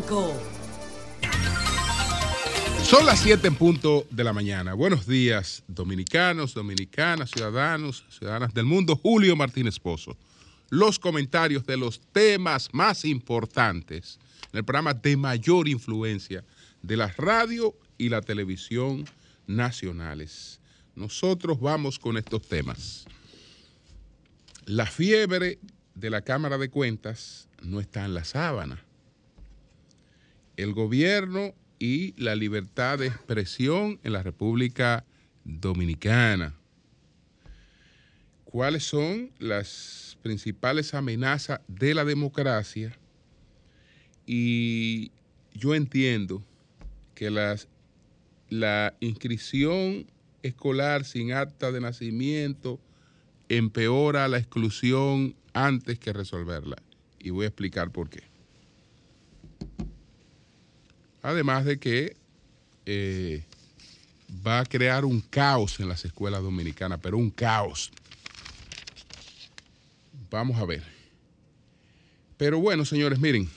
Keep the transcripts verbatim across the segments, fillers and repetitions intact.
público. Son las siete en punto de la mañana. Buenos días, dominicanos, dominicanas, ciudadanos, ciudadanas del mundo. Julio Martínez Pozo. Los comentarios de los temas más importantes en el programa de mayor influencia de la radio y la televisión nacionales. Nosotros vamos con estos temas. La fiebre de la Cámara de Cuentas no está en la sábana. El gobierno y la libertad de expresión en la República Dominicana. ¿Cuáles son las principales amenazas de la democracia? Y yo entiendo que las, la inscripción escolar sin acta de nacimiento empeora la exclusión antes que resolverla. Y voy a explicar por qué. Además de que eh, va a crear un caos en las escuelas dominicanas, pero un caos. Vamos a ver. Pero bueno, señores, miren.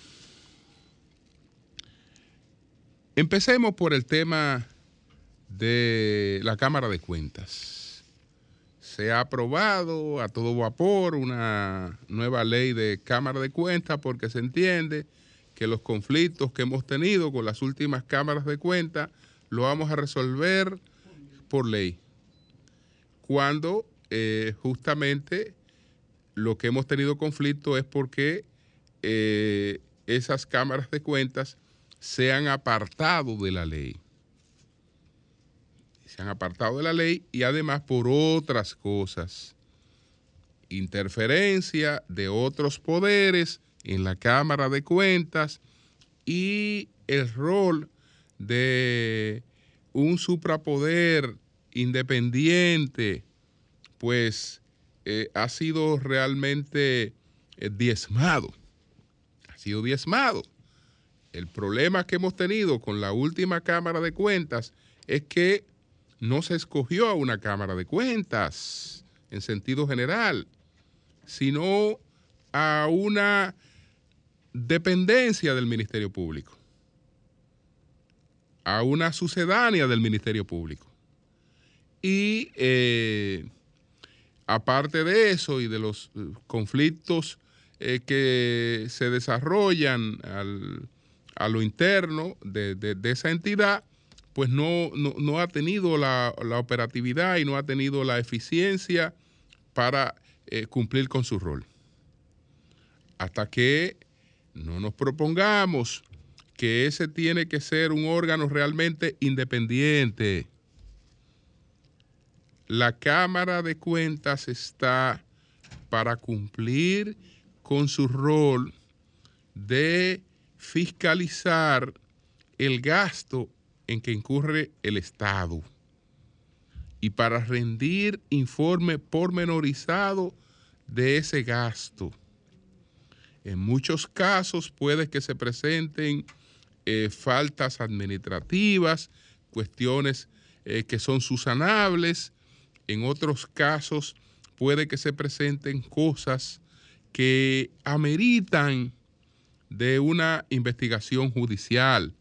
Empecemos por el tema de la Cámara de Cuentas. Se ha aprobado a todo vapor una nueva ley de Cámara de Cuentas porque se entiende que los conflictos que hemos tenido con las últimas cámaras de cuentas lo vamos a resolver por ley. Cuando eh, justamente lo que hemos tenido conflicto es porque eh, esas cámaras de cuentas se han apartado de la ley. Se han apartado de la ley y además por otras cosas. Interferencia de otros poderes en la Cámara de Cuentas y el rol de un suprapoder independiente, pues eh, ha sido realmente eh, diezmado. Ha sido diezmado. El problema que hemos tenido con la última Cámara de Cuentas es que no se escogió a una Cámara de Cuentas en sentido general, sino a una dependencia del Ministerio Público, a una sucedánea del Ministerio Público. Y eh, aparte de eso y de los conflictos eh, que se desarrollan al, a lo interno de, de, de esa entidad, pues no, no, no ha tenido la, la operatividad y no ha tenido la eficiencia para eh, cumplir con su rol. Hasta que no nos propongamos que ese tiene que ser un órgano realmente independiente. La Cámara de Cuentas está para cumplir con su rol de fiscalizar el gasto en que incurre el Estado y para rendir informe pormenorizado de ese gasto. En muchos casos puede que se presenten eh, faltas administrativas, cuestiones eh, que son subsanables. En otros casos puede que se presenten cosas que ameritan de una investigación judicial.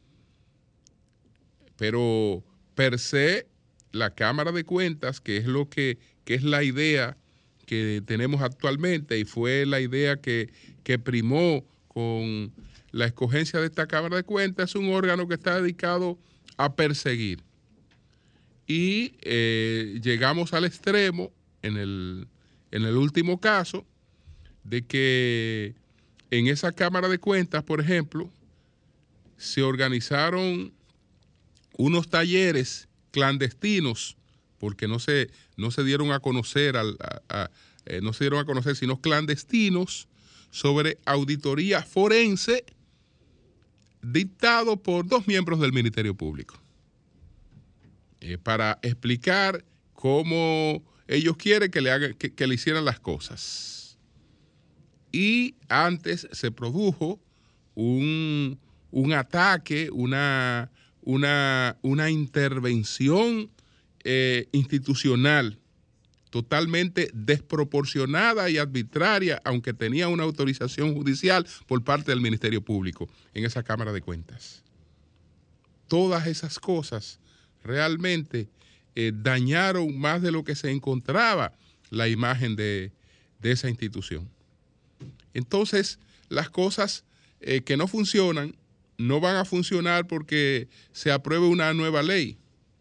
Pero per se, la Cámara de Cuentas, que es lo que, que es la idea que tenemos actualmente y fue la idea que, que primó con la escogencia de esta Cámara de Cuentas, es un órgano que está dedicado a perseguir. Y eh, llegamos al extremo, en el, en el último caso, de que en esa Cámara de Cuentas, por ejemplo, se organizaron unos talleres clandestinos porque no se, no se dieron a conocer, al, a, a, eh, no se dieron a conocer, sino clandestinos, sobre auditoría forense dictado por dos miembros del Ministerio Público, eh, para explicar cómo ellos quieren que le, hagan, que, que le hicieran las cosas. Y antes se produjo un, un ataque, una, una, una intervención eh, institucional totalmente desproporcionada y arbitraria, aunque tenía una autorización judicial por parte del Ministerio Público en esa Cámara de Cuentas. Todas esas cosas realmente eh, dañaron más de lo que se encontraba la imagen de, de esa institución. Entonces, las cosas eh, que no funcionan no van a funcionar porque se apruebe una nueva ley.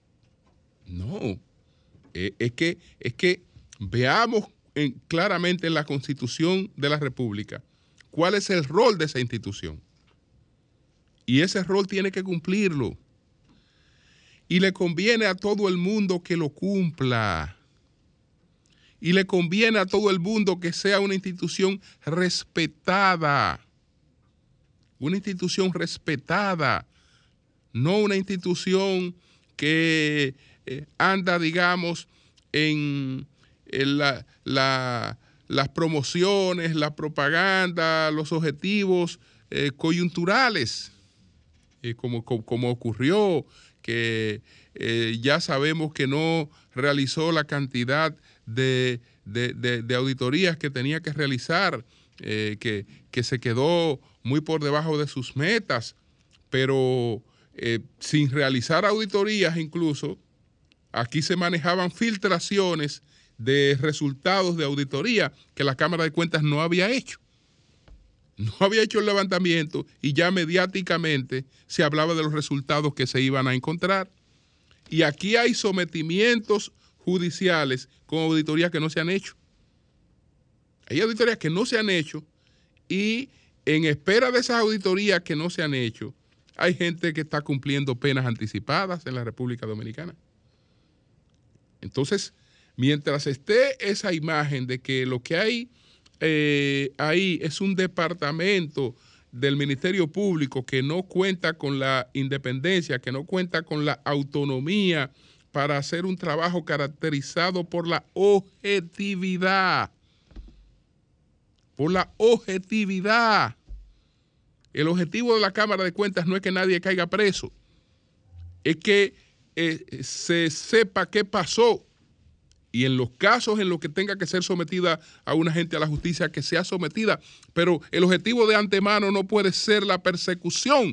No, eh, es, que, es que veamos en, claramente en la Constitución de la República cuál es el rol de esa institución. Y ese rol tiene que cumplirlo. Y le conviene a todo el mundo que lo cumpla. Y le conviene a todo el mundo que sea una institución respetada. Una institución respetada. No una institución que eh, anda, digamos, en, en la, la, las promociones, la propaganda, los objetivos eh, coyunturales. Eh, como, como, como ocurrió, que eh, ya sabemos que no realizó la cantidad de, de, de, de auditorías que tenía que realizar, eh, que, que se quedó muy por debajo de sus metas, pero eh, sin realizar auditorías incluso, aquí se manejaban filtraciones de resultados de auditoría que la Cámara de Cuentas no había hecho. No había hecho el levantamiento y ya mediáticamente se hablaba de los resultados que se iban a encontrar. Y aquí hay sometimientos judiciales con auditorías que no se han hecho. Hay auditorías que no se han hecho y en espera de esas auditorías que no se han hecho, hay gente que está cumpliendo penas anticipadas en la República Dominicana. Entonces, mientras esté esa imagen de que lo que hay Eh, ahí es un departamento del Ministerio Público que no cuenta con la independencia, que no cuenta con la autonomía para hacer un trabajo caracterizado por la objetividad. Por la objetividad. El objetivo de la Cámara de Cuentas no es que nadie caiga preso, es que eh, se sepa qué pasó. Y en los casos en los que tenga que ser sometida a una gente a la justicia, que sea sometida. Pero el objetivo de antemano no puede ser la persecución.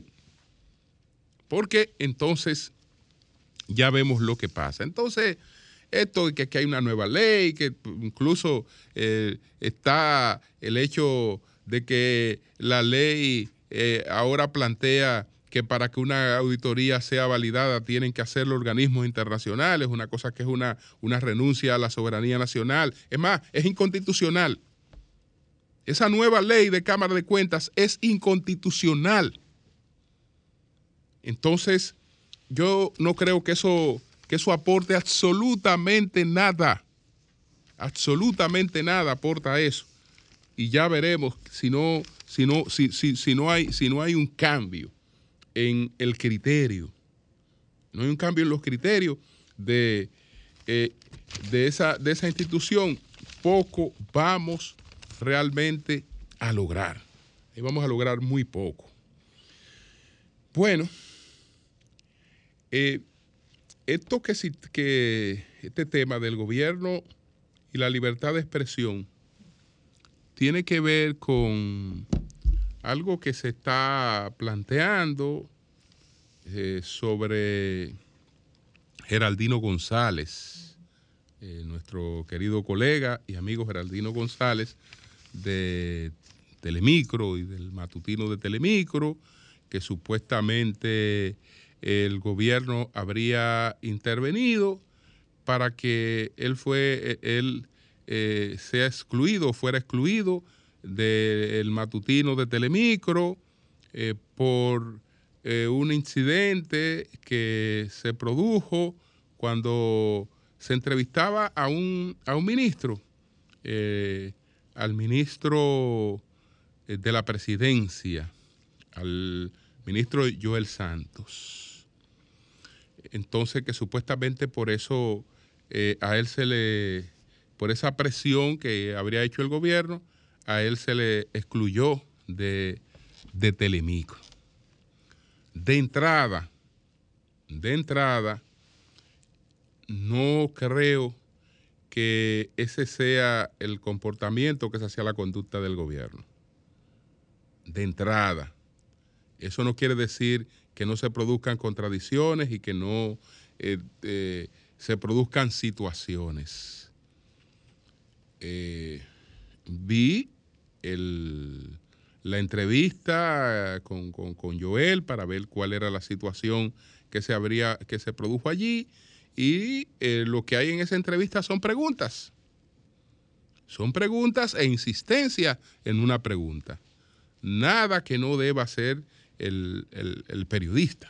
Porque entonces ya vemos lo que pasa. Entonces, esto de que aquí hay una nueva ley, que incluso eh, está el hecho de que la ley eh, ahora plantea que para que una auditoría sea validada tienen que hacerlo organismos internacionales, una cosa que es una, una renuncia a la soberanía nacional. Es más, es inconstitucional. Esa nueva ley de Cámara de Cuentas es inconstitucional. Entonces, yo no creo que eso, que eso aporte absolutamente nada. Absolutamente nada aporta eso. Y ya veremos si no, si no, si, si, si no hay, si no hay un cambio en el criterio. No hay un cambio en los criterios de, eh, de, esa, de esa institución. Poco vamos realmente a lograr. Y vamos a lograr muy poco. Bueno, eh, esto que, que este tema del gobierno y la libertad de expresión tiene que ver con algo que se está planteando eh, sobre Geraldino González, eh, nuestro querido colega y amigo Geraldino González de Telemicro y del matutino de Telemicro, que supuestamente el gobierno habría intervenido para que él fue él eh, sea excluido, fuera excluido del matutino de Telemicro eh, por eh, un incidente que se produjo cuando se entrevistaba a un, a un ministro, eh, al ministro de la presidencia, al ministro Joel Santos. Entonces, que supuestamente por eso eh, a él se le, por esa presión que habría hecho el gobierno, a él se le excluyó de, de Telemicro. De entrada, de entrada, no creo que ese sea el comportamiento, que esa sea la conducta del gobierno. De entrada, eso no quiere decir que no se produzcan contradicciones y que no eh, eh, se produzcan situaciones. Eh, vi el, la entrevista con, con, con Joel para ver cuál era la situación que se, habría, que se produjo allí, y eh, lo que hay en esa entrevista son preguntas. Son preguntas e insistencia en una pregunta. Nada que no deba hacer el, el, el periodista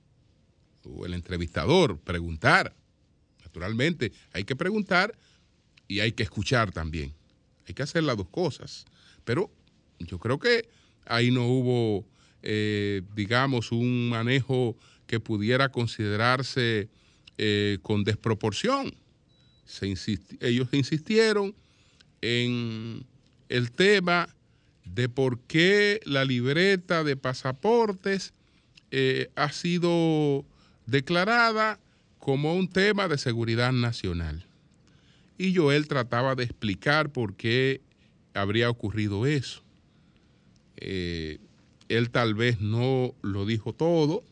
o el entrevistador, preguntar. Naturalmente, hay que preguntar y hay que escuchar también. Hay que hacer las dos cosas. Pero yo creo que ahí no hubo, eh, digamos, un manejo que pudiera considerarse eh, con desproporción. Se insisti- ellos insistieron en el tema de por qué la libreta de pasaportes eh, ha sido declarada como un tema de seguridad nacional. Y Joel trataba de explicar por qué habría ocurrido eso. Eh, él tal vez no lo dijo todo,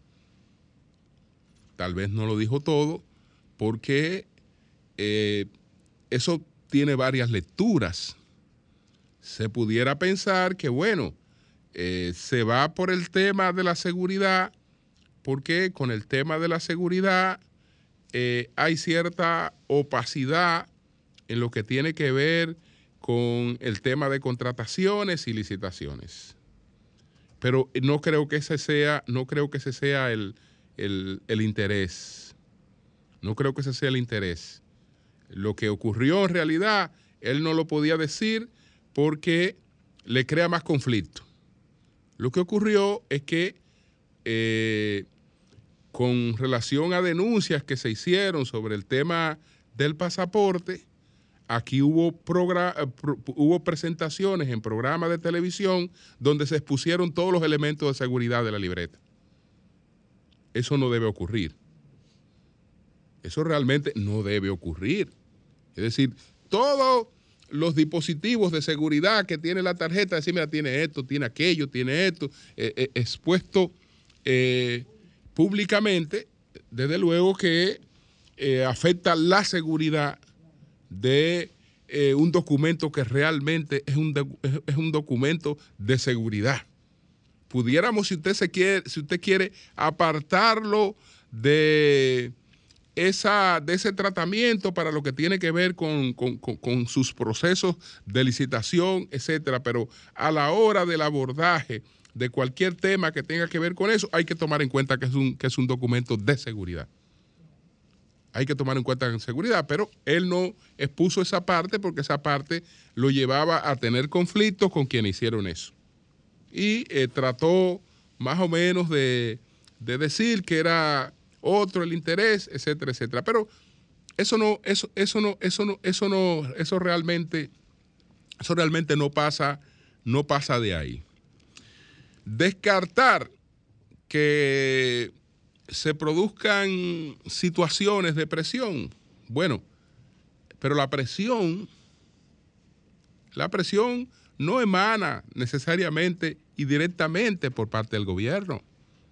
tal vez no lo dijo todo, porque eh, eso tiene varias lecturas. Se pudiera pensar que, bueno, eh, se va por el tema de la seguridad, porque con el tema de la seguridad eh, hay cierta opacidad en lo que tiene que ver con el tema de contrataciones y licitaciones. Pero no creo que ese sea, no creo que ese sea el, el, el interés. No creo que ese sea el interés. Lo que ocurrió en realidad, él no lo podía decir porque le crea más conflicto. Lo que ocurrió es que eh, con relación a denuncias que se hicieron sobre el tema del pasaporte, aquí hubo, hubo presentaciones en programas de televisión donde se expusieron todos los elementos de seguridad de la libreta. Eso no debe ocurrir. Eso realmente no debe ocurrir. Es decir, todos los dispositivos de seguridad que tiene la tarjeta, decir, mira, tiene esto, tiene aquello, tiene esto, eh, eh, expuesto eh, públicamente, desde luego que eh, afecta la seguridad de eh, un documento que realmente es un, de, es un documento de seguridad. Pudiéramos, si usted, se quiere, si usted quiere apartarlo de, esa, de ese tratamiento para lo que tiene que ver con, con, con, con sus procesos de licitación, etcétera, pero a la hora del abordaje de cualquier tema que tenga que ver con eso, hay que tomar en cuenta que es un, que es un documento de seguridad. Hay que tomar en cuenta en seguridad, pero él no expuso esa parte porque esa parte lo llevaba a tener conflictos con quienes hicieron eso. Y eh, trató más o menos de, de decir que era otro el interés, etcétera, etcétera. Pero eso no, eso, eso no, eso no, eso no, eso realmente, eso realmente no pasa, no pasa de ahí. Descartar que se produzcan situaciones de presión. Bueno, pero la presión, la presión no emana necesariamente y directamente por parte del gobierno.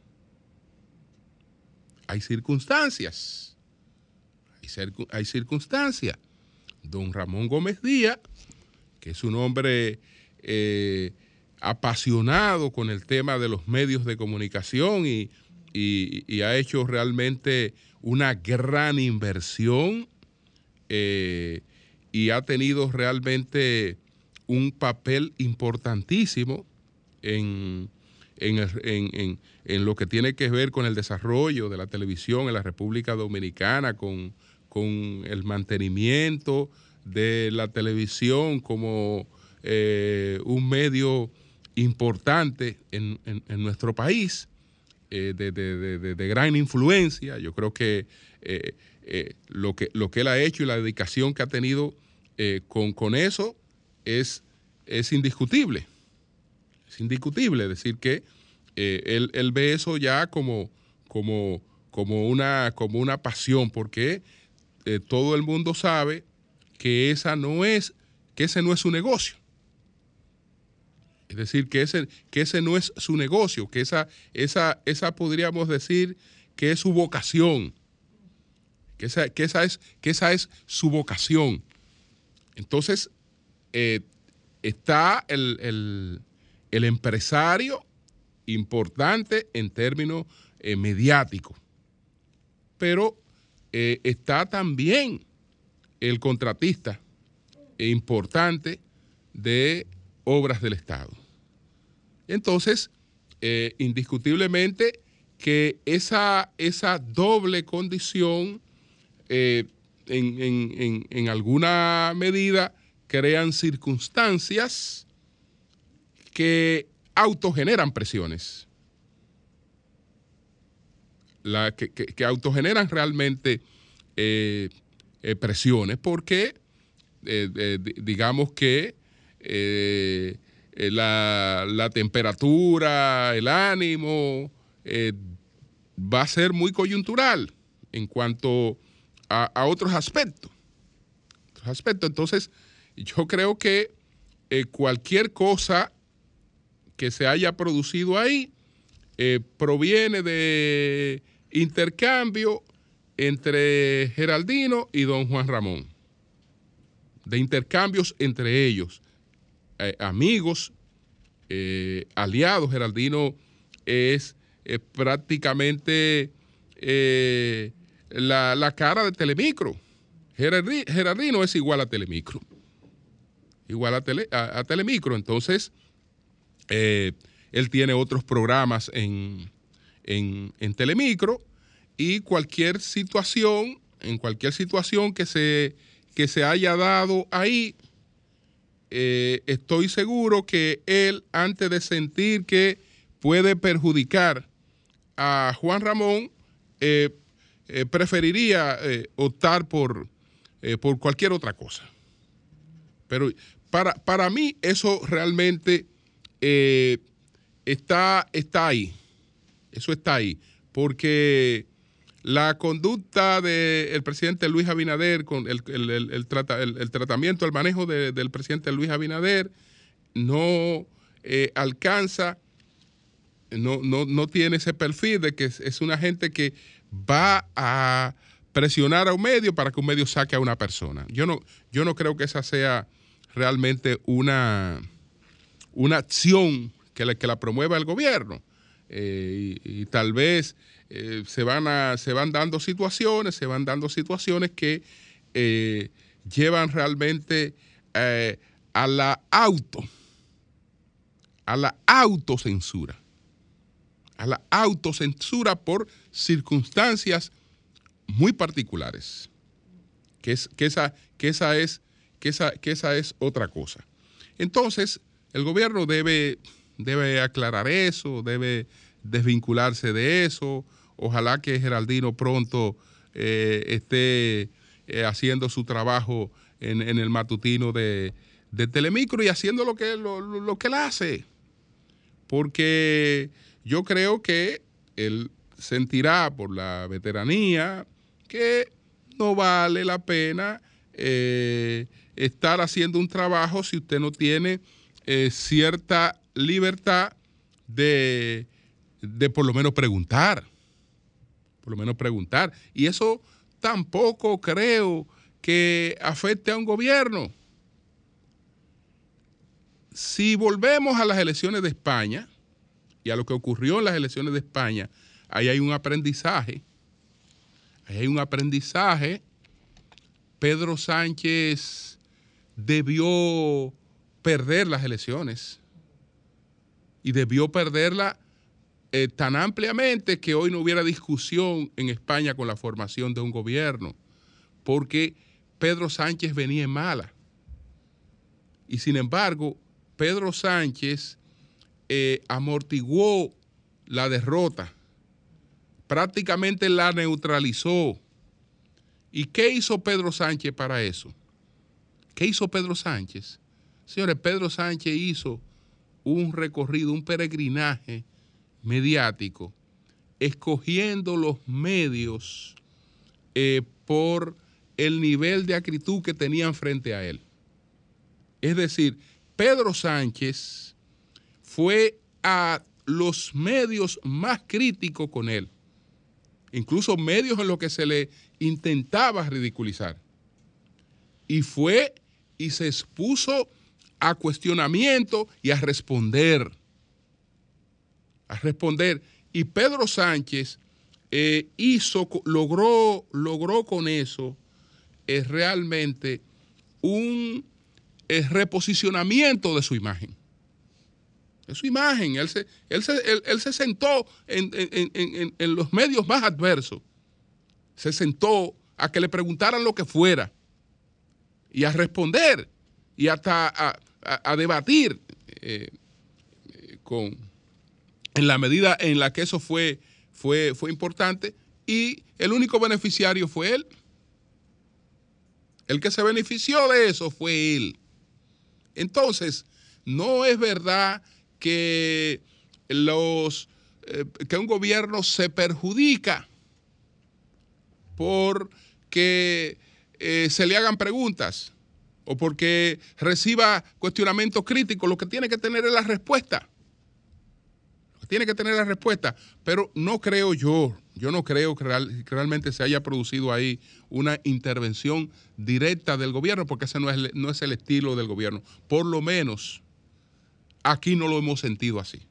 Hay circunstancias, hay, circun, hay circunstancias. Don Ramón Gómez Díaz, que es un hombre eh, apasionado con el tema de los medios de comunicación y Y, y ha hecho realmente una gran inversión eh, y ha tenido realmente un papel importantísimo en, en, en, en, en lo que tiene que ver con el desarrollo de la televisión en la República Dominicana, con, con el mantenimiento de la televisión como eh, un medio importante en, en, en nuestro país. Eh, de, de, de, de gran influencia. Yo creo que, eh, eh, lo que lo que él ha hecho y la dedicación que ha tenido eh, con, con eso es, es indiscutible. Es indiscutible decir que eh, él, él ve eso ya como, como, como, una, como una pasión, porque eh, todo el mundo sabe que esa no es, que ese no es su negocio. Es decir, que ese, que ese no es su negocio, que esa, esa, esa podríamos decir que es su vocación, que esa, que esa, es, que esa es su vocación. Entonces, eh, está el, el, el empresario importante en términos eh, mediáticos, pero eh, está también el contratista importante de obras del Estado. Entonces, eh, indiscutiblemente que esa, esa doble condición eh, en, en, en, en alguna medida crean circunstancias que autogeneran presiones, la, que, que, que autogeneran realmente eh, eh, presiones, porque eh, eh, digamos que eh, eh, la, la temperatura, el ánimo, eh, va a ser muy coyuntural en cuanto a, a otros aspectos. Otros aspectos. Entonces, yo creo que eh, cualquier cosa que se haya producido ahí eh, proviene de intercambio entre Geraldino y don Juan Ramón, de intercambios entre ellos, eh, amigos, eh, aliados. Geraldino es eh, prácticamente eh, la, la cara de Telemicro. Geraldino es igual a Telemicro, igual a, tele, a, a Telemicro. Entonces, eh, él tiene otros programas en, en, en Telemicro, y cualquier situación, en cualquier situación que se, que se haya dado ahí, eh, estoy seguro que él, antes de sentir que puede perjudicar a Juan Ramón, eh, eh, preferiría eh, optar por, eh, por cualquier otra cosa. Pero para, para mí eso realmente eh, está, está ahí. Eso está ahí. Porque la conducta del presidente Luis Abinader, con el, el, el, el, trata, el, el tratamiento, el manejo de, del presidente Luis Abinader, no eh, alcanza, no, no, no tiene ese perfil de que es, es una gente que va a presionar a un medio para que un medio saque a una persona. Yo no, yo no creo que esa sea realmente una, una acción que la, que la promueva el gobierno. Eh, y, y tal vez eh, se, van a, se van dando situaciones, se van dando situaciones que eh, llevan realmente eh, a la auto, a la autocensura, a la autocensura por circunstancias muy particulares, que, es, que, esa, que, esa es, que, esa, que esa es otra cosa. Entonces, el gobierno debe, debe aclarar eso, debe desvincularse de eso. Ojalá que Geraldino pronto eh, esté eh, haciendo su trabajo en, en el matutino de, de Telemicro y haciendo lo que, lo, lo que él hace. Porque yo creo que él sentirá por la veteranía que no vale la pena eh, estar haciendo un trabajo si usted no tiene eh, cierta libertad de, de por lo menos preguntar, por lo menos preguntar. Y eso tampoco creo que afecte a un gobierno. Si volvemos a las elecciones de España y a lo que ocurrió en las elecciones de España, ahí hay un aprendizaje. Ahí hay un aprendizaje. Pedro Sánchez debió perder las elecciones y debió perderla eh, tan ampliamente que hoy no hubiera discusión en España con la formación de un gobierno, porque Pedro Sánchez venía en mala. Y sin embargo, Pedro Sánchez eh, amortiguó la derrota, prácticamente la neutralizó. ¿Y qué hizo Pedro Sánchez para eso? ¿Qué hizo Pedro Sánchez? Señores, Pedro Sánchez hizo un recorrido, un peregrinaje mediático, escogiendo los medios eh, por el nivel de acritud que tenían frente a él. Es decir, Pedro Sánchez fue a los medios más críticos con él, incluso medios en los que se le intentaba ridiculizar. Y fue y se expuso a cuestionamiento y a responder. A responder. Y Pedro Sánchez eh, hizo, logró, logró con eso eh, realmente un eh, reposicionamiento de su imagen. De su imagen. Él se, él se, él, él se sentó en, en, en, en los medios más adversos. Se sentó a que le preguntaran lo que fuera y a responder y hasta a, a, a debatir eh, con, en la medida en la que eso fue, fue, fue importante, y el único beneficiario fue él. El que se benefició de eso fue él. Entonces, no es verdad que, los, eh, que un gobierno se perjudica porque eh, se le hagan preguntas o porque reciba cuestionamientos críticos. Lo que tiene que tener es la respuesta. Lo que tiene que tener la respuesta. Pero no creo yo, yo no creo que, real, que realmente se haya producido ahí una intervención directa del gobierno, porque ese no es, no es el estilo del gobierno. Por lo menos aquí no lo hemos sentido así.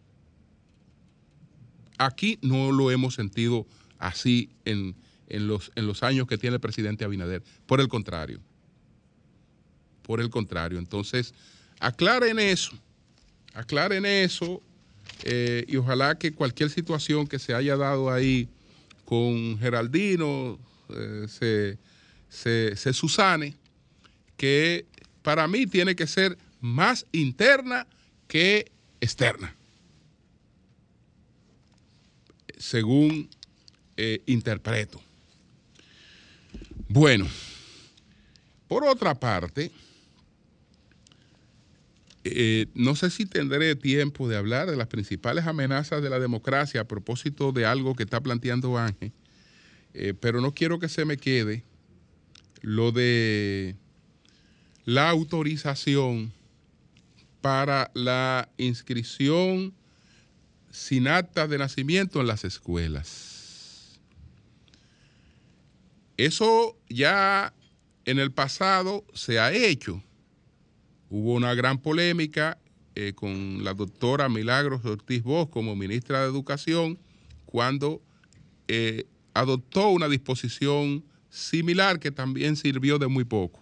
Aquí no lo hemos sentido así en, en, los, en los años que tiene el presidente Abinader. Por el contrario. Por el contrario. Entonces, aclaren eso. Aclaren eso eh, y ojalá que cualquier situación que se haya dado ahí con Geraldino eh, se, se, se subsane, que para mí tiene que ser más interna que externa, según eh, interpreto. Bueno, por otra parte, eh, no sé si tendré tiempo de hablar de las principales amenazas de la democracia a propósito de algo que está planteando Ángel, eh, pero no quiero que se me quede lo de la autorización para la inscripción sin actas de nacimiento en las escuelas. Eso ya en el pasado se ha hecho. Hubo una gran polémica eh, con la doctora Milagros Ortiz Bosch como ministra de Educación cuando eh, adoptó una disposición similar que también sirvió de muy poco.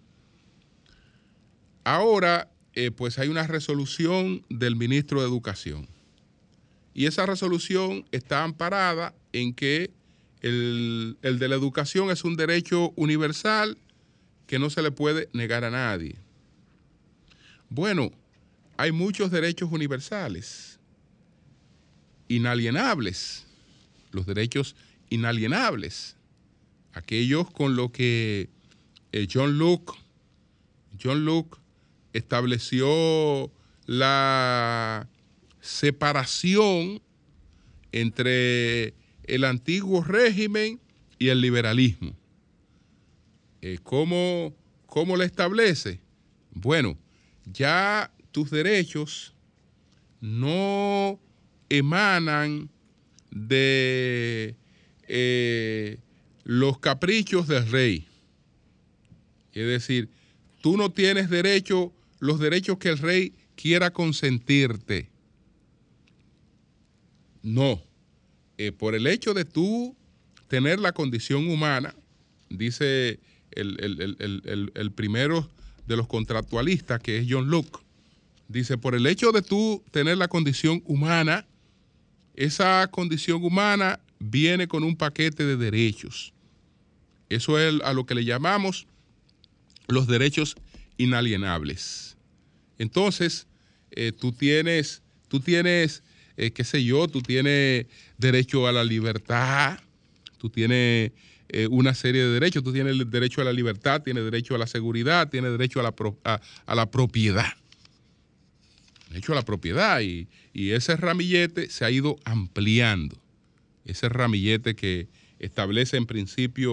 Ahora, eh, pues hay una resolución del ministro de Educación. Y esa resolución está amparada en que el, el de la educación es un derecho universal que no se le puede negar a nadie. Bueno, hay muchos derechos universales, inalienables, los derechos inalienables, aquellos con los que eh, John Locke, John Locke estableció la separación entre el antiguo régimen y el liberalismo. Eh, ¿cómo, ¿Cómo lo establece? Bueno, ya tus derechos no emanan de eh, los caprichos del rey. Es decir, tú no tienes derecho, los derechos que el rey quiera consentirte. No. Eh, por el hecho de tú tener la condición humana, dice el, el, el, el, el primero de los contractualistas, que es John Locke, dice, por el hecho de tú tener la condición humana, esa condición humana viene con un paquete de derechos. Eso es a lo que le llamamos los derechos inalienables. Entonces, eh, tú tienes, tú tienes, eh, qué sé yo, tú tienes derecho a la libertad, tú tienes eh, una serie de derechos, tú tienes el derecho a la libertad, tienes derecho a la seguridad, tienes derecho a la, pro, a, a la propiedad. Derecho a la propiedad y, y ese ramillete se ha ido ampliando. Ese ramillete que establece en principio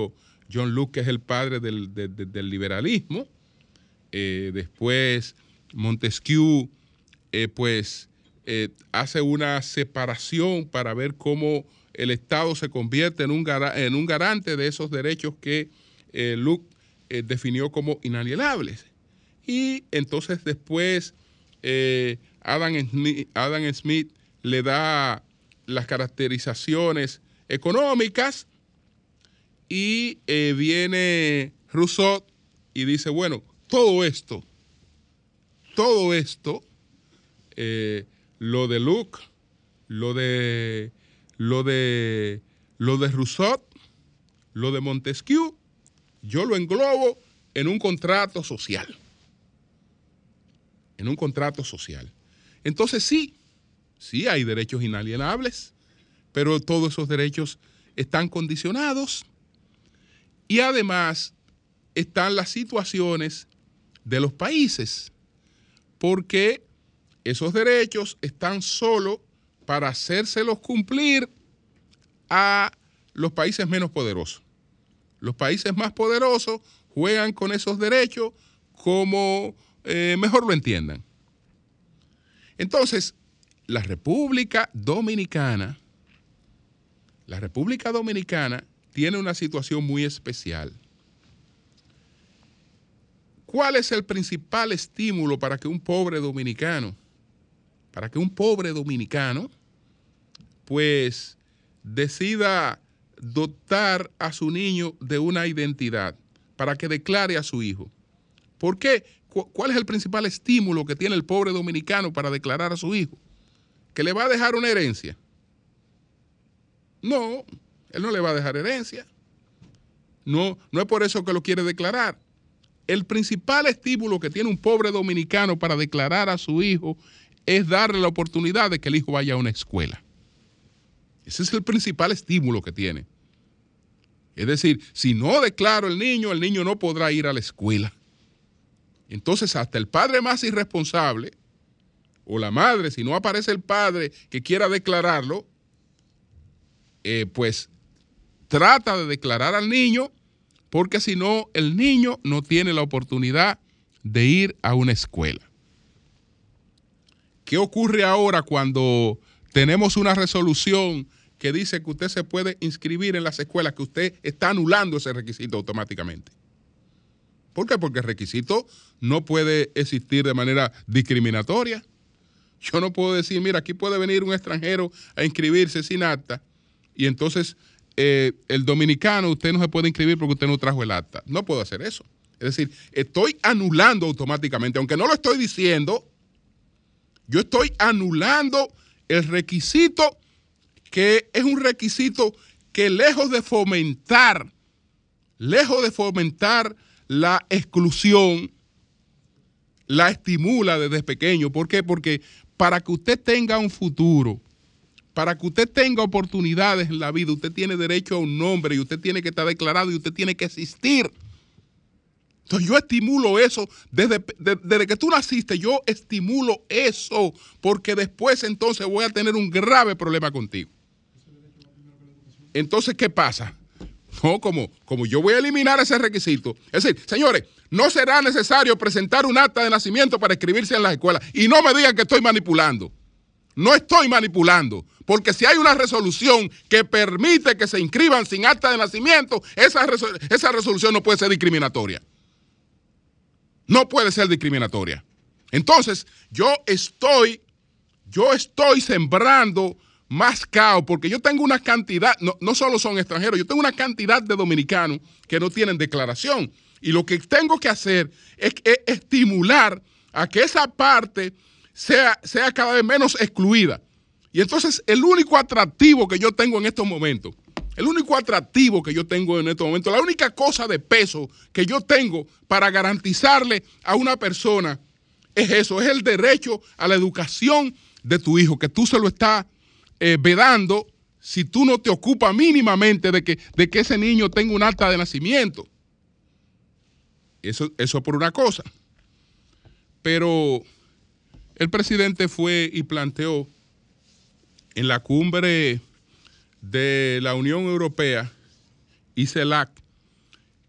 John Locke, que es el padre del, de, de, del liberalismo. Eh, después Montesquieu, eh, pues, eh, hace una separación para ver cómo el Estado se convierte en un, gar en un garante de esos derechos que eh, Locke eh, definió como inalienables. Y entonces después eh, Adam Smith, Adam Smith le da las caracterizaciones económicas y eh, viene Rousseau y dice, bueno, todo esto, todo esto, eh, lo de Locke, lo de, lo de, lo de Rousseau, lo de Montesquieu, yo lo englobo en un contrato social. En un contrato social. Entonces sí, sí hay derechos inalienables, pero todos esos derechos están condicionados y además están las situaciones de los países, porque esos derechos están solo para hacérselos cumplir a los países menos poderosos. Los países más poderosos juegan con esos derechos como eh, mejor lo entiendan. Entonces, la República Dominicana, la República Dominicana tiene una situación muy especial. ¿Cuál es el principal estímulo para que un pobre dominicano, para que un pobre dominicano, pues decida dotar a su niño de una identidad, para que declare a su hijo? ¿Por qué? ¿Cuál es el principal estímulo que tiene el pobre dominicano para declarar a su hijo? ¿Que le va a dejar una herencia? No, él no le va a dejar herencia. No, no es por eso que lo quiere declarar. El principal estímulo que tiene un pobre dominicano para declarar a su hijo es darle la oportunidad de que el hijo vaya a una escuela. Ese es el principal estímulo que tiene. Es decir, si no declaro el niño, el niño no podrá ir a la escuela. Entonces, hasta el padre más irresponsable, o la madre, si no aparece el padre que quiera declararlo, eh, pues trata de declarar al niño, porque si no, el niño no tiene la oportunidad de ir a una escuela. ¿Qué ocurre ahora cuando tenemos una resolución que dice que usted se puede inscribir en las escuelas, que usted está anulando ese requisito automáticamente? ¿Por qué? Porque el requisito no puede existir de manera discriminatoria. Yo no puedo decir, mira, aquí puede venir un extranjero a inscribirse sin acta y entonces eh, el dominicano, usted no se puede inscribir porque usted no trajo el acta. No puedo hacer eso. Es decir, estoy anulando automáticamente, aunque no lo estoy diciendo, yo estoy anulando el requisito, que es un requisito que lejos de fomentar, lejos de fomentar la exclusión, la estimula desde pequeño. ¿Por qué? Porque para que usted tenga un futuro, para que usted tenga oportunidades en la vida, usted tiene derecho a un nombre y usted tiene que estar declarado y usted tiene que existir. Entonces yo estimulo eso, desde, de, desde que tú naciste, yo estimulo eso, porque después entonces voy a tener un grave problema contigo. Entonces, ¿qué pasa? No, como, como yo voy a eliminar ese requisito. Es decir, señores, no será necesario presentar un acta de nacimiento para inscribirse en las escuelas. Y no me digan que estoy manipulando. No estoy manipulando. Porque si hay una resolución que permite que se inscriban sin acta de nacimiento, esa, resol esa resolución no puede ser discriminatoria. No puede ser discriminatoria. Entonces, yo estoy, yo estoy sembrando más caos, porque yo tengo una cantidad, no, no solo son extranjeros, yo tengo una cantidad de dominicanos que no tienen declaración. Y lo que tengo que hacer es, es estimular a que esa parte sea, sea cada vez menos excluida. Y entonces el único atractivo que yo tengo en estos momentos, el único atractivo que yo tengo en estos momentos, la única cosa de peso que yo tengo para garantizarle a una persona es eso, es el derecho a la educación de tu hijo, que tú se lo estás eh, vedando si tú no te ocupas mínimamente de que, de que ese niño tenga un acta de nacimiento. Eso, eso por una cosa. Pero el presidente fue y planteó en la cumbre de la Unión Europea y CELAC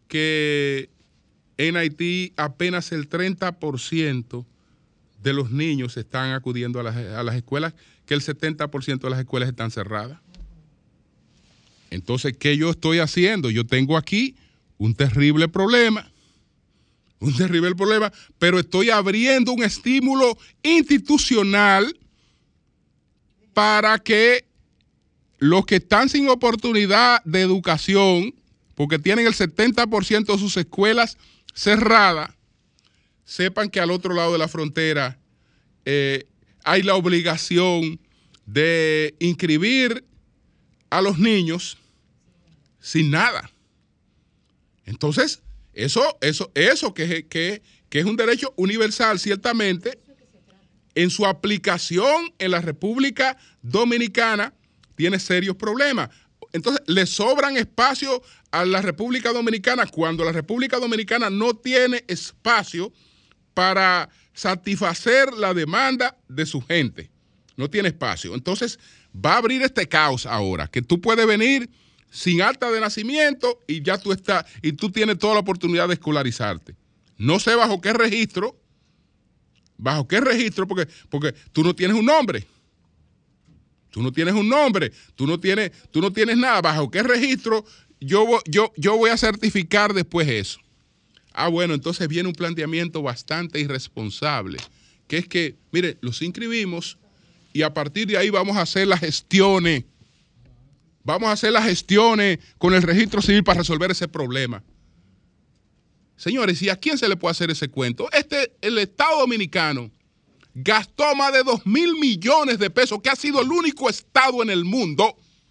que en Haití apenas el treinta por ciento de los niños están acudiendo a las, a las escuelas, que el setenta por ciento de las escuelas están cerradas. Entonces, ¿qué yo estoy haciendo? Yo tengo aquí un terrible problema, un terrible problema, pero estoy abriendo un estímulo institucional para que los que están sin oportunidad de educación, porque tienen el setenta por ciento de sus escuelas cerradas, sepan que al otro lado de la frontera eh, hay la obligación de inscribir a los niños sin nada. Entonces, eso, eso, eso que, que, que es un derecho universal, ciertamente, en su aplicación en la República Dominicana tiene serios problemas. Entonces, le sobran espacio a la República Dominicana cuando la República Dominicana no tiene espacio para satisfacer la demanda de su gente. No tiene espacio. Entonces, va a abrir este caos ahora, que tú puedes venir sin acta de nacimiento y ya tú estás, y tú tienes toda la oportunidad de escolarizarte. No sé bajo qué registro, bajo qué registro, porque, porque tú no tienes un nombre. Tú no tienes un nombre, tú no tienes, tú no tienes nada. ¿Bajo qué registro yo, yo, yo voy a certificar después eso? Ah, bueno, entonces viene un planteamiento bastante irresponsable, que es que, mire, los inscribimos y a partir de ahí vamos a hacer las gestiones. Vamos a hacer las gestiones con el registro civil para resolver ese problema. Señores, ¿y a quién se le puede hacer ese cuento? Este, el Estado Dominicano gastó más de dos mil millones de pesos, que ha sido el único estado en el mundo,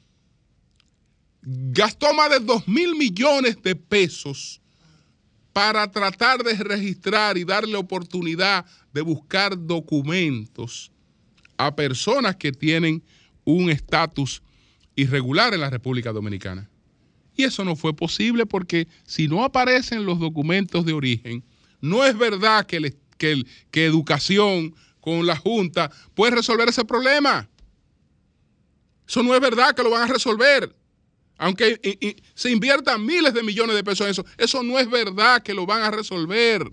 gastó más de dos mil millones de pesos para tratar de registrar y darle oportunidad de buscar documentos a personas que tienen un estatus irregular en la República Dominicana. Y eso no fue posible porque si no aparecen los documentos de origen, no es verdad que, el, que, el, que educación con la Junta puede resolver ese problema. Eso no es verdad que lo van a resolver. Aunque y, y, se inviertan miles de millones de pesos en eso, eso no es verdad que lo van a resolver.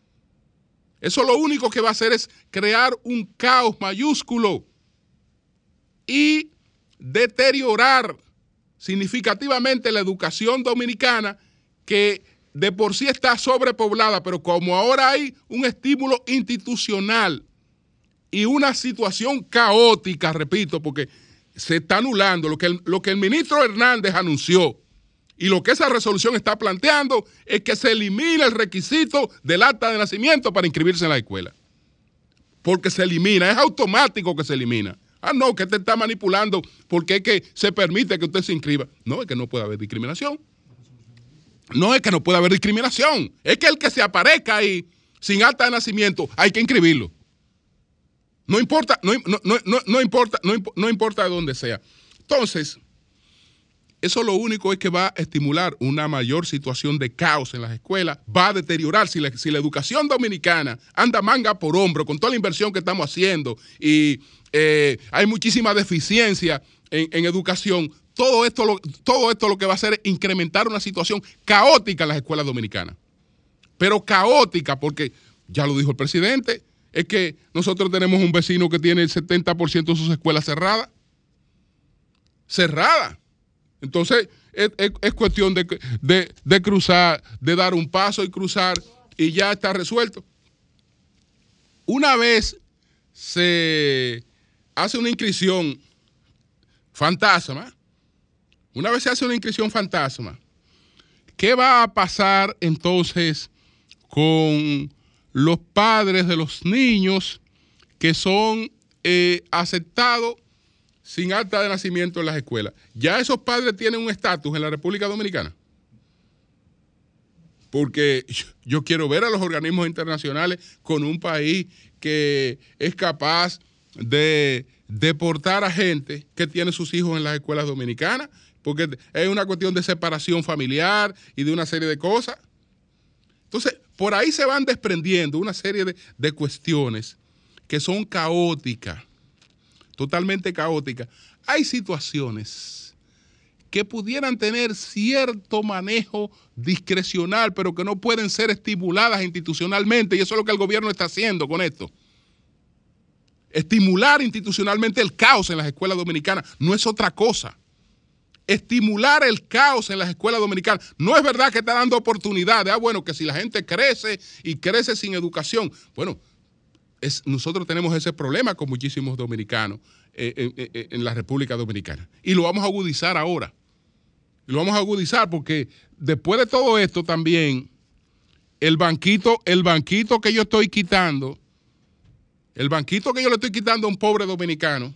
Eso lo único que va a hacer es crear un caos mayúsculo y deteriorar significativamente la educación dominicana, que de por sí está sobrepoblada, pero como ahora hay un estímulo institucional y una situación caótica, repito, porque se está anulando lo que el, lo que el ministro Hernández anunció y lo que esa resolución está planteando es que se elimine el requisito del acta de nacimiento para inscribirse en la escuela. Porque se elimina, es automático que se elimina. Ah, no, que te está manipulando porque es que se permite que usted se inscriba. No, es que no puede haber discriminación. No es que no pueda haber discriminación. Es que el que se aparezca ahí sin acta de nacimiento hay que inscribirlo. No importa, no, no, no, no, no importa, no, no importa de dónde sea. Entonces, eso lo único es que va a estimular una mayor situación de caos en las escuelas, va a deteriorar. Si la, si la educación dominicana anda manga por hombro con toda la inversión que estamos haciendo y eh, hay muchísima deficiencia en, en educación, todo esto, lo, todo esto lo que va a hacer es incrementar una situación caótica en las escuelas dominicanas. Pero caótica porque, ya lo dijo el presidente, es que nosotros tenemos un vecino que tiene el setenta por ciento de sus escuelas cerradas. Cerradas. Entonces, es, es, es cuestión de, de, de cruzar, de dar un paso y cruzar y ya está resuelto. Una vez se hace una inscripción fantasma, una vez se hace una inscripción fantasma, ¿qué va a pasar entonces con los padres de los niños que son eh, aceptados sin acta de nacimiento en las escuelas? ¿Ya esos padres tienen un estatus en la República Dominicana? Porque yo quiero ver a los organismos internacionales con un país que es capaz de deportar a gente que tiene sus hijos en las escuelas dominicanas, porque es una cuestión de separación familiar y de una serie de cosas. Entonces, por ahí se van desprendiendo una serie de, de cuestiones que son caóticas, totalmente caóticas. Hay situaciones que pudieran tener cierto manejo discrecional, pero que no pueden ser estimuladas institucionalmente, y eso es lo que el gobierno está haciendo con esto. Estimular institucionalmente el caos en las escuelas dominicanas no es otra cosa. Estimular el caos en las escuelas dominicanas. No es verdad que está dando oportunidades. Ah, bueno, que si la gente crece y crece sin educación. Bueno, es, nosotros tenemos ese problema con muchísimos dominicanos eh, eh, eh, en la República Dominicana. Y lo vamos a agudizar ahora. Y lo vamos a agudizar porque después de todo esto también, el banquito, el banquito que yo estoy quitando, el banquito que yo le estoy quitando a un pobre dominicano,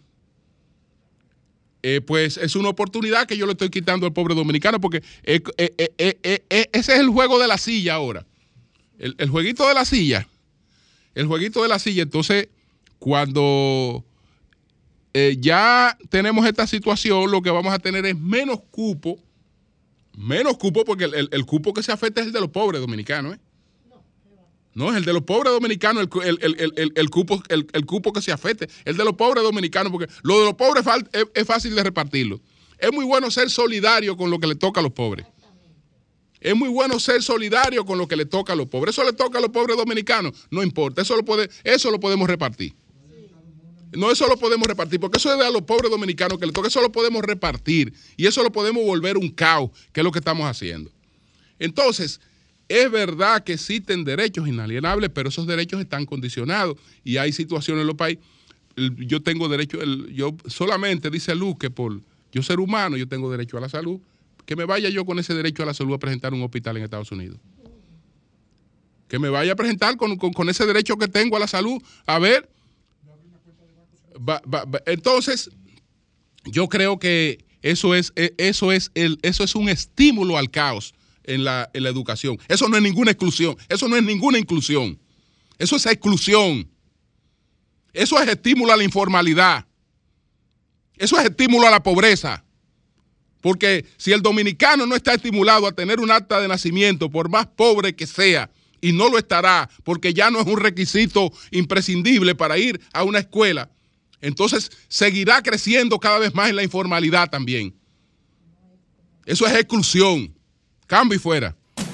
Eh, pues es una oportunidad que yo le estoy quitando al pobre dominicano porque eh, eh, eh, eh, eh, ese es el juego de la silla ahora. El, el jueguito de la silla. El jueguito de la silla. Entonces, cuando eh, ya tenemos esta situación, lo que vamos a tener es menos cupo. Menos cupo porque el, el, el cupo que se afecta es el de los pobres dominicanos, ¿eh? No, es el de los pobres dominicanos, el, el, el, el, el, cupo, el, el cupo que se afecte, el de los pobres dominicanos, porque lo de los pobres es, es fácil de repartirlo. Es muy bueno ser solidario con lo que le toca a los pobres. Es muy bueno ser solidario con lo que le toca a los pobres. Eso le toca a los pobres dominicanos, no importa, eso lo, puede, eso lo podemos repartir. No, eso lo podemos repartir, porque eso es de a los pobres dominicanos que le toca, eso lo podemos repartir y eso lo podemos volver un caos, que es lo que estamos haciendo. Entonces, es verdad que existen derechos inalienables, pero esos derechos están condicionados y hay situaciones en los países. Yo tengo derecho, yo solamente dice Luz que por yo ser humano yo tengo derecho a la salud, que me vaya yo con ese derecho a la salud a presentar un hospital en Estados Unidos. Que me vaya a presentar con, con, con ese derecho que tengo a la salud, a ver. Va, va, va. Entonces, yo creo que eso es, eso es, el, eso es un estímulo al caos. En la, en la educación. Eso no es ninguna exclusión. Eso no es ninguna inclusión. Eso es exclusión. Eso es estímulo a la informalidad. Eso es estímulo a la pobreza. Porque si el dominicano no está estimulado a tener un acta de nacimiento, por más pobre que sea, y no lo estará, porque ya no es un requisito imprescindible para ir a una escuela, entonces seguirá creciendo cada vez más en la informalidad también. Eso es exclusión. Cambio y fuera.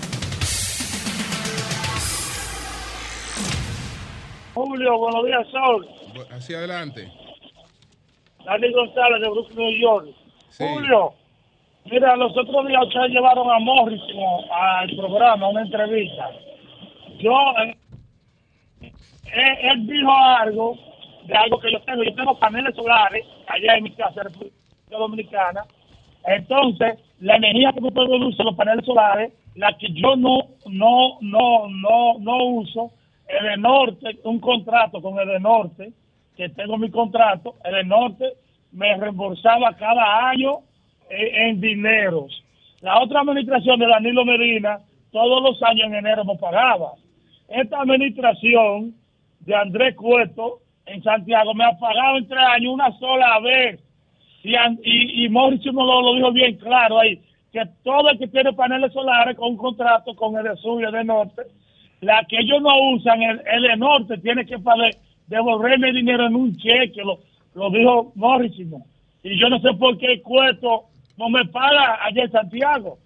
Julio, buenos días, Sol. Hacia adelante. Dani González de Brooklyn, New York. Sí. Julio, mira, los otros días ustedes llevaron a Morrison al programa, a una entrevista. Yo, eh, él, él dijo algo de algo que yo tengo. Yo tengo paneles solares allá en mi casa, en República Dominicana. Entonces, la energía que nosotros producen los paneles solares, la que yo no no no no no uso, Edenorte, un contrato con Edenorte, que tengo mi contrato, Edenorte me reembolsaba cada año en, en dineros. La otra administración de Danilo Medina, todos los años en enero me pagaba. Esta administración de Andrés Cueto en Santiago me ha pagado en tres años una sola vez. Y, y, y Mauricio no lo, lo dijo bien claro ahí, que todo el que tiene paneles solares con un contrato con el de Sur y el de Norte, la que ellos no usan, el, el de Norte tiene que pagar, devolverme dinero en un cheque, lo, lo dijo Mauricio. Y yo no sé por qué el Cueto no me paga allá en Santiago.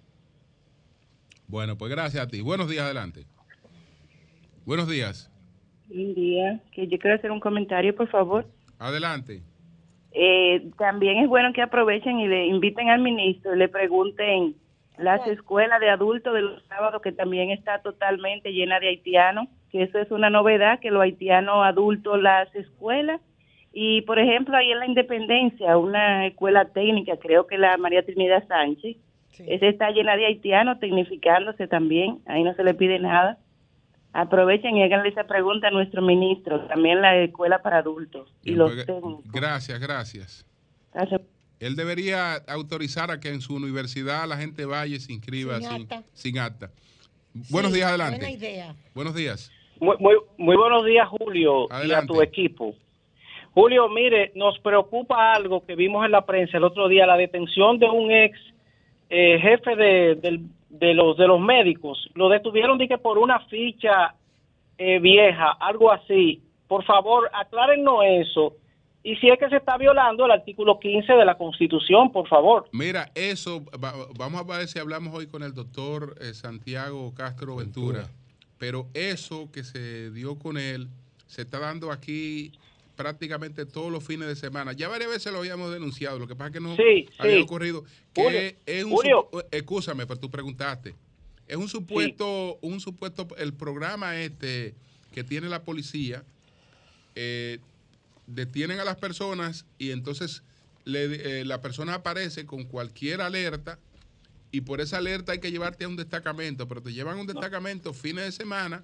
Bueno, pues gracias a ti. Buenos días, adelante. Buenos días. Buen día. Que yo quiero hacer un comentario, por favor. Adelante. Eh, también es bueno que aprovechen y le inviten al ministro y le pregunten las escuelas de adultos de los sábados, que también está totalmente llena de haitianos, que eso es una novedad, que los haitianos adultos las escuelas. Y, por ejemplo, ahí en la Independencia, una escuela técnica, creo que la María Trinidad Sánchez, sí. Esa está llena de haitianos, tecnificándose también, ahí no se le pide nada. Aprovechen y háganle esa pregunta a nuestro ministro, también la escuela para adultos y Bien, los pues, técnicos. Gracias, gracias. Gracias. Él debería autorizar a que en su universidad la gente vaya y se inscriba sin, sin acta. Sin acta. Sí, buenos días, adelante. Buena idea. Buenos días. Muy, muy, muy buenos días, Julio, adelante. Y a tu equipo. Julio, mire, nos preocupa algo que vimos en la prensa el otro día, la detención de un ex eh, jefe de, de, de los de los médicos. Lo detuvieron de que por una ficha eh, vieja, algo así. Por favor, aclárenos eso. y si es que se está violando el artículo quince de la Constitución, por favor. Mira, eso, va, vamos a ver si hablamos hoy con el doctor eh, Santiago Castro Ventura, Ventura, pero eso que se dio con él, se está dando aquí prácticamente todos los fines de semana. Ya varias veces lo habíamos denunciado, lo que pasa es que no sí, había sí. ocurrido. Que Julio, es un Julio. Supu- Excúsame, pero tú preguntaste. Es un supuesto, sí. un supuesto, el programa este que tiene la policía, eh, detienen a las personas y entonces le, eh, la persona aparece con cualquier alerta y por esa alerta hay que llevarte a un destacamento, pero te llevan a un destacamento fines de semana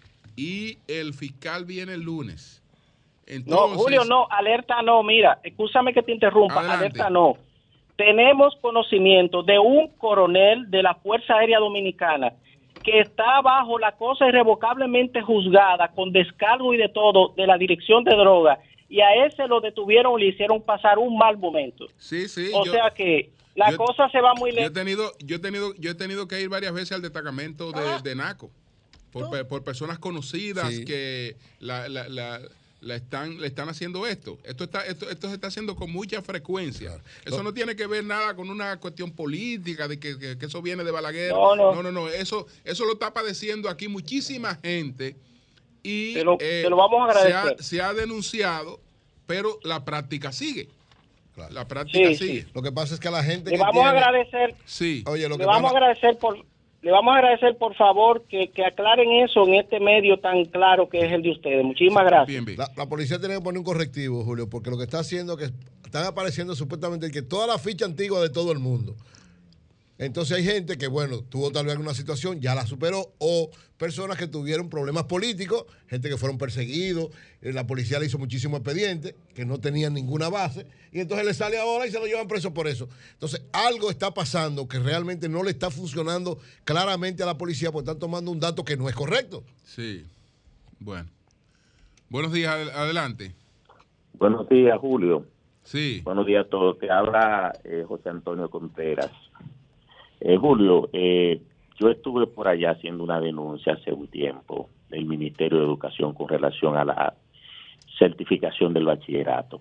y el fiscal viene el lunes. Entonces, no, Julio, no, alerta no, mira, escúchame que te interrumpa, adelante. Alerta no. Tenemos conocimiento de un coronel de la Fuerza Aérea Dominicana que está bajo la cosa irrevocablemente juzgada con descargo y de todo de la Dirección de Drogas, y a ese lo detuvieron y le hicieron pasar un mal momento. Sí, sí. O yo, sea que la yo, cosa se va muy lejos. Yo he tenido, yo he tenido, yo he tenido que ir varias veces al destacamento de, ah. de Naco por, oh. por personas conocidas sí. que la, la, la La están, le están haciendo esto. Esto está, esto, esto se está haciendo con mucha frecuencia. Claro. Eso no. no tiene que ver nada con una cuestión política, de que, que, que eso viene de Balaguer. No, no, no, no, no. Eso, eso lo está padeciendo aquí muchísima gente y te lo, eh, te lo vamos a agradecer. Se ha, se ha denunciado, pero la práctica sigue. Claro. La práctica sí, sigue. Sí. Lo que pasa es que la gente le que vamos tiene... a agradecer. Sí. Oye, lo le que vamos pasa... a agradecer por Le vamos a agradecer, por favor, que, que aclaren eso en este medio tan claro que es el de ustedes. Muchísimas sí, gracias. Bien, bien. La, la policía tiene que poner un correctivo, Julio, porque lo que está haciendo es que están apareciendo supuestamente que toda la ficha antigua de todo el mundo. Entonces hay gente que, bueno, tuvo tal vez alguna situación, ya la superó, o personas que tuvieron problemas políticos, gente que fueron perseguidos, la policía le hizo muchísimos expedientes, que no tenían ninguna base, y entonces le sale ahora y se lo llevan preso por eso. Entonces algo está pasando que realmente no le está funcionando claramente a la policía, porque están tomando un dato que no es correcto. Sí, bueno. Buenos días, adelante. Buenos días, Julio. Sí. Buenos días a todos. Te habla eh, José Antonio Contreras. Eh, Julio, eh, yo estuve por allá haciendo una denuncia hace un tiempo del Ministerio de Educación con relación a la certificación del bachillerato.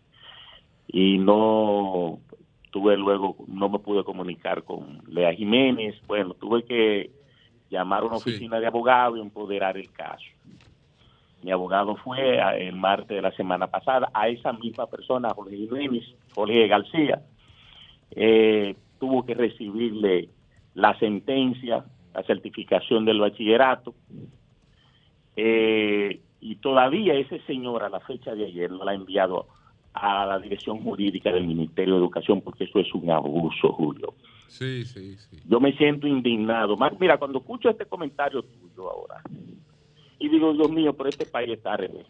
Y no tuve luego, no me pude comunicar con Lea Jiménez. Bueno, tuve que llamar a una oficina sí. de abogado y empoderar el caso. Mi abogado fue a, el martes de la semana pasada a esa misma persona, Jorge Jiménez, Jorge García. Eh, tuvo que recibirle la sentencia, la certificación del bachillerato, eh, y todavía ese señor a la fecha de ayer no la ha enviado a la dirección jurídica del Ministerio de Educación, porque eso es un abuso, Julio. Sí, sí, sí. Yo me siento indignado. Más, mira, cuando escucho este comentario tuyo ahora, y digo, Dios mío, pero este país está al revés.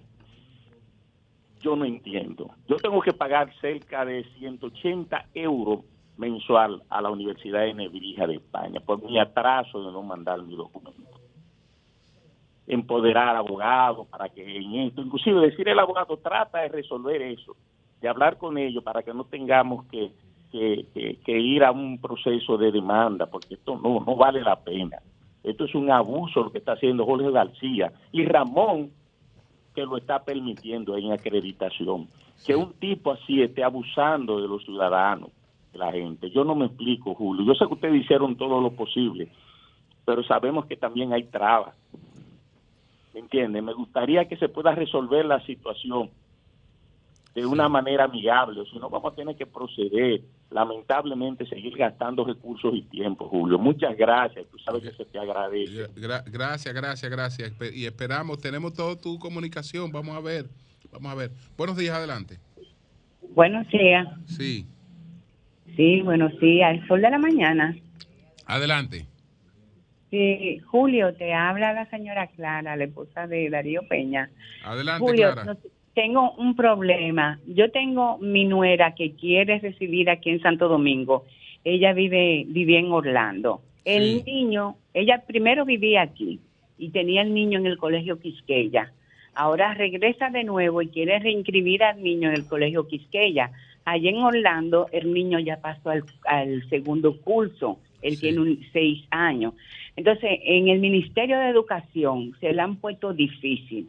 Yo no entiendo. Yo tengo que pagar cerca de ciento ochenta euros mensual a la Universidad de Nebrija de España por mi atraso de no mandar mi documento. Empoderar abogados para que en esto, inclusive decir el abogado trata de resolver eso, de hablar con ellos para que no tengamos que, que, que, que ir a un proceso de demanda, porque esto no, no vale la pena. Esto es un abuso lo que está haciendo Jorge García y Ramón, que lo está permitiendo en acreditación. Sí. Que un tipo así esté abusando de los ciudadanos, la gente. Yo no me explico, Julio. Yo sé que ustedes hicieron todo lo posible, pero sabemos que también hay trabas. ¿Me entienden? Me gustaría que se pueda resolver la situación de una manera amigable, o si no vamos a tener que proceder, lamentablemente, seguir gastando recursos y tiempo, Julio. Muchas gracias, tú sabes que se te agradece. Gra- gracias, gracias, gracias. Y esperamos, tenemos toda tu comunicación, vamos a ver, vamos a ver. Buenos días, adelante. Buenos días. Sí. Sí, buenos días, el sol de la mañana. Adelante. Sí, Julio, te habla la señora Clara, la esposa de Darío Peña. Adelante, Julio, Clara. No, tengo un problema. Yo tengo mi nuera que quiere residir aquí en Santo Domingo. Ella vive, vivía en Orlando. El sí. niño, ella primero vivía aquí y tenía el niño en el colegio Quisqueya. Ahora regresa de nuevo y quiere reinscribir al niño en el colegio Quisqueya. Allí en Orlando el niño ya pasó al, al segundo curso. Él sí. tiene un, seis años. Entonces, en el Ministerio de Educación se le han puesto difícil.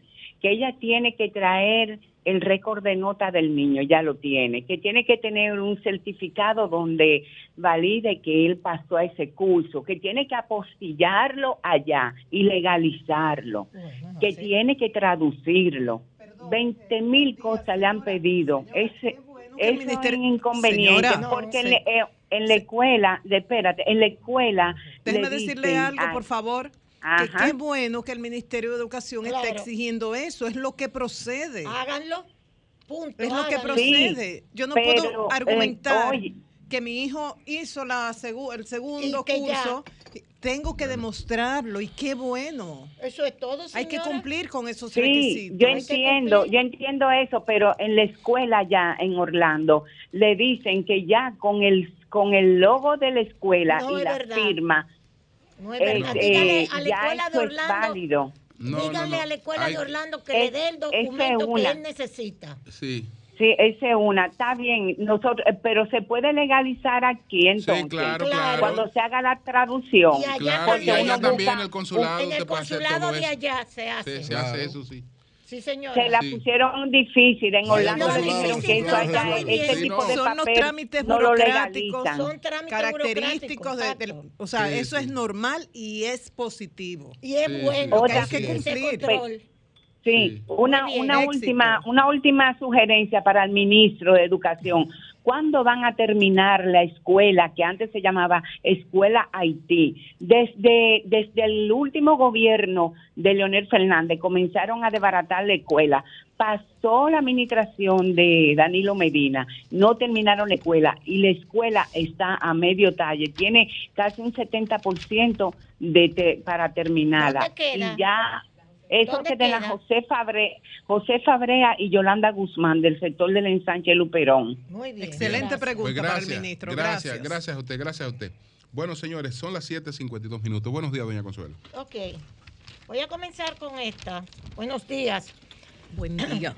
que ella tiene que traer el récord de nota del niño, ya lo tiene, que tiene que tener un certificado donde valide que él pasó a ese curso, que tiene que apostillarlo allá y legalizarlo, bueno, que sí. tiene que traducirlo. veinte mil cosas le han pedido. Ese, bueno eso ministerio... es un inconveniente, Señora, porque no, en, sí. en, en la escuela, de, espérate, en la escuela... Déjeme decirle dicen, algo, por favor. Que qué bueno que el Ministerio de Educación claro. esté exigiendo eso, es lo que procede. Háganlo, punto. Es háganlo. lo que procede. Sí, Yo no pero, puedo argumentar eh, que mi hijo hizo la segu el segundo curso, ya. tengo que demostrarlo y qué bueno. Eso es todo, señora. Hay que cumplir con esos sí, requisitos. Yo entiendo, yo entiendo eso, pero en la escuela ya en Orlando le dicen que ya con el con el logo de la escuela no y la verdad. firma no es verdad. Eh, Dígale a la escuela de Orlando. Es válido. No, dígale no, no. a la escuela Hay, de Orlando que es, le dé el documento que él necesita. Sí. Sí, esa es una. Está bien, nosotros, pero se puede legalizar aquí entonces. Sí, claro, claro. Cuando se haga la traducción. Y allá, claro, y allá también en el consulado. En el consulado de allá se hace. Se, se hace eso, sí. Sí, señora. Se la sí. pusieron difícil en Orlando. No, le dijeron sí, que no, eso allá, no, ese sí, tipo no. de Son los papel trámites no lo burocráticos, legalizan. Son trámites característicos de, de, o sea, sí, eso sí. es normal y es positivo. Y es sí, bueno. Sí. Hay que cumplir. Sí, sí. una, bien, una éxito. última, una última sugerencia para el ministro de Educación. ¿Cuándo van a terminar la escuela que antes se llamaba Escuela Haití? Desde, desde el último gobierno de Leonel Fernández comenzaron a desbaratar la escuela. Pasó la administración de Danilo Medina, no terminaron la escuela y la escuela está a medio talle. Tiene casi un setenta por ciento de te, para terminarla. ¿Dónde queda? Y ya... Eso que de la queda? José Fabre, José Fabrea y Yolanda Guzmán del sector del ensanche Luperón. Muy bien. Excelente gracias. pregunta Pues gracias, para el ministro. Gracias, gracias, gracias a usted, gracias a usted. Bueno, señores, son las siete cincuenta y dos minutos. Buenos días, doña Consuelo. Ok, voy a comenzar con esta. Buenos días. Buen día.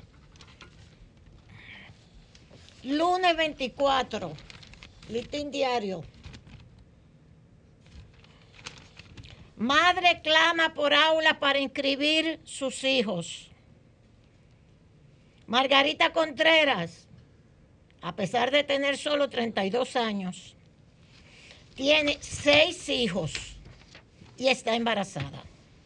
Lunes veinticuatro, Listín Diario. Madre clama por aula para inscribir sus hijos. Margarita Contreras, a pesar de tener solo treinta y dos años, tiene seis hijos y está embarazada.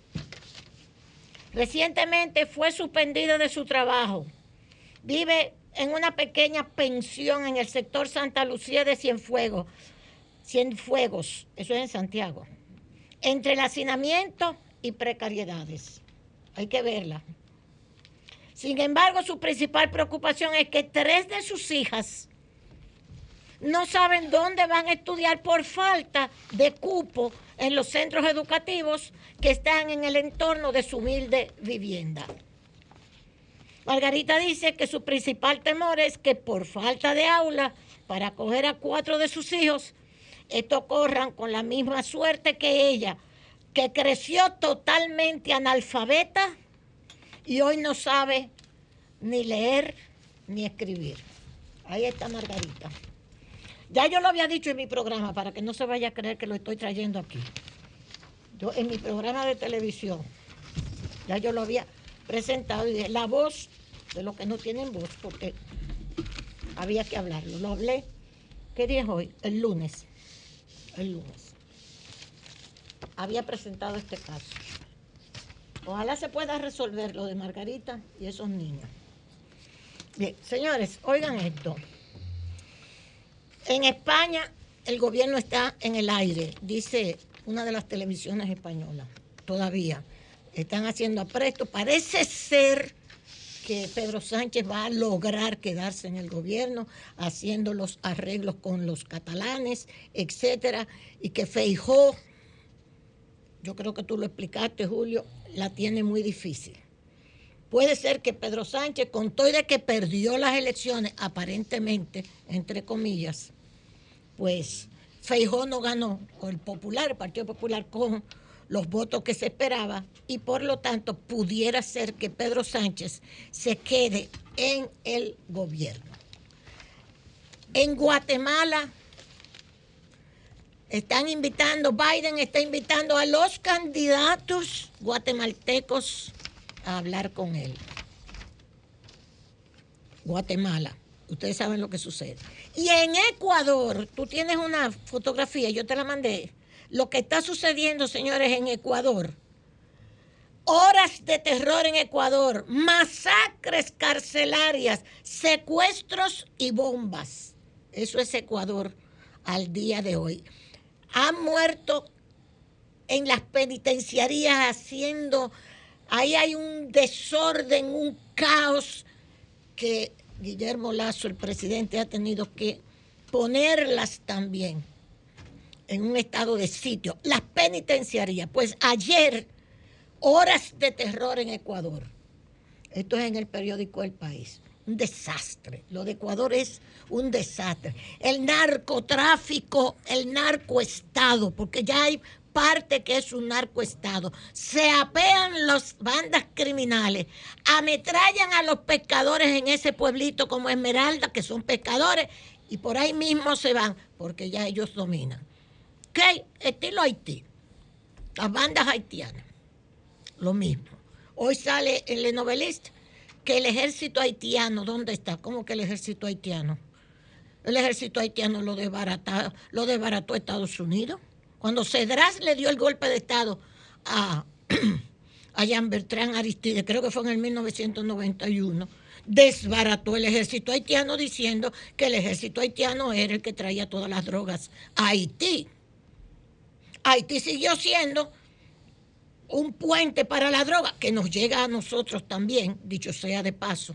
Recientemente fue suspendida de su trabajo. Vive en una pequeña pensión en el sector Santa Lucía de Cienfuegos. Cienfuegos, eso es en Santiago. Entre el hacinamiento y precariedades. Hay que verla. Sin embargo, su principal preocupación es que tres de sus hijas no saben dónde van a estudiar por falta de cupo en los centros educativos que están en el entorno de su humilde vivienda. Margarita dice que su principal temor es que por falta de aula para acoger a cuatro de sus hijos, estos corran con la misma suerte que ella, que creció totalmente analfabeta y hoy no sabe ni leer ni escribir. Ahí está Margarita. Ya yo lo había dicho en mi programa, para que no se vaya a creer que lo estoy trayendo aquí. Yo en mi programa de televisión, ya yo lo había presentado y dije, la voz de los que no tienen voz, porque había que hablarlo. Lo hablé, ¿qué día es hoy? El lunes. El lunes. Había presentado este caso. Ojalá se pueda resolver lo de Margarita y esos niños. Bien, señores, oigan esto. En España el gobierno está en el aire, dice una de las televisiones españolas. Todavía están haciendo apresto. Parece ser que Pedro Sánchez va a lograr quedarse en el gobierno haciendo los arreglos con los catalanes, etcétera, y que Feijóo, yo creo que tú lo explicaste, Julio, la tiene muy difícil. Puede ser que Pedro Sánchez, con todo y de que perdió las elecciones, aparentemente, entre comillas, pues Feijóo no ganó, o el Popular, el Partido Popular, con los votos que se esperaba, y por lo tanto pudiera ser que Pedro Sánchez se quede en el gobierno. En Guatemala están invitando, Biden está invitando a los candidatos guatemaltecos a hablar con él. Guatemala. Ustedes saben lo que sucede. Y en Ecuador, tú tienes una fotografía, yo te la mandé. Lo que está sucediendo, señores, en Ecuador. Horas de terror en Ecuador, masacres carcelarias, secuestros y bombas. Eso es Ecuador al día de hoy. Han muerto en las penitenciarías haciendo, ahí hay un desorden, un caos que Guillermo Lasso, el presidente, ha tenido que ponerlas también en un estado de sitio. Las penitenciarías, pues ayer, horas de terror en Ecuador. Esto es en el periódico El País. Un desastre. Lo de Ecuador es un desastre. El narcotráfico, el narcoestado, porque ya hay parte que es un narcoestado. Se apean las bandas criminales, ametrallan a los pescadores en ese pueblito como Esmeralda, que son pescadores, y por ahí mismo se van, porque ya ellos dominan. ¿Qué? Estilo Haití. Las bandas haitianas. Lo mismo. Hoy sale en Le Novelista que el ejército haitiano, ¿dónde está? ¿Cómo que el ejército haitiano? El ejército haitiano lo desbarató, lo desbarató Estados Unidos. Cuando Cedras le dio el golpe de Estado a, a Jean Bertrand Aristide, creo que fue en el mil novecientos noventa y uno, desbarató el ejército haitiano diciendo que el ejército haitiano era el que traía todas las drogas a Haití. Haití siguió siendo un puente para la droga que nos llega a nosotros también, dicho sea de paso.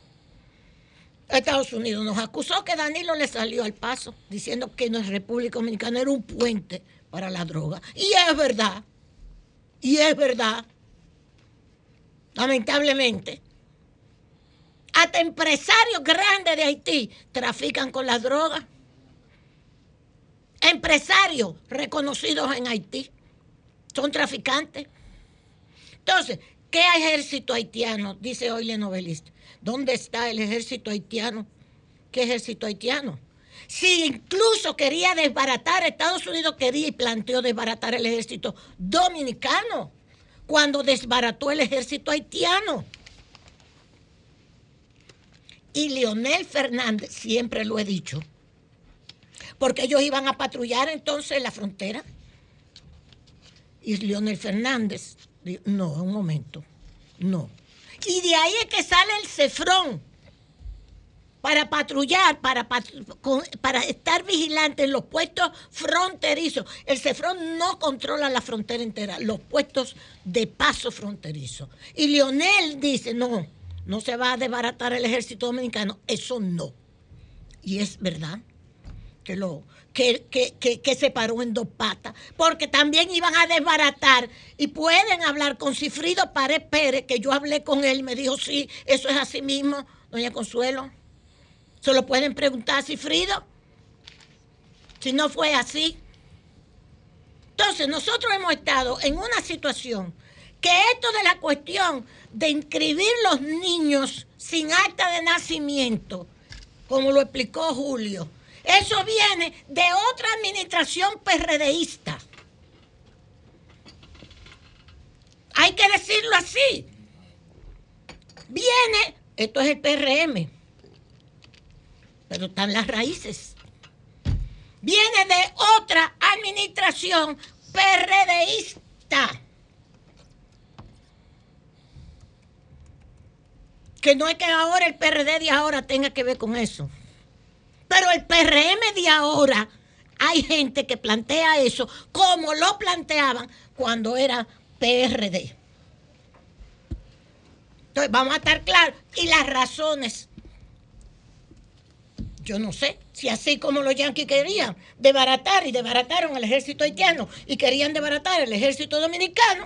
Estados Unidos nos acusó que Danilo le salió al paso diciendo que nuestra República Dominicana era un puente para la droga. Y es verdad. Y es verdad. Lamentablemente. Hasta empresarios grandes de Haití trafican con las drogas. Empresarios reconocidos en Haití son traficantes. Entonces, ¿qué ejército haitiano? Dice hoy Le Novelista. ¿Dónde está el ejército haitiano? ¿Qué ejército haitiano? Si incluso quería desbaratar, Estados Unidos quería y planteó desbaratar el ejército dominicano cuando desbarató el ejército haitiano. Y Leonel Fernández, siempre lo he dicho, porque ellos iban a patrullar entonces la frontera. Y Leonel Fernández dijo, no, un momento, no. Y de ahí es que sale el Cefrón para patrullar, para, para estar vigilante en los puestos fronterizos. El Cefrón no controla la frontera entera, los puestos de paso fronterizo. Y Leonel dice, no, no se va a desbaratar el ejército dominicano, eso no. Y es verdad que lo que, que, que, que se paró en dos patas, porque también iban a desbaratar, y pueden hablar con Cifrido Párez Pérez, que yo hablé con él y me dijo, sí, eso es así mismo, doña Consuelo. Se lo pueden preguntar a Cifrido, si no fue así. Entonces, nosotros hemos estado en una situación que esto de la cuestión de inscribir los niños sin acta de nacimiento, como lo explicó Julio, eso viene de otra administración PRDista. Hay que decirlo así. Viene, esto es el P R M, pero están las raíces. Viene de otra administración PRDista. Que no es que ahora el P R D de ahora tenga que ver con eso. Pero el P R M de ahora, hay gente que plantea eso como lo planteaban cuando era P R D. Entonces, vamos a estar claros. Y las razones, yo no sé, si así como los yanquis querían desbaratar y desbarataron el ejército haitiano y querían desbaratar el ejército dominicano,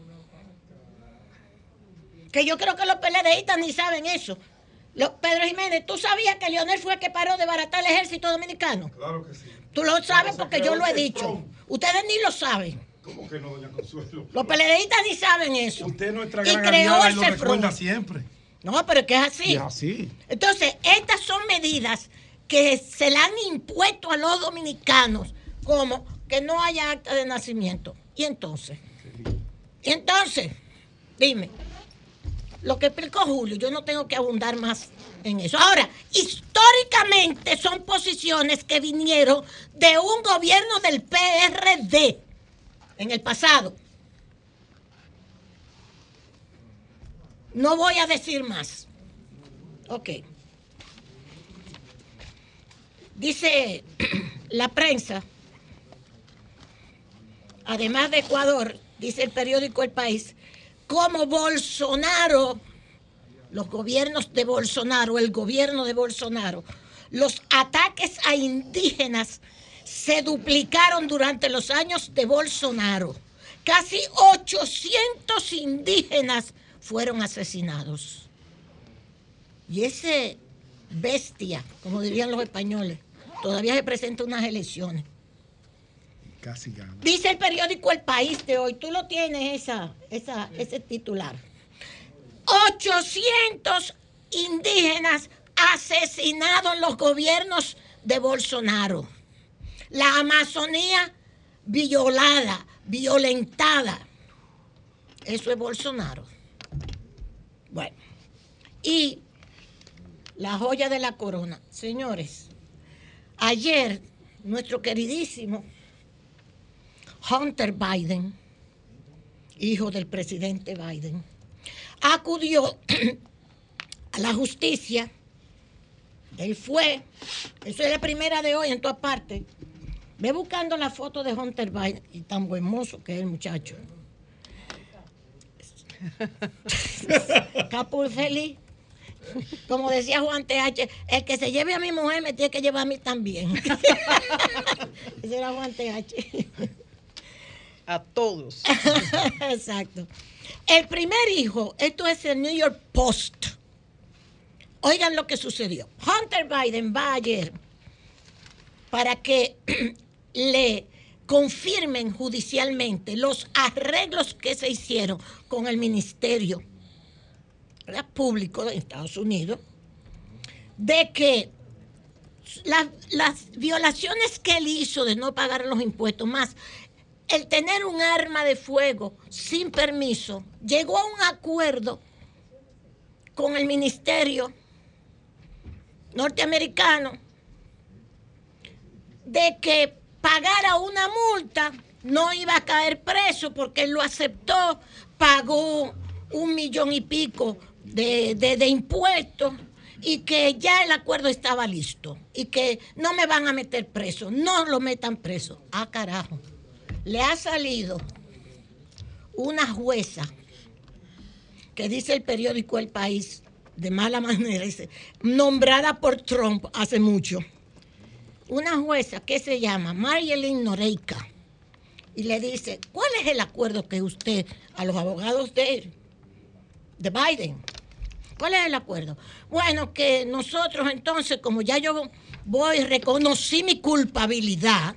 que yo creo que los PLDistas ni saben eso. Los, Pedro Jiménez, ¿tú sabías que Leonel fue el que paró de baratar el ejército dominicano? Claro que sí. Tú lo sabes porque yo lo he dicho. Ustedes ni lo saben. ¿Cómo que no, doña Consuelo? Los PLDistas ni saben eso. Usted es nuestra gran aliada y lo recuerda siempre. No, pero es que es así. Es así. Entonces, estas son medidas que se le han impuesto a los dominicanos como que no haya acta de nacimiento. Y entonces, y entonces, dime. lo que explicó Julio, yo no tengo que abundar más en eso. Ahora, históricamente son posiciones que vinieron de un gobierno del P R D en el pasado. No voy a decir más. Ok. Dice la prensa, además de Ecuador, dice el periódico El País, como Bolsonaro, los gobiernos de Bolsonaro, el gobierno de Bolsonaro, los ataques a indígenas se duplicaron durante los años de Bolsonaro. Casi ochocientos indígenas fueron asesinados. Y ese bestia, como dirían los españoles, todavía se presenta unas elecciones. Casi gana. Dice el periódico El País de hoy, tú lo tienes, esa, esa, ese titular. ochocientos indígenas asesinados en los gobiernos de Bolsonaro. La Amazonía violada, violentada. Eso es Bolsonaro. Bueno, y la joya de la corona. Señores, ayer nuestro queridísimo Hunter Biden, hijo del presidente Biden, acudió a la justicia. Él fue, eso es la primera de hoy en todas partes. Ve buscando la foto de Hunter Biden, y tan buen mozo que es el muchacho. Capul feliz. Como decía Juan T H, el que se lleve a mi mujer me tiene que llevar a mí también. Ese era Juan T H. A todos. Exacto. El primer hijo, esto es el New York Post. Oigan lo que sucedió. Hunter Biden va ayer para que le confirmen judicialmente los arreglos que se hicieron con el Ministerio Público de Estados Unidos, de que la, las violaciones que él hizo de no pagar los impuestos, más el tener un arma de fuego sin permiso, llegó a un acuerdo con el Ministerio norteamericano de que pagara una multa, no iba a caer preso porque él lo aceptó, pagó un millón y pico de, de, de impuestos y que ya el acuerdo estaba listo y que no me van a meter preso, no lo metan preso. Ah, carajo. Le ha salido una jueza que dice el periódico El País, de mala manera, dice, nombrada por Trump hace mucho. Una jueza que se llama Marilyn Noreika y le dice, ¿cuál es el acuerdo que usted, a los abogados de, de Biden, cuál es el acuerdo? Bueno, que nosotros entonces, como ya yo voy, reconocí mi culpabilidad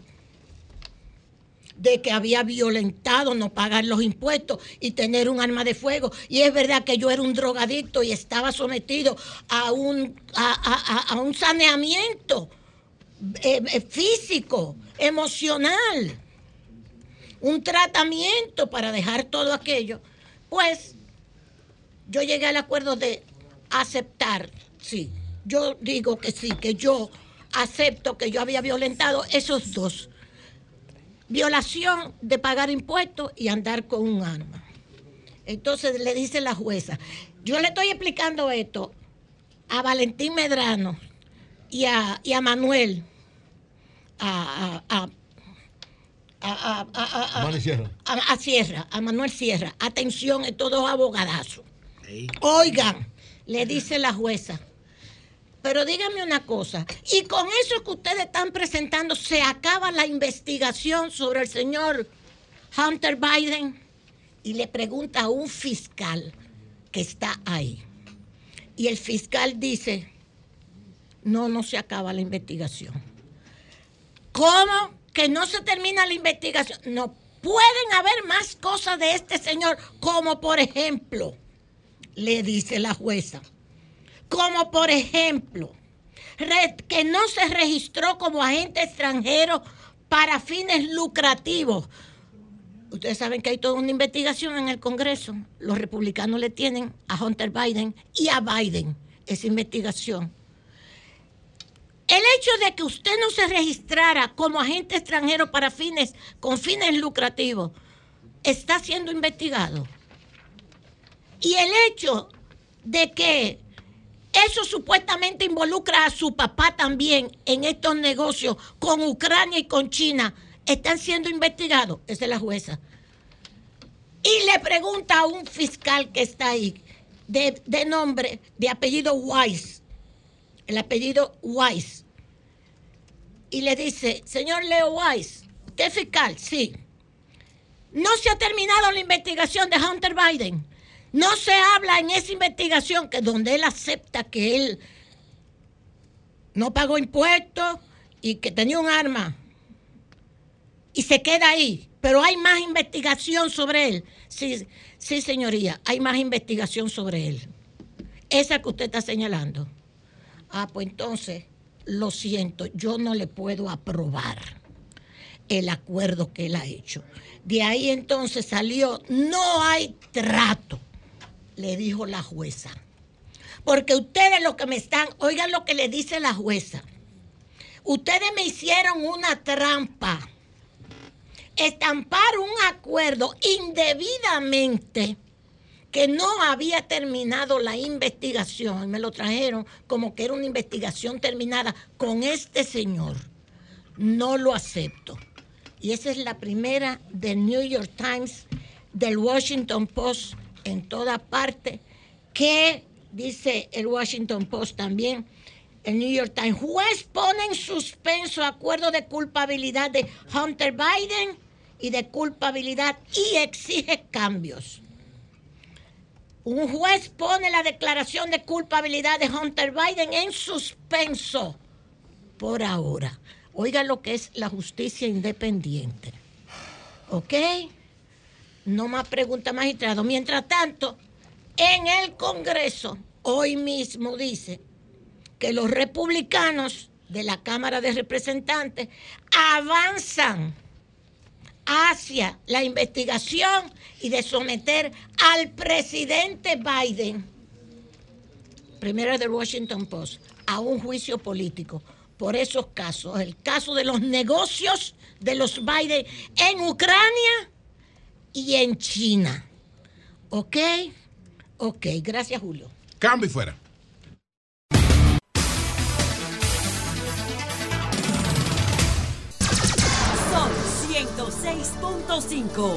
de que había violentado no pagar los impuestos y tener un arma de fuego. Y es verdad que yo era un drogadicto y estaba sometido a un, a, a, a un saneamiento eh, eh, físico, emocional, un tratamiento para dejar todo aquello. Pues yo llegué al acuerdo de aceptar, sí, yo digo que sí, que yo acepto que yo había violentado esos dos. Violación de pagar impuestos y andar con un arma. Entonces le dice la jueza, yo le estoy explicando esto a Valentín Medrano y a, y a Manuel, a, a, a, a, a, a, a, Sierra. A, a Sierra, a Manuel Sierra. Atención, estos dos abogadazos. Sí. Oigan, le dice la jueza, pero dígame una cosa, y con eso que ustedes están presentando, ¿se acaba la investigación sobre el señor Hunter Biden? Y le pregunta a un fiscal que está ahí. Y el fiscal dice, no, no se acaba la investigación. ¿Cómo que no se termina la investigación? No, pueden haber más cosas de este señor, como por ejemplo, le dice la jueza, como por ejemplo, que no se registró como agente extranjero para fines lucrativos. Ustedes saben que hay toda una investigación en el Congreso. Los republicanos le tienen a Hunter Biden y a Biden esa investigación. El hecho de que usted no se registrara como agente extranjero para fines, con fines lucrativos, está siendo investigado. Y el hecho de que eso supuestamente involucra a su papá también en estos negocios con Ucrania y con China, están siendo investigados. Esa es la jueza. Y le pregunta a un fiscal que está ahí, de, de nombre, de apellido Weiss, el apellido Weiss, y le dice, señor Leo Weiss, ¿usted es fiscal? Sí. No se ha terminado la investigación de Hunter Biden. No se habla en esa investigación que donde él acepta que él no pagó impuestos y que tenía un arma. Y se queda ahí. Pero hay más investigación sobre él. Sí, sí, señoría, hay más investigación sobre él. Esa que usted está señalando. Ah, pues entonces, lo siento, yo no le puedo aprobar el acuerdo que él ha hecho. De ahí entonces salió, no hay trato, le dijo la jueza. Porque ustedes lo que me están, oigan lo que le dice la jueza. Ustedes me hicieron una trampa. Estampar un acuerdo indebidamente que no había terminado la investigación. Me lo trajeron como que era una investigación terminada con este señor. No lo acepto. Y esa es la primera del New York Times, del Washington Post, en toda parte, que dice el Washington Post también, el New York Times, juez pone en suspenso acuerdo de culpabilidad de Hunter Biden y de culpabilidad y exige cambios. Un juez pone la declaración de culpabilidad de Hunter Biden en suspenso por ahora. Oiga lo que es la justicia independiente. ¿Ok? No más preguntas, magistrado. Mientras tanto, en el Congreso, hoy mismo dice que los republicanos de la Cámara de Representantes avanzan hacia la investigación y de someter al presidente Biden, primero del Washington Post, a un juicio político por esos casos. El caso de los negocios de los Biden en Ucrania y en China. ¿Ok? Ok, gracias, Julio. Cambio y fuera. Son ciento seis punto cinco.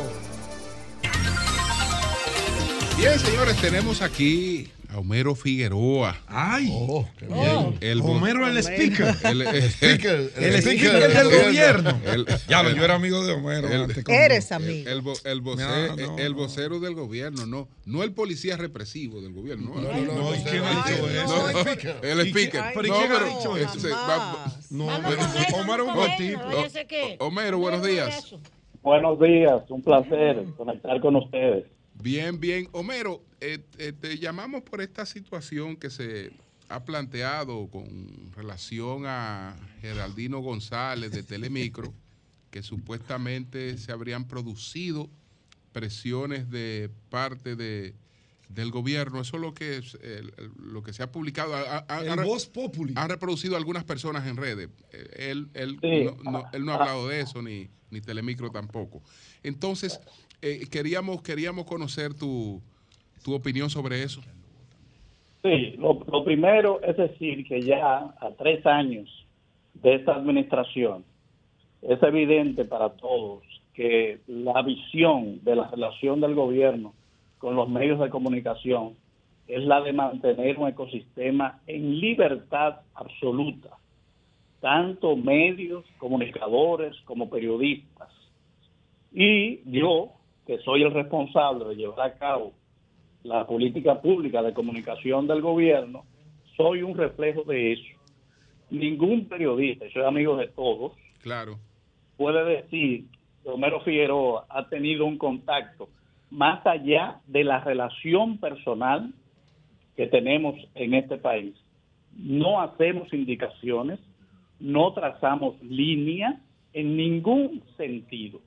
Bien, señores, tenemos aquí a Homero Figueroa. ¡Ay! Oh, qué bien. El Homero el speaker. El, el, el, speaker, el, el speaker, speaker del gobierno. El, ya, el, yo era amigo de Homero. El, antes eres amigo. El, el, el, vocero, no, no, el vocero del gobierno, no. No el policía represivo del gobierno. No, no, no. no, no, ¿Y quién ha dicho eso? El speaker. El speaker. ¿Pero quién ha dicho eso? No, Homero es un buen tipo. Homero, buenos días. Buenos días, un placer conectar con ustedes. Bien, bien. Homero, eh, eh, te llamamos por esta situación que se ha planteado con relación a Geraldino González de Telemicro, que supuestamente se habrían producido presiones de parte de, del gobierno. Eso es lo que, es, eh, lo que se ha publicado. Ha, ha, El ha, Voz Populi. Han reproducido algunas personas en redes. Él, él, sí. no, no, él no ha hablado de eso, ni, ni Telemicro tampoco. Entonces, eh, queríamos, queríamos conocer tu, tu opinión sobre eso. Sí, lo, lo primero es decir que ya a tres años de esta administración es evidente para todos que la visión de la relación del gobierno con los medios de comunicación es la de mantener un ecosistema en libertad absoluta, tanto medios, comunicadores como periodistas. Y yo, que soy el responsable de llevar a cabo la política pública de comunicación del gobierno, soy un reflejo de eso. Ningún periodista, soy amigo de todos, claro, puede decir que Homero Figueroa ha tenido un contacto más allá de la relación personal que tenemos en este país. No hacemos indicaciones, no trazamos líneas en ningún sentido.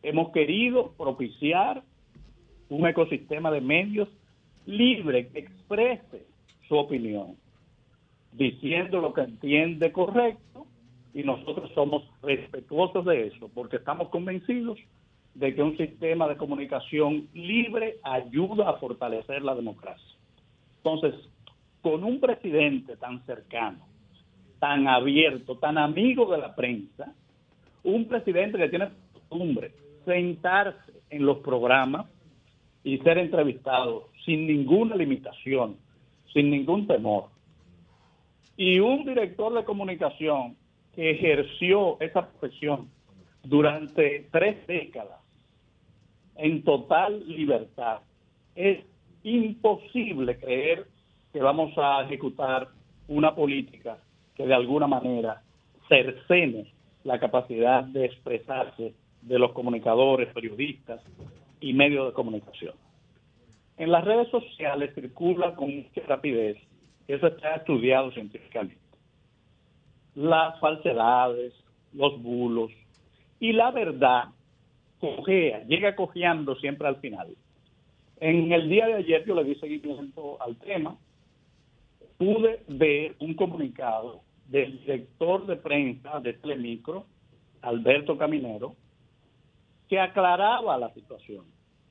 hemos querido propiciar un ecosistema de medios libre que exprese su opinión, diciendo lo que entiende correcto, y nosotros somos respetuosos de eso, porque estamos convencidos de que un sistema de comunicación libre ayuda a fortalecer la democracia. Entonces, con un presidente tan cercano, tan abierto, tan amigo de la prensa, un presidente que tiene costumbre sentarse en los programas y ser entrevistado sin ninguna limitación, sin ningún temor, y un director de comunicación que ejerció esa profesión durante tres décadas en total libertad, es imposible creer que vamos a ejecutar una política que de alguna manera cercene la capacidad de expresarse de los comunicadores, periodistas y medios de comunicación. En las redes sociales circula con mucha rapidez, eso está estudiado científicamente, las falsedades, los bulos, y la verdad cojea, llega cojeando siempre al final. En el día de ayer yo le di seguimiento al tema, pude ver un comunicado del director de prensa de Telemicro, Alberto Caminero, que aclaraba la situación.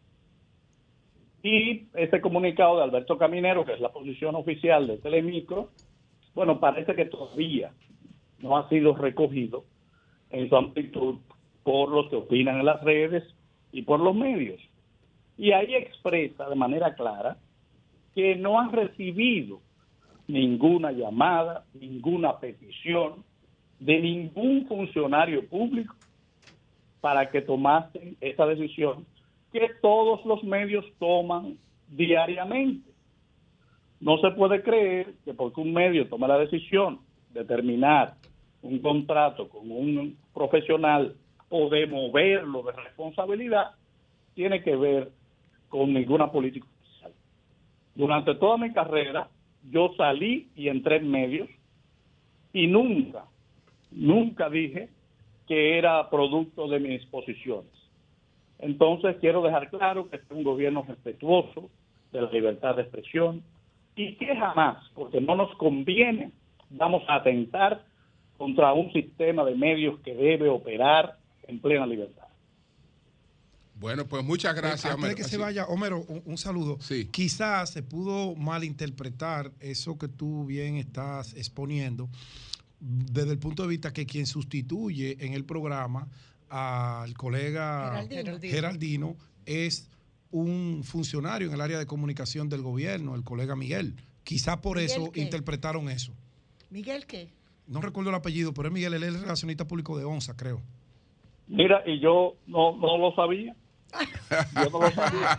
Y ese comunicado de Alberto Caminero, que es la posición oficial de Telemicro, bueno, parece que todavía no ha sido recogido en su amplitud por los que opinan en las redes y por los medios. Y ahí expresa de manera clara que no han recibido ninguna llamada, ninguna petición de ningún funcionario público para que tomasen esa decisión que todos los medios toman diariamente. No se puede creer que porque un medio toma la decisión de terminar un contrato con un profesional o de moverlo de responsabilidad, tiene que ver con ninguna política oficial. Durante toda mi carrera, yo salí y entré en medios y nunca, nunca dije que era producto de mis posiciones. Entonces quiero dejar claro que es un gobierno respetuoso de la libertad de expresión y que jamás, porque no nos conviene, vamos a atentar contra un sistema de medios que debe operar en plena libertad. Bueno, pues muchas gracias, Antes de que se vaya, Homero, un, un saludo. Sí. Quizás se pudo malinterpretar eso que tú bien estás exponiendo desde el punto de vista que quien sustituye en el programa al colega Geraldino. Geraldino es un funcionario en el área de comunicación del gobierno, el colega Miguel. Quizás por ¿Miguel eso qué? interpretaron eso. ¿Miguel qué? No recuerdo el apellido, pero es Miguel, él es el relacionista público de ONSA, creo. Mira, y yo no, no lo sabía. Yo no lo sabía.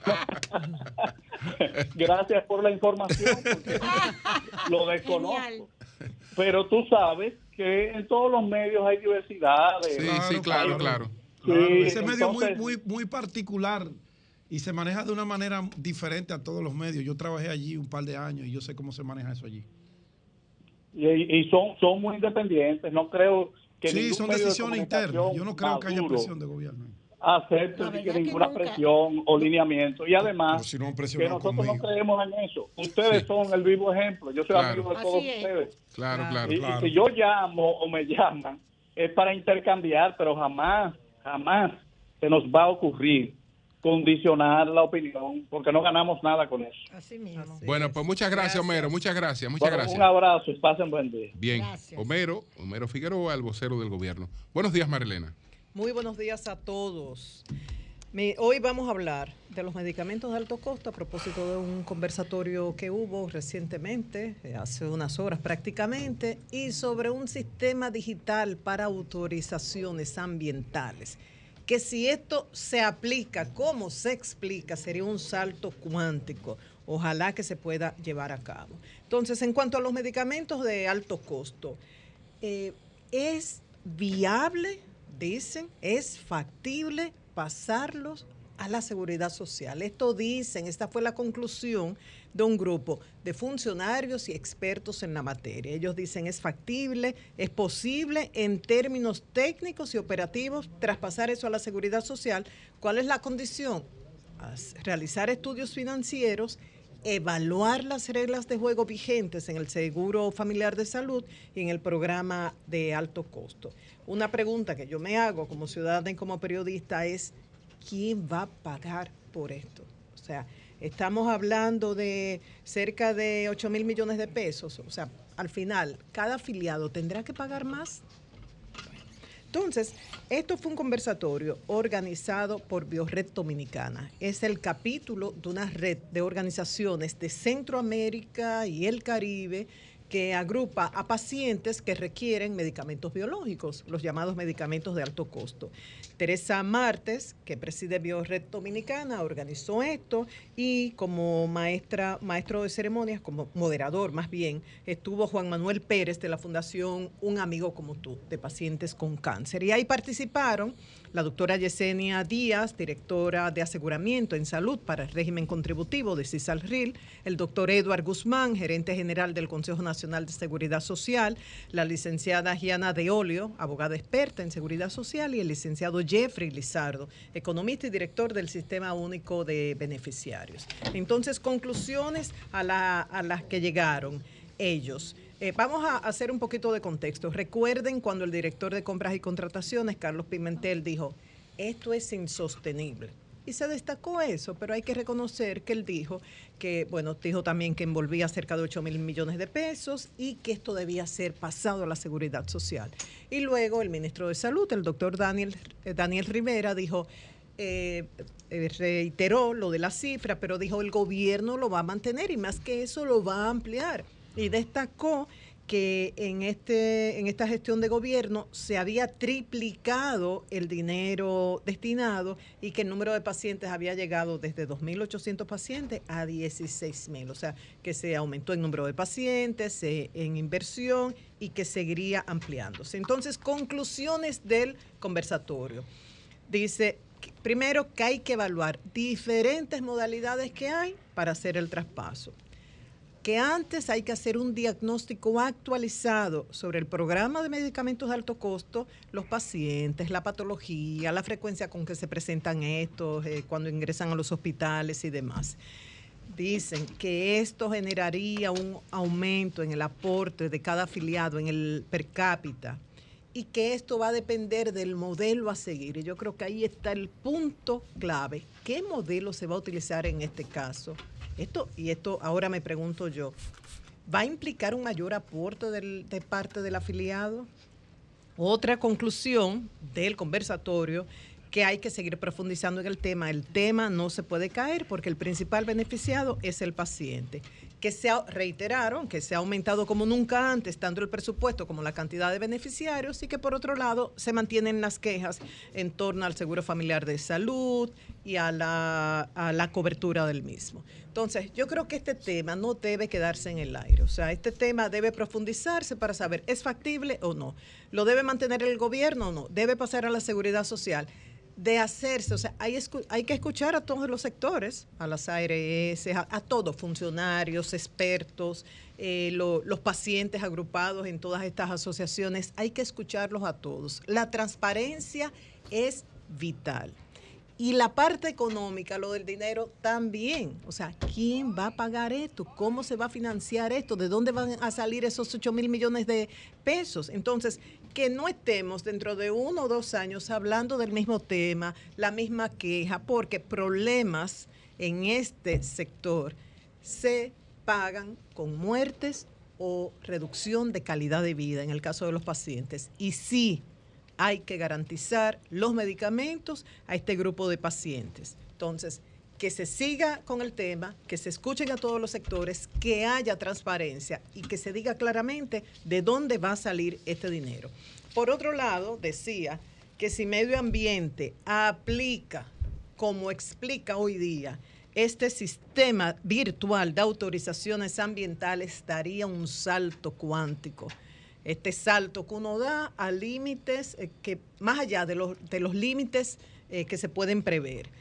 Gracias por la información, porque lo desconozco. Genial. Pero tú sabes que en todos los medios hay diversidad. De, Sí, sí, claro, claro. Sí, Ese medio es muy, entonces- muy, muy particular y se maneja de una manera diferente a todos los medios. Yo trabajé allí un par de años y yo sé cómo se maneja eso allí. Y, y son, son muy independientes. No creo que Sí, ningún son medio de decisiones internas. comunicación Yo no creo que haya maduro presión de gobierno. acepte La ni que verdad que ninguna nunca. presión o lineamiento. Y además, Pero si no han que presionado nosotros conmigo. no creemos en eso. Ustedes Sí. son el vivo ejemplo. Yo soy Claro. amigo de Así todos es. ustedes. Claro, claro. Y, y claro. si yo llamo o me llaman, es para intercambiar, pero jamás, jamás se nos va a ocurrir condicionar la opinión, porque no ganamos nada con eso. Así mismo. Bueno, pues muchas gracias, Homero. Muchas gracias, muchas Bueno, gracias. un abrazo y pasen buen día. Bien, Gracias. Homero, Homero Figueroa, el vocero del gobierno. Buenos días, Marilena. Muy buenos días a todos. Mi- hoy vamos a hablar de los medicamentos de alto costo a propósito de un conversatorio que hubo recientemente, eh, hace unas horas prácticamente, y sobre un sistema digital para autorizaciones ambientales. Que si esto se aplica como se explica, sería un salto cuántico. Ojalá que se pueda llevar a cabo. Entonces, en cuanto a los medicamentos de alto costo, eh, ¿es viable, dicen, es factible pasarlos a la seguridad social. Esto dicen, esta fue la conclusión de un grupo de funcionarios y expertos en la materia. Ellos dicen es factible, es posible en términos técnicos y operativos traspasar eso a la seguridad social. ¿Cuál es la condición? Realizar estudios financieros, evaluar las reglas de juego vigentes en el seguro familiar de salud y en el programa de alto costo. Una pregunta que yo me hago como ciudadana y como periodista es, ¿quién va a pagar por esto? O sea, estamos hablando de cerca de ocho mil millones de pesos. O sea, al final, ¿cada afiliado tendrá que pagar más? Entonces, esto fue un conversatorio organizado por Biored Dominicana. Es el capítulo de una red de organizaciones de Centroamérica y el Caribe que agrupa a pacientes que requieren medicamentos biológicos, los llamados medicamentos de alto costo. Teresa Martes, que preside Biored Dominicana, organizó esto y como maestra, maestro de ceremonias, como moderador más bien, estuvo Juan Manuel Pérez de la Fundación Un Amigo Como Tú, de pacientes con cáncer. Y ahí participaron la doctora Yesenia Díaz, directora de aseguramiento en salud para el régimen contributivo de CISALRIL, el doctor Eduard Guzmán, gerente general del Consejo Nacional de Seguridad Social, la licenciada Giana de Olio, abogada experta en seguridad social, y el licenciado Jeffrey Lizardo, economista y director del Sistema Único de Beneficiarios. Entonces, conclusiones a, la, a las que llegaron ellos. Eh, vamos a hacer un poquito de contexto. Recuerden cuando el director de compras y contrataciones, Carlos Pimentel, dijo, esto es insostenible. Y se destacó eso, pero hay que reconocer que él dijo que, bueno, dijo también que envolvía cerca de ocho mil millones de pesos y que esto debía ser pasado a la seguridad social. Y luego el ministro de Salud, el doctor Daniel, eh, Daniel Rivera, dijo, eh, eh, reiteró lo de la cifra, pero dijo el gobierno lo va a mantener y más que eso lo va a ampliar. Y destacó que en, este, en esta gestión de gobierno se había triplicado el dinero destinado y que el número de pacientes había llegado desde dos mil ochocientos pacientes a dieciséis mil. O sea, que se aumentó el número de pacientes, se, en inversión y que seguiría ampliándose. Entonces, conclusiones del conversatorio. Dice, primero, que hay que evaluar diferentes modalidades que hay para hacer el traspaso. Que antes hay que hacer un diagnóstico actualizado sobre el programa de medicamentos de alto costo, los pacientes, la patología, la frecuencia con que se presentan estos, eh, cuando ingresan a los hospitales y demás. Dicen que esto generaría un aumento en el aporte de cada afiliado, en el per cápita, y que esto va a depender del modelo a seguir. Y yo creo que ahí está el punto clave. ¿Qué modelo se va a utilizar en este caso? Esto, y esto ahora me pregunto yo, ¿va a implicar un mayor aporte del, de parte del afiliado? Otra conclusión del conversatorio, que hay que seguir profundizando en el tema. El tema no se puede caer porque el principal beneficiado es el paciente. Que se ha, reiteraron que se ha aumentado como nunca antes, tanto el presupuesto como la cantidad de beneficiarios, y que por otro lado se mantienen las quejas en torno al seguro familiar de salud y a la, a la cobertura del mismo. Entonces, yo creo que este tema no debe quedarse en el aire. O sea, este tema debe profundizarse para saber, ¿es factible o no? ¿Lo debe mantener el gobierno o no? ¿Debe pasar a la seguridad social? De hacerse, o sea, hay, hay que escuchar a todos los sectores, a las A R S, a, a todos, funcionarios, expertos, eh, lo, los pacientes agrupados en todas estas asociaciones, hay que escucharlos a todos. La transparencia es vital. Y la parte económica, lo del dinero también. O sea, ¿quién va a pagar esto? ¿Cómo se va a financiar esto? ¿De dónde van a salir esos ocho mil millones de pesos? Entonces, que no estemos dentro de uno o dos años hablando del mismo tema, la misma queja, porque problemas en este sector se pagan con muertes o reducción de calidad de vida en el caso de los pacientes. Y sí, hay que garantizar los medicamentos a este grupo de pacientes. Entonces, que se siga con el tema, que se escuchen a todos los sectores, que haya transparencia y que se diga claramente de dónde va a salir este dinero. Por otro lado, decía que si Medio Ambiente aplica, como explica hoy día, este sistema virtual de autorizaciones ambientales, daría un salto cuántico. Este salto que uno da a límites eh, que más allá de los, de los límites eh, que se pueden prever.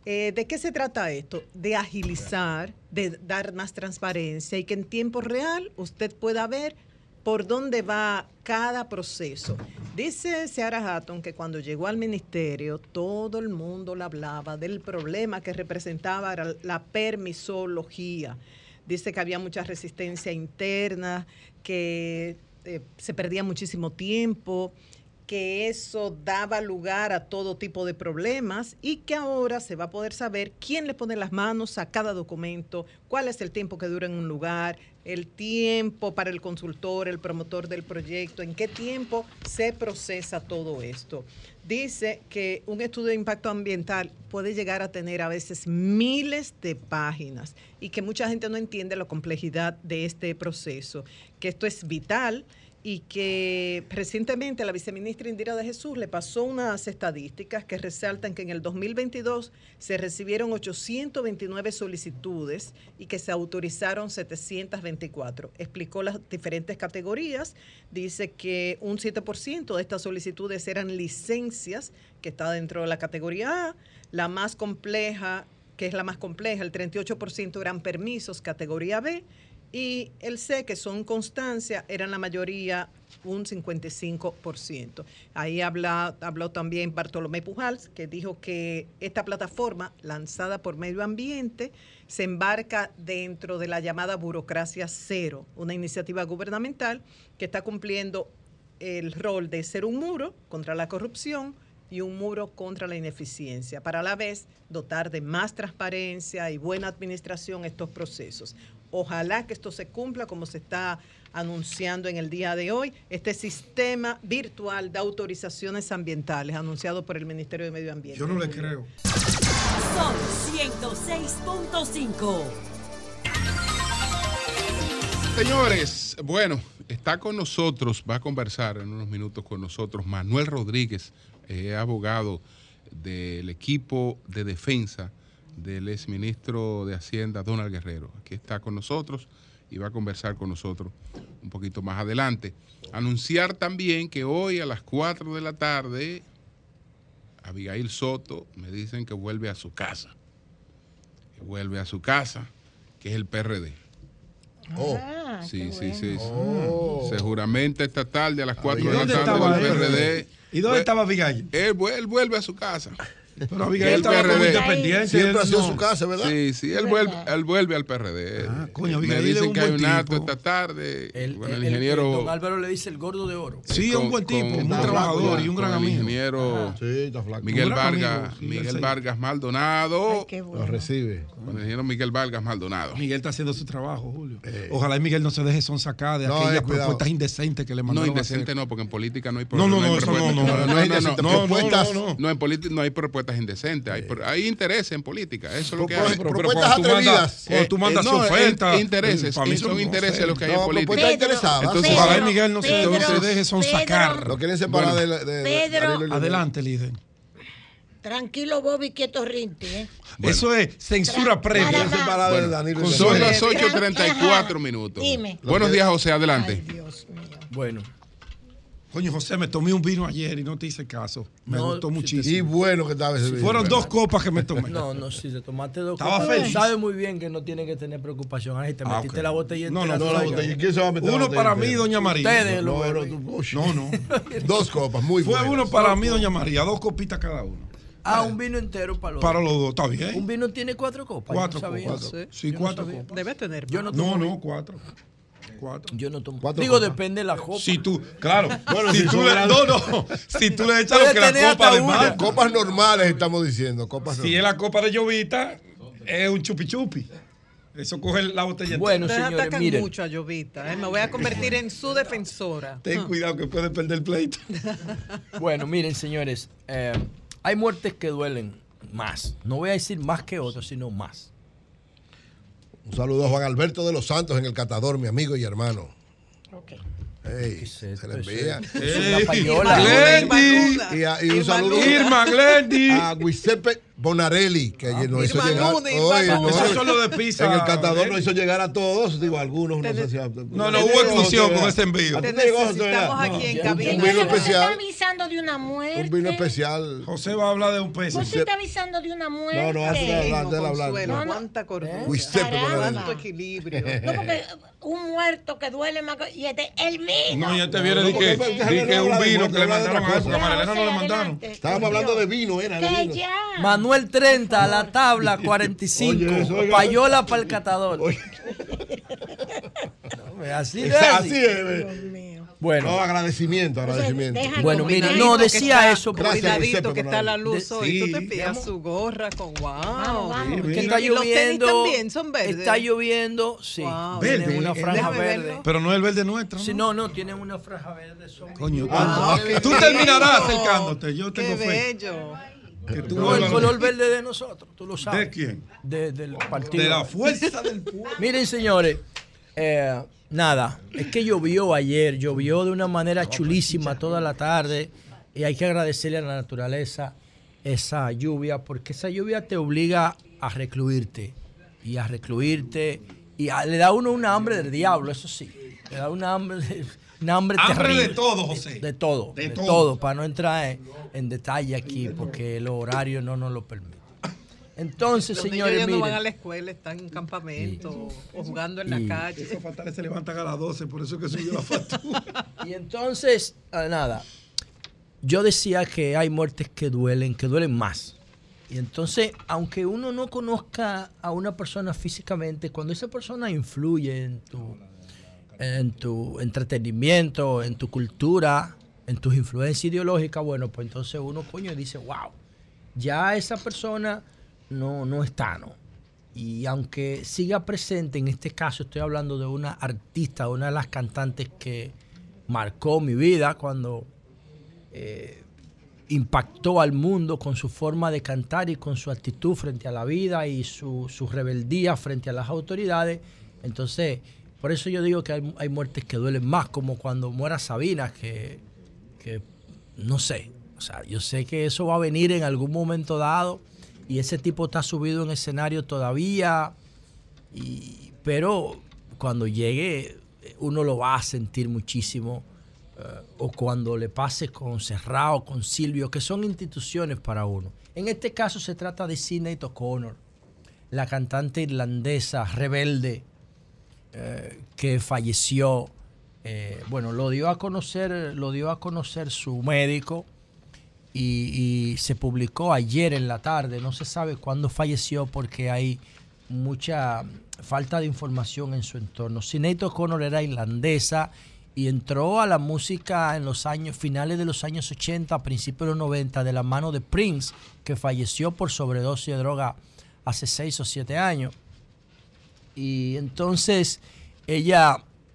Eh, ¿De qué se trata esto? De agilizar, de dar más transparencia y que en tiempo real usted pueda ver por dónde va cada proceso. Dice Seara Hatton que cuando llegó al ministerio todo el mundo le hablaba del problema que representaba la permisología. Dice que había mucha resistencia interna, que eh, se perdía muchísimo tiempo, que eso daba lugar a todo tipo de problemas y que ahora se va a poder saber quién le pone las manos a cada documento, cuál es el tiempo que dura en un lugar, el tiempo para el consultor, el promotor del proyecto, en qué tiempo se procesa todo esto. Dice que un estudio de impacto ambiental puede llegar a tener a veces miles de páginas y que mucha gente no entiende la complejidad de este proceso, que esto es vital. Y que recientemente la viceministra Indira de Jesús le pasó unas estadísticas que resaltan que en el dos mil veintidós se recibieron ochocientas veintinueve solicitudes y que se autorizaron setecientas veinticuatro. Explicó las diferentes categorías, dice que un siete por ciento de estas solicitudes eran licencias, que está dentro de la categoría A, la más compleja, que es la más compleja, el treinta y ocho por ciento eran permisos, categoría B, y el C, que son constancia, eran la mayoría, un cincuenta y cinco por ciento. Ahí habla, habló también Bartolomé Pujals, que dijo que esta plataforma, lanzada por Medio Ambiente, se embarca dentro de la llamada burocracia cero, una iniciativa gubernamental que está cumpliendo el rol de ser un muro contra la corrupción y un muro contra la ineficiencia, para a la vez dotar de más transparencia y buena administración estos procesos. Ojalá que esto se cumpla como se está anunciando en el día de hoy, este sistema virtual de autorizaciones ambientales anunciado por el Ministerio de Medio Ambiente. Yo no le creo. Sol ciento seis punto cinco. Señores, bueno, está con nosotros, va a conversar en unos minutos con nosotros Manuel Rodríguez, eh, abogado del equipo de defensa del exministro de Hacienda, Donald Guerrero. Aquí está con nosotros y va a conversar con nosotros un poquito más adelante. Anunciar también que hoy a las cuatro de la tarde, Abigail Soto me dicen que vuelve a su casa. Que vuelve a su casa, que es el P R D. Oh. Ah, sí, qué sí, bueno. sí, sí. Oh. Se juramenta esta tarde a las cuatro ¿Y de la dónde tarde estaba del P R D. él? ¿Y dónde estaba Abigail? Él, vu- él vuelve a su casa. Pero Abigail El estaba P R D. como independiente. Siempre él ha sido no. su casa, ¿verdad? Sí, sí, él Es vuelve, verdad. él vuelve al P R D. Ah, coño, Me Abigail es dicen un que hay buen un acto tipo. esta tarde. El, Bueno, el el- el- ingeniero. don Álvaro le dice el gordo de oro. Sí, es un buen tipo, con- muy con- trabajador y un con gran el amigo. ingeniero Sí, está flaco. Miguel Un gran Vargas, amigo, sí, Miguel él sí. Vargas Maldonado. Ay, qué Lo bueno. recibe. Con el ingeniero Miguel Vargas Maldonado. Miguel está haciendo su trabajo, Julio. Eh. Ojalá y Miguel no se deje sonsacar de No, aquellas eh, cuidado. propuestas indecentes que le No, mandaron a indecente hacer. no, porque en política no hay No, no, hay no, eso no, propuestas- no, no, no es indecente. No, no, Propuestas- no, no. No, en política no hay propuestas indecentes, hay, pro- hay intereses en política, eso es lo que hay. Propue- Pero propuestas cuando tú mandas- atrevidas. Cuando tú Eh, mandas eh, su no, oferta. eh, intereses, para mí son no intereses sé. los que hay No, en política. propuestas Pedro, interesadas. Entonces, Ojalá y Miguel no se, Pedro, no se deje sonsacar. Pedro. Lo quieren separar Bueno. de, de, de- Pedro. de Danilo y Leonel. Adelante, líder. Tranquilo, Bobby, quieto, Rinti, ¿eh? Bueno. Eso es censura Tra- previa. Quieren Ajá. separar de Bueno, Danilo y con Leonel. Son Suele. las ocho y treinta y cuatro Ajá. minutos. Dime. Buenos días, José, adelante. Ay, Dios mío. Bueno, Coño, José, me tomé un vino ayer y no te hice caso. Me No, gustó si te- muchísimo. Y bueno que estaba ese video. Fueron dos copas que me tomé. no, no, si te tomaste dos Estaba copas, feliz. sabes muy bien que no tiene que tener preocupación. Ay, te Ah, metiste ok. la botella No, entera. no, No, la botella. ¿Quién se va a meter la Uno botella para mí, entera? doña María. Ustedes, No, los no, buenos. tú- ush. No, no. Dos copas, muy Fue buenas. uno para mí, doña María. Dos copitas cada uno. Ah, un vino entero para los Para los dos, ¿está bien? Un vino tiene cuatro copas. Cuatro yo no sabía. copas. Sí. Sí, Yo no cuatro sabía. copas. Debe tener Yo más. no tomo No, vino. no, cuatro. Cuatro. Yo no tomo. Cuatro Digo, copas. depende de la copa. Si tú, claro, Bueno, si si tú le, sobran- no, no, si tú le echas Puede lo que la tener copa hasta de una. más, Copas normales estamos diciendo. Copas si es normales. la copa de llovita, es un chupi chupi. Eso coge la botella. Bueno, Ustedes señores, atacan miren. mucho a Llovita. ¿eh? Me voy a convertir en su defensora. Ten Ah. cuidado que puede perder el pleito. Bueno, miren, señores, eh, hay muertes que duelen más. No voy a decir más que otras, sino más. Un saludo a Juan Alberto de los Santos en el Catador, mi amigo y hermano. Ok. Ey, ¿Qué es se esto? le Eso envía. es- es una payola. Irma Glendy. Luna, Y, a- y un Irma saludo Luna. Irma, Glendy. a Giuseppe Bonarelli, que ayer nos hizo Irma llegar. Luna, Irma Oye, Luna. no, Esos son los de pizza. en el Catador ¿eh? nos hizo llegar a todos, digo, a algunos, no sé si a- No, no hubo exclusión con ese envío. ¿A ti Te te llegó, necesitamos José? aquí en ya. cabina. Un vino Señores, nos especial. está avisando avisando de una muerte. Un vino especial. José va a hablar de un pez. José está avisando de una muerte. No, no, hace hablar, de hablar. Consuelo, No, no. cuánta cordura, Caramba. cuánto equilibrio. No, porque un muerto que duele más que- y este el vino. No, y este viene de que, de que un vino que le mandaron a él, porque a Marilena no le mandaron. Estábamos hablando de vino, era de Que vino. ya. Manuel treinta, a la tabla cuarenta y cinco. Oye, eso, oiga. Payola para el catador. No, así de Así así. es. ve. Bueno. No, agradecimiento, agradecimiento. Bueno, mire, no decía eso. Cuidadito Giuseppe, que está la luz De- hoy. Tú sí, te pillas su gorra con wow. Que está Y los tenis lloviendo. también son verdes. Está lloviendo, sí. Wow. Tienen Verde. una franja Déjame verde. verlo. Pero no es el verde nuestro. ¿no? Sí, no, no, tienen una franja verde. Son... Coño, Ah, tú, qué tú bello. terminarás acercándote. Yo tengo Qué fe. bello. Que tú No, el vuelvas- color verde de nosotros, tú lo sabes. ¿De quién? De- del partido. De la fuerza del pueblo. Miren, señores, eh, nada, es que llovió ayer, llovió de una manera chulísima toda la tarde y hay que agradecerle a la naturaleza esa lluvia, porque esa lluvia te obliga a recluirte y a recluirte y a- le da a uno una hambre del diablo, eso sí, le da una hambre, de- una hambre, Hambre terrible. de todo, José. De, de todo, De de, todo. todo. para no entrar en, en detalle aquí, porque el horario no nos lo permite. Entonces, Los niños señores, ya no van a miren, la escuela, están en campamento o jugando en la Y- calle. Esos fatales se levantan a las doce, por eso que subió la factura. y entonces, ah, nada, yo decía que hay muertes que duelen, que duelen más. Y entonces, aunque uno no conozca a una persona físicamente, cuando esa persona influye en tu, en tu entretenimiento, en tu cultura, en tus influencias ideológicas, bueno, pues entonces uno, coño, dice, wow, ya esa persona no, no está, ¿no? Y aunque siga presente, en este caso estoy hablando de una artista, una de las cantantes que marcó mi vida cuando eh, impactó al mundo con su forma de cantar y con su actitud frente a la vida y su, su rebeldía frente a las autoridades. Entonces, por eso yo digo que hay, hay muertes que duelen más, como cuando muera Sabina, que, que no sé, o sea, yo sé que eso va a venir en algún momento dado y ese tipo está subido en escenario todavía, y, pero cuando llegue uno lo va a sentir muchísimo, eh, o cuando le pase con Serrao, con Silvio, que son instituciones para uno. En este caso se trata de Sinéad O'Connor, la cantante irlandesa rebelde eh, que falleció. Eh, bueno, lo dio a conocer, lo dio a conocer su médico. Y, y se publicó ayer en la tarde, no se sabe cuándo falleció porque hay mucha falta de información en su entorno. Sinéad O'Connor era irlandesa y entró a la música en los años finales de los años ochenta, principios de los noventa, de la mano de Prince, que falleció por sobredosis de droga hace seis o siete años. Y entonces ella,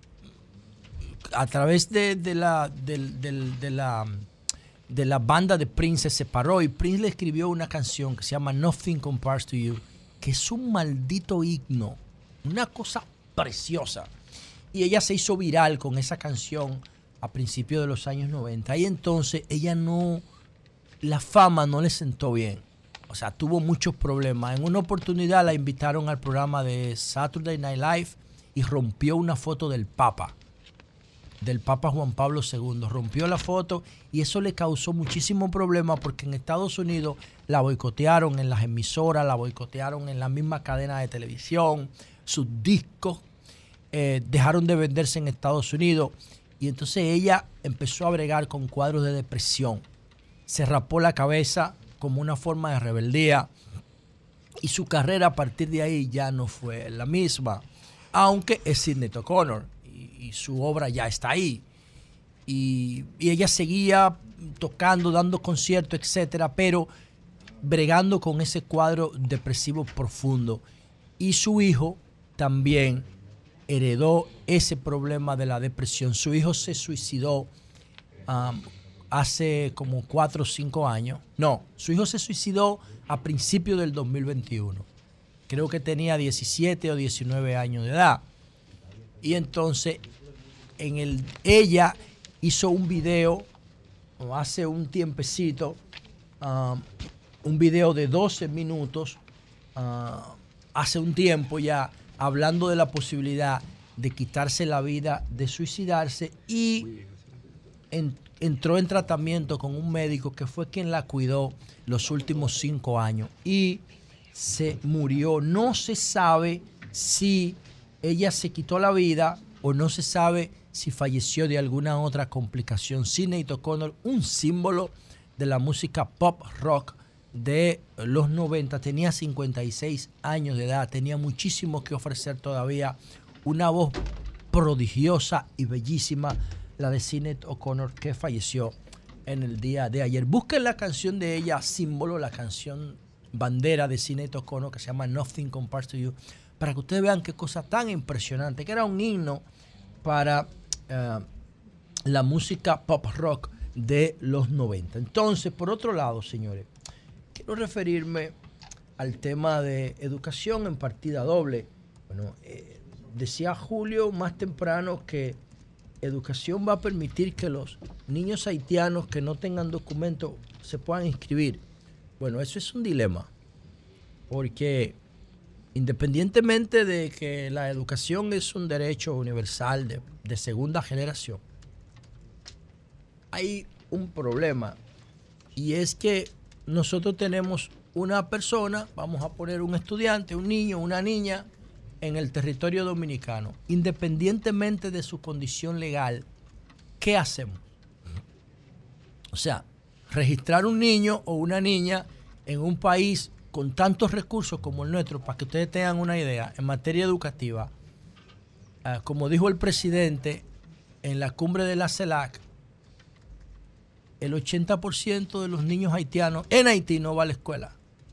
a través de, de la... del- del- de la de la banda de Prince se separó y Prince le escribió una canción que se llama Nothing Compares to You, que es un maldito himno, una cosa preciosa. Y ella se hizo viral con esa canción a principios de los años noventa y entonces ella no, la fama no le sentó bien. O sea, tuvo muchos problemas. En una oportunidad la invitaron al programa de Saturday Night Live y rompió una foto del Papa. del Papa Juan Pablo segundo. Rompió la foto y eso le causó muchísimo problema porque en Estados Unidos la boicotearon en las emisoras, la boicotearon en la misma cadena de televisión, sus discos eh, dejaron de venderse en Estados Unidos y entonces ella empezó a bregar con cuadros de depresión. Se rapó la cabeza como una forma de rebeldía y su carrera a partir de ahí ya no fue la misma, aunque es Sinéad O'Connor y su obra ya está ahí. Y, y ella seguía tocando, dando conciertos, etcétera, pero bregando con ese cuadro depresivo profundo. Y su hijo también heredó ese problema de la depresión. Su hijo se suicidó um, hace como cuatro o cinco años. No, su hijo se suicidó a principios del dos mil veintiuno. Creo que tenía diecisiete o diecinueve años de edad. Y entonces en el, ella hizo un video hace un tiempecito, um, un video de doce minutos, uh, hace un tiempo ya, hablando de la posibilidad de quitarse la vida, de suicidarse y en, entró en tratamiento con un médico que fue quien la cuidó los últimos cinco años y se murió. No se sabe si ella se quitó la vida o no se sabe si falleció de alguna otra complicación. Sinéad O'Connor, un símbolo de la música pop rock de los noventa, tenía cincuenta y seis años de edad, tenía muchísimo que ofrecer todavía, una voz prodigiosa y bellísima, la de Sinéad O'Connor, que falleció en el día de ayer. Busquen la canción de ella, símbolo, la canción bandera de Sinéad O'Connor, que se llama Nothing Compares to You, para que ustedes vean qué cosa tan impresionante, que era un himno para uh, la música pop rock de los noventa. Entonces, por otro lado, señores, quiero referirme al tema de educación en partida doble. Bueno, eh, decía Julio más temprano que educación va a permitir que los niños haitianos que no tengan documento se puedan inscribir. Bueno, eso es un dilema, porque independientemente de que la educación es un derecho universal de, de segunda generación, hay un problema, y es que nosotros tenemos una persona, vamos a poner un estudiante, un niño, una niña, en el territorio dominicano, independientemente de su condición legal. ¿Qué hacemos? O sea, registrar un niño o una niña en un país con tantos recursos como el nuestro, para que ustedes tengan una idea, en materia educativa, uh, como dijo el presidente en la cumbre de la CELAC, el ochenta por ciento de los niños haitianos en Haití no va a la escuela.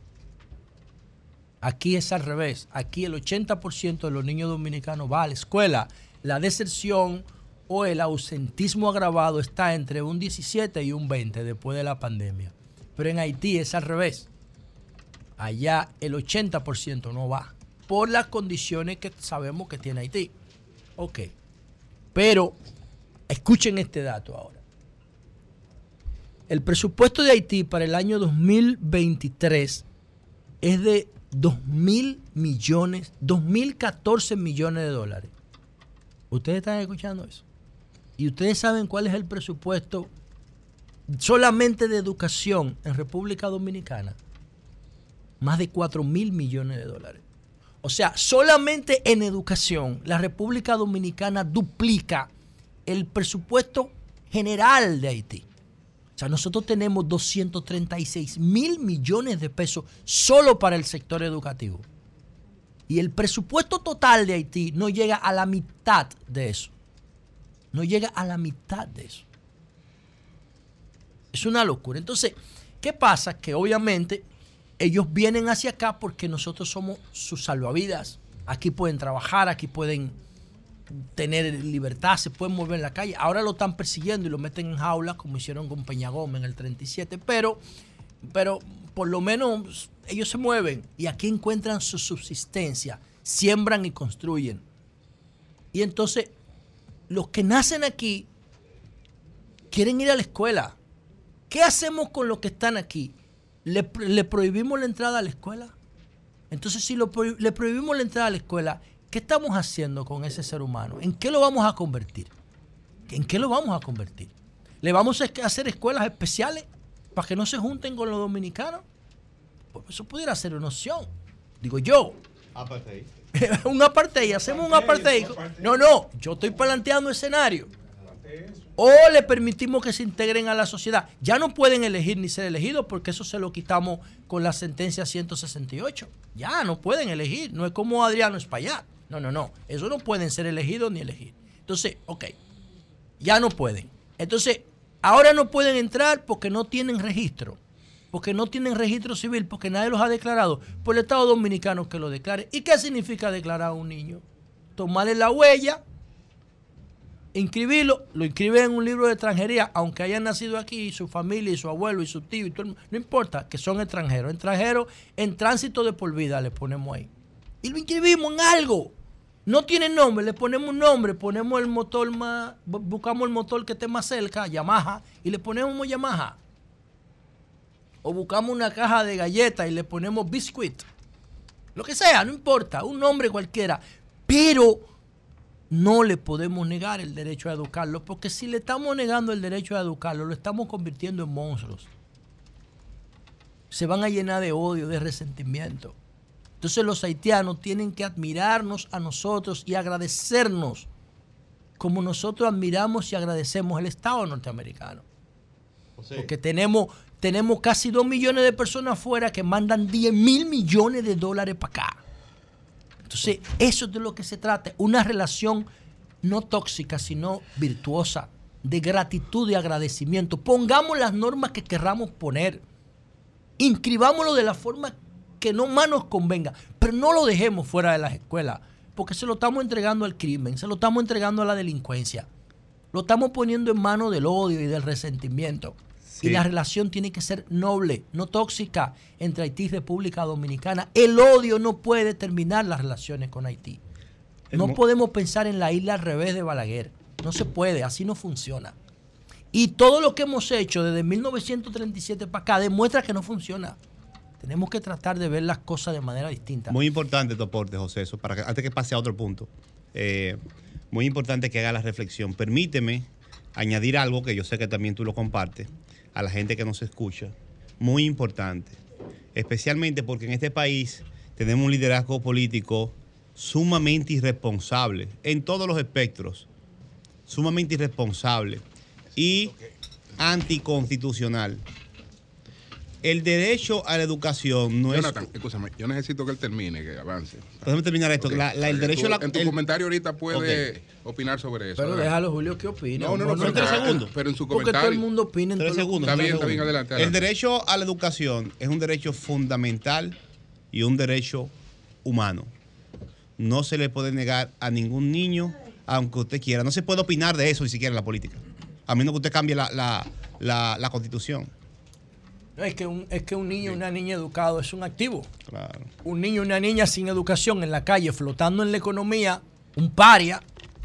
Aquí es al revés. Aquí el ochenta por ciento de los niños dominicanos va a la escuela. La deserción o el ausentismo agravado está entre un diecisiete y un veinte después de la pandemia. Pero en Haití es al revés. Allá el ochenta por ciento no va por las condiciones que sabemos que tiene Haití. Ok. Pero escuchen este dato ahora. El presupuesto de Haití para el año dos mil veintitrés es de dos mil millones, dos mil catorce millones de dólares. ¿Ustedes están escuchando eso? ¿Y ustedes saben cuál es el presupuesto solamente de educación en República Dominicana? Más de cuatro mil millones de dólares. O sea, solamente en educación la República Dominicana duplica el presupuesto general de Haití. O sea, nosotros tenemos doscientos treinta y seis mil millones de pesos solo para el sector educativo. Y el presupuesto total de Haití no llega a la mitad de eso. No llega a la mitad de eso. Es una locura. Entonces, ¿qué pasa? Que obviamente ellos vienen hacia acá porque nosotros somos sus salvavidas. Aquí pueden trabajar, aquí pueden tener libertad, se pueden mover en la calle. Ahora lo están persiguiendo y lo meten en jaulas como hicieron con Peña Gómez en el treinta y siete, pero, pero por lo menos ellos se mueven y aquí encuentran su subsistencia, siembran y construyen. Y entonces los que nacen aquí quieren ir a la escuela. ¿Qué hacemos con los que están aquí? ¿Le, le prohibimos la entrada a la escuela? Entonces si lo, le prohibimos la entrada a la escuela, ¿qué estamos haciendo con ese ser humano? ¿En qué lo vamos a convertir? ¿En qué lo vamos a convertir? ¿Le vamos a hacer escuelas especiales para que no se junten con los dominicanos? Pues eso pudiera ser una opción. Digo yo. Apartheid. un apartheid, hacemos un apartheid. No, no, yo estoy planteando escenario. O le permitimos que se integren a la sociedad. Ya no pueden elegir ni ser elegidos porque eso se lo quitamos con la sentencia ciento sesenta y ocho. Ya no pueden elegir. No es como Adriano Espaillat. No, no, no. Eso no pueden ser elegidos ni elegir. Entonces, ok. Ya no pueden. Entonces, ahora no pueden entrar porque no tienen registro. Porque no tienen registro civil, porque nadie los ha declarado. Por el Estado Dominicano que lo declare. ¿Y qué significa declarar a un niño? Tomarle la huella, inscribirlo, lo inscriben en un libro de extranjería, aunque hayan nacido aquí, y su familia, y su abuelo, y su tío, y todo el mundo. No importa, que son extranjeros. Extranjeros en tránsito de por vida le ponemos ahí. Y lo inscribimos en algo. No tiene nombre, le ponemos un nombre, ponemos el motor más, buscamos el motor que esté más cerca, Yamaha, y le ponemos Yamaha. O buscamos una caja de galletas y le ponemos Biscuit. Lo que sea, no importa, un nombre cualquiera. Pero no le podemos negar el derecho a educarlos, porque si le estamos negando el derecho a educarlos, lo estamos convirtiendo en monstruos. Se van a llenar de odio, de resentimiento. Entonces los haitianos tienen que admirarnos a nosotros y agradecernos como nosotros admiramos y agradecemos el Estado norteamericano. Sí. Porque tenemos, tenemos casi dos millones de personas afuera que mandan diez mil millones de dólares para acá. Entonces, eso es de lo que se trata. Una relación no tóxica, sino virtuosa, de gratitud y agradecimiento. Pongamos las normas que querramos poner. Inscribámoslo de la forma que no más nos convenga, pero no lo dejemos fuera de las escuelas, porque se lo estamos entregando al crimen, se lo estamos entregando a la delincuencia, lo estamos poniendo en manos del odio y del resentimiento. Sí. Y la relación tiene que ser noble, no tóxica, entre Haití y República Dominicana. El odio no puede determinar las relaciones con Haití. No podemos pensar en la isla al revés de Balaguer, no se puede, así no funciona. Y todo lo que hemos hecho desde mil novecientos treinta y siete para acá demuestra que no funciona. Tenemos que tratar de ver las cosas de manera distinta. Muy importante tu aporte, José, eso, para que, antes que pase a otro punto. Eh, muy importante que haga la reflexión. Permíteme añadir algo que yo sé que también tú lo compartes a la gente que nos escucha. Muy importante. Especialmente porque en este país tenemos un liderazgo político sumamente irresponsable, en todos los espectros. Sumamente irresponsable y anticonstitucional. El derecho a la educación no Jonathan, es... escúchame, yo necesito que él termine, que avance. Déjame terminar esto. Okay. La, la, el derecho tu, a la... En tu el... comentario ahorita puede okay. opinar sobre eso. Pero ¿verdad? déjalo, Julio, ¿qué opina? No, no, no, no pero, tres segundos. Pero en su comentario... Porque todo el mundo opina en tres todo segundos. Está bien, está bien, adelante, adelante. El derecho a la educación es un derecho fundamental y un derecho humano. No se le puede negar a ningún niño, aunque usted quiera. No se puede opinar de eso ni siquiera en la política, a menos que usted cambie la, la, la, la Constitución. No, es que un, es que un niño o una niña educado es un activo. Claro. Un niño o una niña sin educación en la calle, flotando en la economía, un paria,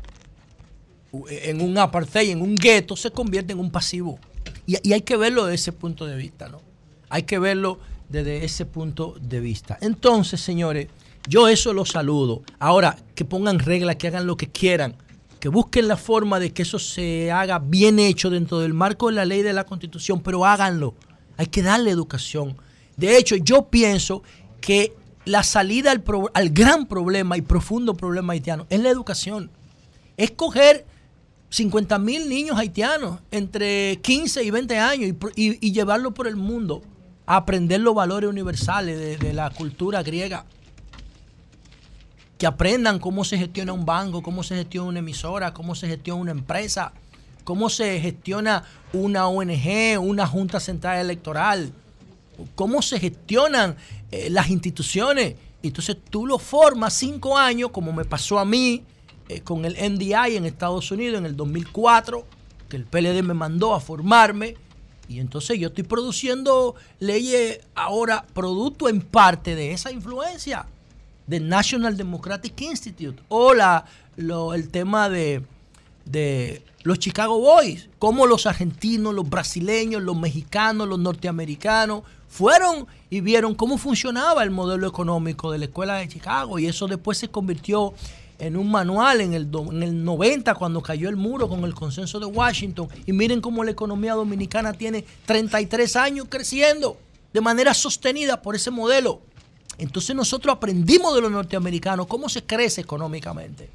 en un apartheid, en un gueto, se convierte en un pasivo. Y, y hay que verlo desde ese punto de vista, ¿no? Hay que verlo desde ese punto de vista. Entonces, señores, yo eso lo saludo. Ahora, que pongan reglas, que hagan lo que quieran, que busquen la forma de que eso se haga bien hecho dentro del marco de la ley de la Constitución, pero háganlo. Hay que darle educación. De hecho, yo pienso que la salida al, pro, al gran problema y profundo problema haitiano es la educación. Es coger cincuenta mil niños haitianos entre quince y veinte años y, y, y llevarlos por el mundo a aprender los valores universales de, de la cultura griega. Que aprendan cómo se gestiona un banco, cómo se gestiona una emisora, cómo se gestiona una empresa, cómo se gestiona una O N G, una Junta Central Electoral, cómo se gestionan eh, las instituciones. Entonces tú lo formas cinco años, como me pasó a mí eh, con el N D I en Estados Unidos en el dos mil cuatro, que el P L D me mandó a formarme, y entonces yo estoy produciendo leyes ahora, producto en parte de esa influencia del National Democratic Institute, o la, lo, el tema de... de los Chicago Boys, como los argentinos, los brasileños, los mexicanos, los norteamericanos fueron y vieron cómo funcionaba el modelo económico de la escuela de Chicago, y eso después se convirtió en un manual en el, en el noventa, cuando cayó el muro con el consenso de Washington, y miren cómo la economía dominicana tiene treinta y tres años creciendo de manera sostenida por ese modelo. Entonces nosotros aprendimos de los norteamericanos cómo se crece económicamente.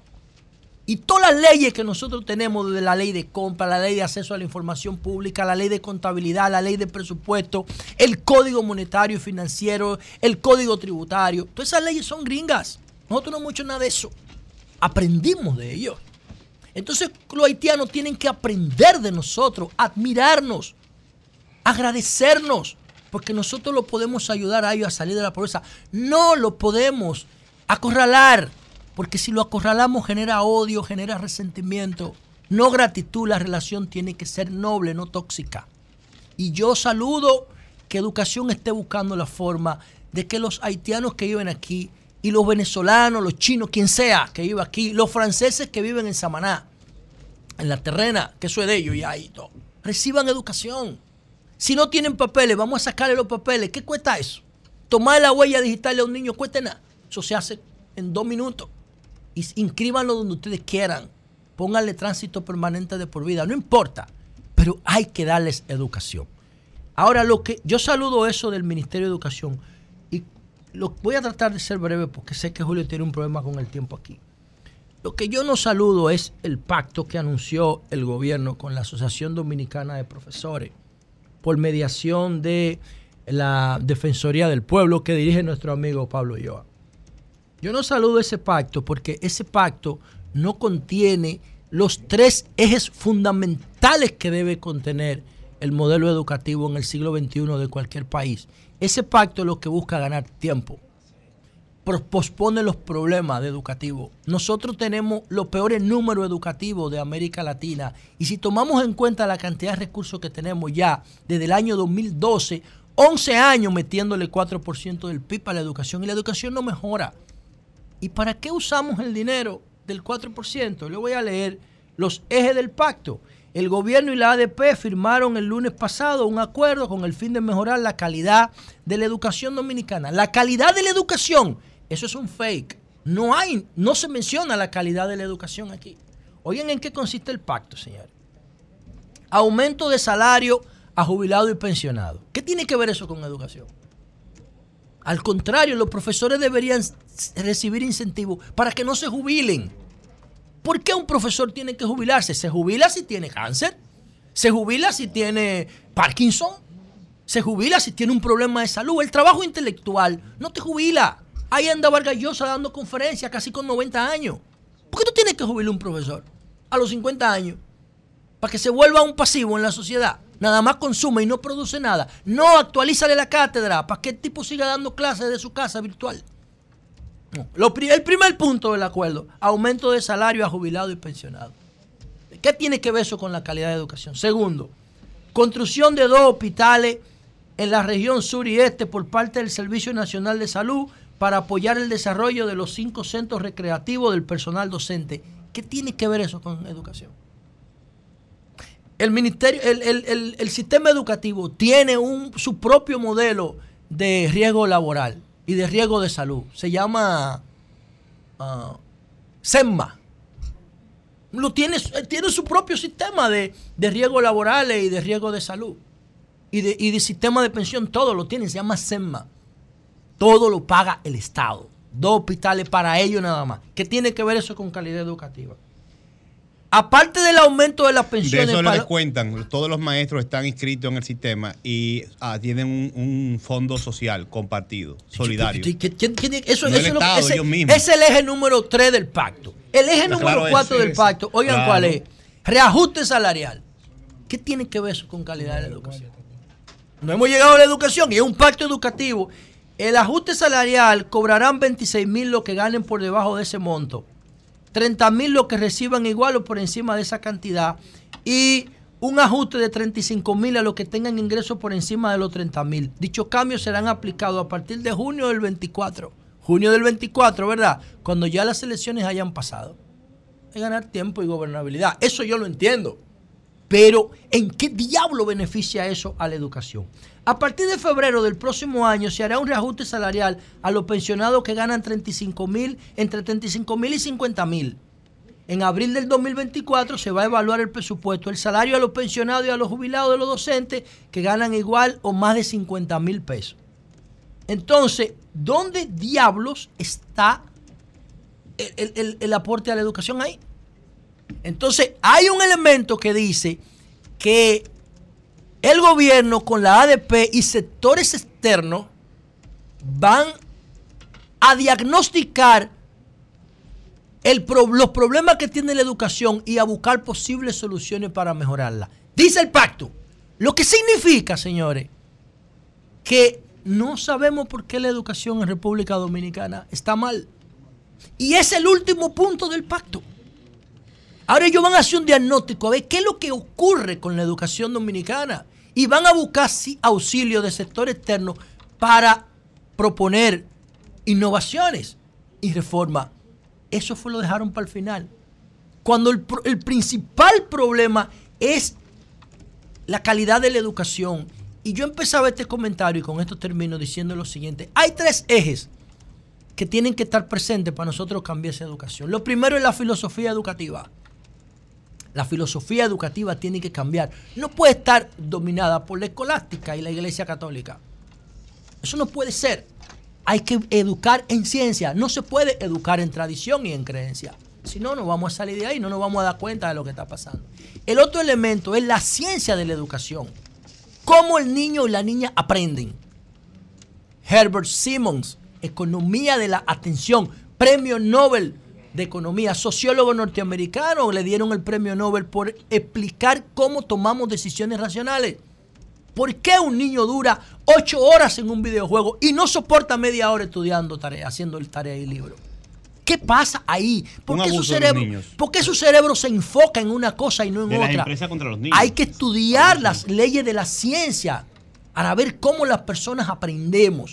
Y todas las leyes que nosotros tenemos, desde la ley de compra, la ley de acceso a la información pública, la ley de contabilidad, la ley de presupuesto, el código monetario y financiero, el código tributario, todas esas leyes son gringas. Nosotros no hemos hecho nada de eso. Aprendimos de ellos. Entonces los haitianos tienen que aprender de nosotros, admirarnos, agradecernos, porque nosotros lo podemos ayudar a ellos a salir de la pobreza. No lo podemos acorralar. Porque si lo acorralamos genera odio, genera resentimiento, no gratitud. La relación tiene que ser noble, no tóxica. Y yo saludo que Educación esté buscando la forma de que los haitianos que viven aquí, y los venezolanos, los chinos, quien sea que viva aquí, los franceses que viven en Samaná, en La Terrena, que eso es de ellos y ahí todo, reciban educación. Si no tienen papeles, vamos a sacarle los papeles. ¿Qué cuesta eso? Tomar la huella digital a un niño cuesta nada. Eso se hace en dos minutos. y inscríbanlo donde ustedes quieran. Pónganle tránsito permanente de por vida, no importa, pero hay que darles educación. Ahora, lo que yo saludo eso del Ministerio de Educación y lo voy a tratar de ser breve porque sé que Julio tiene un problema con el tiempo aquí. Lo que yo no saludo es el pacto que anunció el gobierno con la Asociación Dominicana de Profesores por mediación de la Defensoría del Pueblo que dirige nuestro amigo Pablo Ulloa. Yo no saludo ese pacto porque ese pacto no contiene los tres ejes fundamentales que debe contener el modelo educativo en el siglo veintiuno de cualquier país. Ese pacto es lo que busca ganar tiempo. Pospone los problemas educativos. Nosotros tenemos los peores números educativos de América Latina y si tomamos en cuenta la cantidad de recursos que tenemos ya desde el año dos mil doce, once años metiéndole cuatro por ciento del P I B a la educación y la educación no mejora. ¿Y para qué usamos el dinero del cuatro por ciento? Le voy a leer los ejes del pacto. El gobierno y la A D P firmaron el lunes pasado un acuerdo con el fin de mejorar la calidad de la educación dominicana. La calidad de la educación, eso es un fake. No hay, no se menciona la calidad de la educación aquí. Oigan en qué consiste el pacto, señores. Aumento de salario a jubilados y pensionados. ¿Qué tiene que ver eso con educación? Al contrario, los profesores deberían recibir incentivos para que no se jubilen. ¿Por qué un profesor tiene que jubilarse? ¿Se jubila si tiene cáncer? ¿Se jubila si tiene Parkinson? ¿Se jubila si tiene un problema de salud? El trabajo intelectual no te jubila. Ahí anda Vargas Llosa dando conferencias casi con noventa años. ¿Por qué tú tienes que jubilar un profesor a los cincuenta años? Para que se vuelva un pasivo en la sociedad. Nada más consume y no produce nada. No, actualízale la cátedra para que el tipo siga dando clases de su casa virtual. No. Lo, el primer punto del acuerdo, aumento de salario a jubilados y pensionados. ¿Qué tiene que ver eso con la calidad de educación? Segundo, construcción de dos hospitales en la región sur y este por parte del Servicio Nacional de Salud para apoyar el desarrollo de los cinco centros recreativos del personal docente. ¿Qué tiene que ver eso con educación? El ministerio, el, el, el, el sistema educativo tiene un, su propio modelo de riesgo laboral y de riesgo de salud. Se llama uh, SEMMA. Lo tiene, tiene su propio sistema de, de riesgos laborales y de riesgo de salud. Y de, y de sistema de pensión, todo lo tiene, se llama SEMMA. Todo lo paga el Estado. Dos hospitales para ellos nada más. ¿Qué tiene que ver eso con calidad educativa? Aparte del aumento de las pensiones... De eso les cuentan, todos los maestros están inscritos en el sistema y ah, tienen un, un fondo social compartido, solidario. ¿Quién, quién, eso, no eso el lo, Estado, ese, ellos mismos. Es el eje número tres del pacto. El eje Está número claro cuatro ese, del pacto, oigan claro. cuál es. Reajuste salarial. ¿Qué tiene que ver eso con calidad de la educación? No hemos llegado a la educación y es un pacto educativo. El ajuste salarial cobrarán veintiséis mil los que ganen por debajo de ese monto. treinta mil los que reciban igual o por encima de esa cantidad y un ajuste de treinta y cinco mil a los que tengan ingresos por encima de los treinta mil. Dichos cambios serán aplicados a partir de junio del veinticuatro. Junio del veinticuatro, ¿verdad? Cuando ya las elecciones hayan pasado. Es ganar tiempo y gobernabilidad. Eso yo lo entiendo. Pero ¿en qué diablo beneficia eso a la educación? A partir de febrero del próximo año se hará un reajuste salarial a los pensionados que ganan treinta y cinco mil, entre treinta y cinco mil y cincuenta mil. En abril del dos mil veinticuatro se va a evaluar el presupuesto, el salario a los pensionados y a los jubilados de los docentes que ganan igual o más de cincuenta mil pesos. Entonces, ¿dónde diablos está el, el, el, el aporte a la educación ahí? Entonces, hay un elemento que dice que el gobierno con la A D P y sectores externos van a diagnosticar el pro, los problemas que tiene la educación y a buscar posibles soluciones para mejorarla. Dice el pacto. Lo que significa, señores, que no sabemos por qué la educación en República Dominicana está mal. Y es el último punto del pacto. Ahora ellos van a hacer un diagnóstico a ver qué es lo que ocurre con la educación dominicana y van a buscar auxilio de sector externo para proponer innovaciones y reformas. Eso fue lo dejaron para el final. Cuando el, el principal problema es la calidad de la educación. Y yo empezaba este comentario y con esto termino diciendo lo siguiente. Hay tres ejes que tienen que estar presentes para nosotros cambiar esa educación. Lo primero es la filosofía educativa. La filosofía educativa tiene que cambiar. No puede estar dominada por la escolástica y la Iglesia Católica. Eso no puede ser. Hay que educar en ciencia. No se puede educar en tradición y en creencia. Si no, no vamos a salir de ahí, no nos vamos a dar cuenta de lo que está pasando. El otro elemento es la ciencia de la educación. Cómo el niño y la niña aprenden. Herbert Simmons, Economía de la Atención, Premio Nobel de Economía, sociólogo norteamericano, le dieron el premio Nobel por explicar cómo tomamos decisiones racionales. ¿Por qué un niño dura ocho horas en un videojuego y no soporta media hora estudiando tarea, haciendo el tarea y libro? ¿Qué pasa ahí? ¿Por qué, su cerebro, ¿Por qué su cerebro se enfoca en una cosa y no en de otra? Las empresas contra los niños. Hay que estudiar las leyes de la ciencia para ver cómo las personas aprendemos.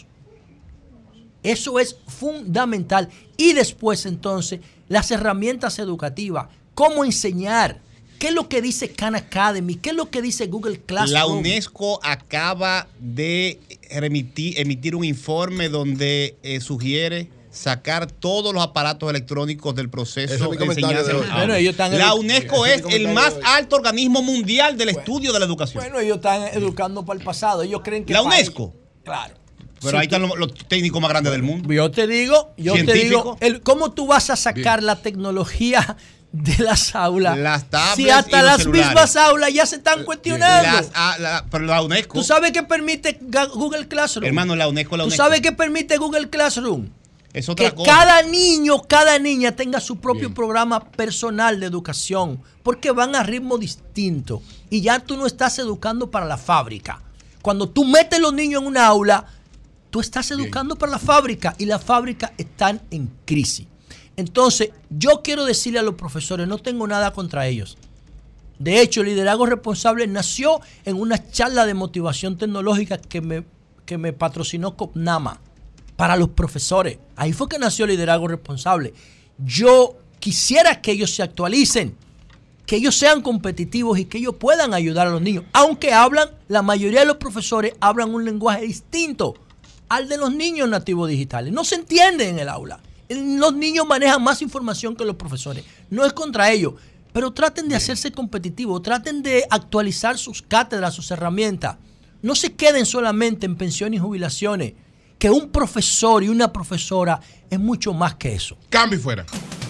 Eso es fundamental. Y después, entonces, las herramientas educativas. ¿Cómo enseñar? ¿Qué es lo que dice Khan Academy? ¿Qué es lo que dice Google Classroom? La UNESCO acaba de remitir, emitir un informe donde eh, sugiere sacar todos los aparatos electrónicos del proceso de enseñanza. Bueno, ellos están la UNESCO es, es el más alto organismo mundial del bueno, estudio de la educación. Bueno, ellos están educando para el pasado. Ellos creen que la UNESCO. Ellos, claro. Pero sí, ahí están los, los técnicos más grandes del mundo. Yo te digo, yo te digo, el, ¿cómo tú vas a sacar Bien. la tecnología de las aulas? Las tablets si hasta y los las celulares. mismas aulas ya se están cuestionando. Las, a, la, pero la UNESCO. ¿Tú sabes qué permite Google Classroom? Hermano, la UNESCO, la UNESCO. ¿Tú sabes qué permite Google Classroom? Es otra que cosa. cada niño, cada niña tenga su propio Bien. programa personal de educación, porque van a ritmo distinto y ya tú no estás educando para la fábrica. Cuando tú metes a los niños en una aula, tú estás educando Bien. para la fábrica y las fábricas están en crisis. Entonces, yo quiero decirle a los profesores, no tengo nada contra ellos. De hecho, el liderazgo responsable nació en una charla de motivación tecnológica que me, que me patrocinó COPNAMA para los profesores. Ahí fue que nació el liderazgo responsable. Yo quisiera que ellos se actualicen, que ellos sean competitivos y que ellos puedan ayudar a los niños. Aunque hablan, la mayoría de los profesores hablan un lenguaje distinto al de los niños nativos digitales. No se entiende en el aula. Los niños manejan más información que los profesores. No es contra ellos, pero traten de hacerse competitivos, traten de actualizar sus cátedras, sus herramientas. No se queden solamente en pensiones y jubilaciones, que un profesor y una profesora es mucho más que eso. Cambio y fuera.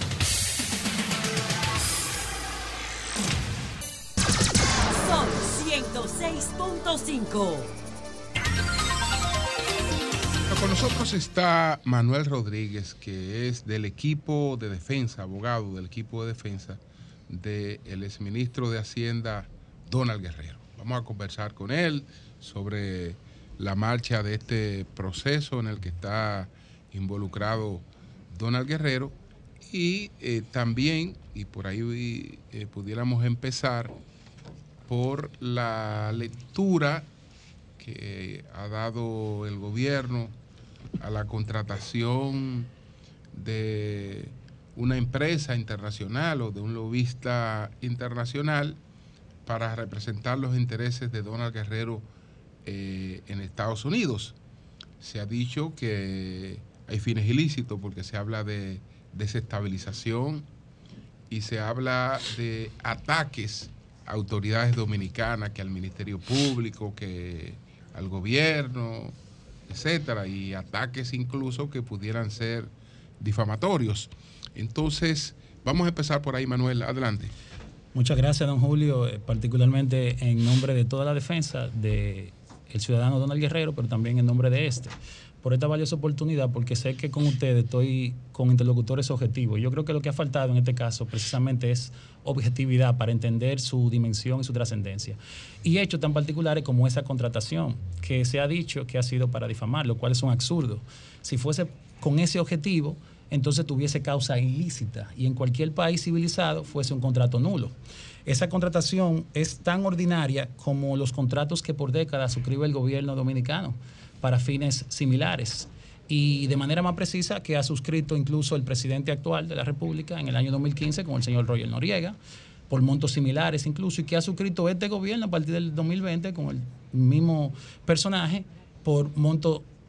Son ciento seis punto cinco. Con nosotros está Manuel Rodríguez, que es del equipo de defensa, abogado del equipo de defensa del exministro de Hacienda, Donald Guerrero. Vamos a conversar con él sobre la marcha de este proceso en el que está involucrado Donald Guerrero y eh, también, y por ahí eh, pudiéramos empezar por la lectura que ha dado el gobierno a la contratación de una empresa internacional o de un lobista internacional para representar los intereses de Donald Guerrero eh, en Estados Unidos. Se ha dicho que hay fines ilícitos porque se habla de desestabilización y se habla de ataques a autoridades dominicanas, que al Ministerio Público, que al gobierno, etcétera, y ataques incluso que pudieran ser difamatorios. Entonces, vamos a empezar por ahí, Manuel, adelante. Muchas gracias, don Julio, particularmente en nombre de toda la defensa del ciudadano Donald Guerrero, pero también en nombre de este, por esta valiosa oportunidad, porque sé que con ustedes estoy con interlocutores objetivos. Yo creo que lo que ha faltado en este caso precisamente es objetividad para entender su dimensión y su trascendencia. Y hechos tan particulares como esa contratación, que se ha dicho que ha sido para difamar, lo cual es un absurdo. Si fuese con ese objetivo, entonces tuviese causa ilícita y en cualquier país civilizado fuese un contrato nulo. Esa contratación es tan ordinaria como los contratos que por décadas suscribe el gobierno dominicano para fines similares y de manera más precisa que ha suscrito incluso el presidente actual de la República en el año dos mil quince con el señor Roger Noriega por montos similares incluso, y que ha suscrito este gobierno a partir del dos mil veinte con el mismo personaje por montos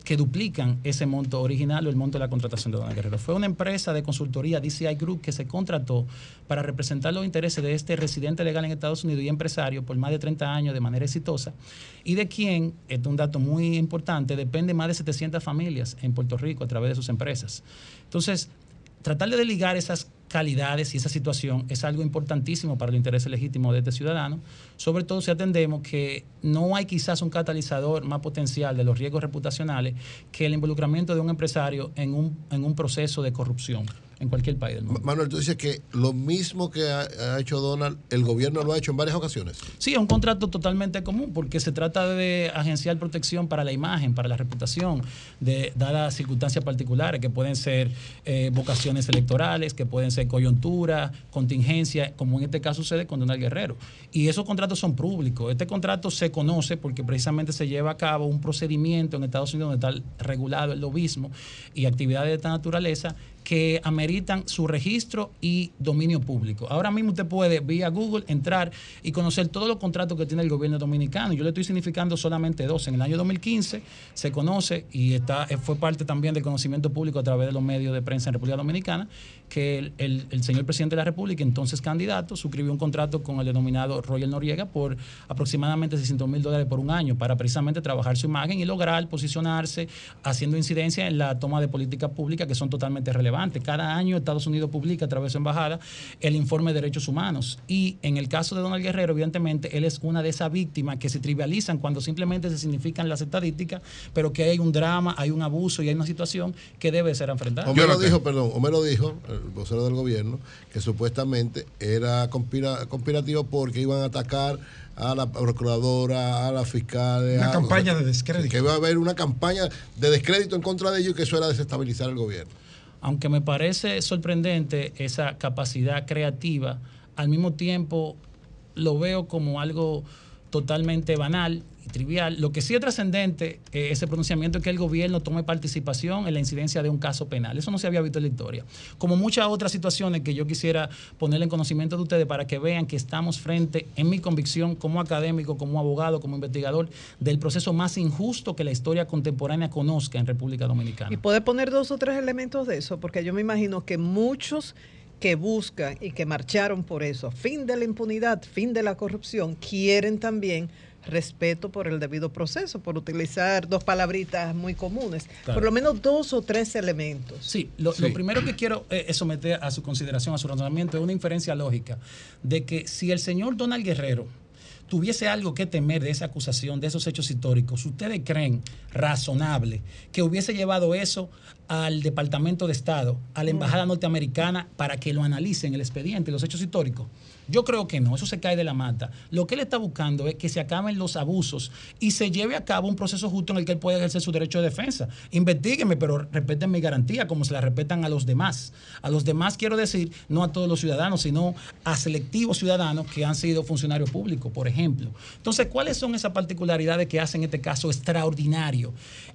que duplican ese monto original o el monto de la contratación de Donald Guerrero. Fue una empresa de consultoría, D C I Group, que se contrató para representar los intereses de este residente legal en Estados Unidos y empresario por más de treinta años de manera exitosa, y de quien, es un dato muy importante, depende más de setecientas familias en Puerto Rico a través de sus empresas. Entonces, tratar de desligar esas calidades y esa situación es algo importantísimo para el interés legítimo de este ciudadano, sobre todo si atendemos que no hay quizás un catalizador más potencial de los riesgos reputacionales que el involucramiento de un empresario en un, en un proceso de corrupción en cualquier país del mundo. Manuel, tú dices que lo mismo que ha, ha hecho Donald, el gobierno lo ha hecho en varias ocasiones. Sí, es un contrato totalmente común porque se trata de agenciar protección para la imagen, para la reputación, de dadas circunstancias particulares que pueden ser eh, vocaciones electorales, que pueden ser coyuntura, contingencia, como en este caso sucede con Donald Guerrero. Y esos contratos son públicos. Este contrato se conoce porque precisamente se lleva a cabo un procedimiento en Estados Unidos donde está regulado el lobismo y actividades de esta naturaleza que ameritan su registro y dominio público. Ahora mismo usted puede, vía Google, entrar y conocer todos los contratos que tiene el gobierno dominicano. Yo le estoy significando solamente dos. En el año dos mil quince se conoce, y está, fue parte también del conocimiento público a través de los medios de prensa en República Dominicana, que el, el, el señor presidente de la República, entonces candidato, suscribió un contrato con el denominado Roger Noriega por aproximadamente seiscientos mil dólares por un año para precisamente trabajar su imagen y lograr posicionarse haciendo incidencia en la toma de políticas públicas que son totalmente relevantes. Cada año Estados Unidos publica a través de su embajada el informe de derechos humanos, y en el caso de Donald Guerrero, evidentemente él es una de esas víctimas que se trivializan cuando simplemente se significan las estadísticas, pero que hay un drama, hay un abuso y hay una situación que debe ser enfrentada. Homero dijo, perdón, Homero dijo, el vocero del gobierno, que supuestamente era conspira, conspirativo porque iban a atacar a la procuradora, a la fiscal. Una a, campaña o sea, de descrédito. Que iba a haber una campaña de descrédito en contra de ellos y que eso era desestabilizar el gobierno. Aunque me parece sorprendente esa capacidad creativa, al mismo tiempo lo veo como algo totalmente banal y trivial. Lo que sí es trascendente eh, ese pronunciamiento es que el gobierno tome participación en la incidencia de un caso penal. Eso no se había visto en la historia. Como muchas otras situaciones que yo quisiera ponerle en conocimiento de ustedes para que vean que estamos frente, en mi convicción, como académico, como abogado, como investigador, del proceso más injusto que la historia contemporánea conozca en República Dominicana. Y puede poner dos o tres elementos de eso, porque yo me imagino que muchos que buscan y que marcharon por eso, fin de la impunidad, fin de la corrupción, quieren también respeto por el debido proceso, por utilizar dos palabritas muy comunes. Claro. Por lo menos dos o tres elementos. Sí, lo, sí. lo primero que quiero eh, someter a su consideración, a su razonamiento, es una inferencia lógica de que si el señor Donald Guerrero tuviese algo que temer de esa acusación, de esos hechos históricos, ¿ustedes creen razonable que hubiese llevado eso al Departamento de Estado, a la Embajada Norteamericana, para que lo analicen el expediente, los hechos históricos? Yo creo que no, eso se cae de la mata. Lo que él está buscando es que se acaben los abusos y se lleve a cabo un proceso justo en el que él pueda ejercer su derecho de defensa. Investíguenme, pero respeten mi garantía como se la respetan a los demás. A los demás quiero decir, no a todos los ciudadanos, sino a selectivos ciudadanos que han sido funcionarios públicos, por ejemplo. Entonces, ¿cuáles son esas particularidades que hacen este caso extraordinario?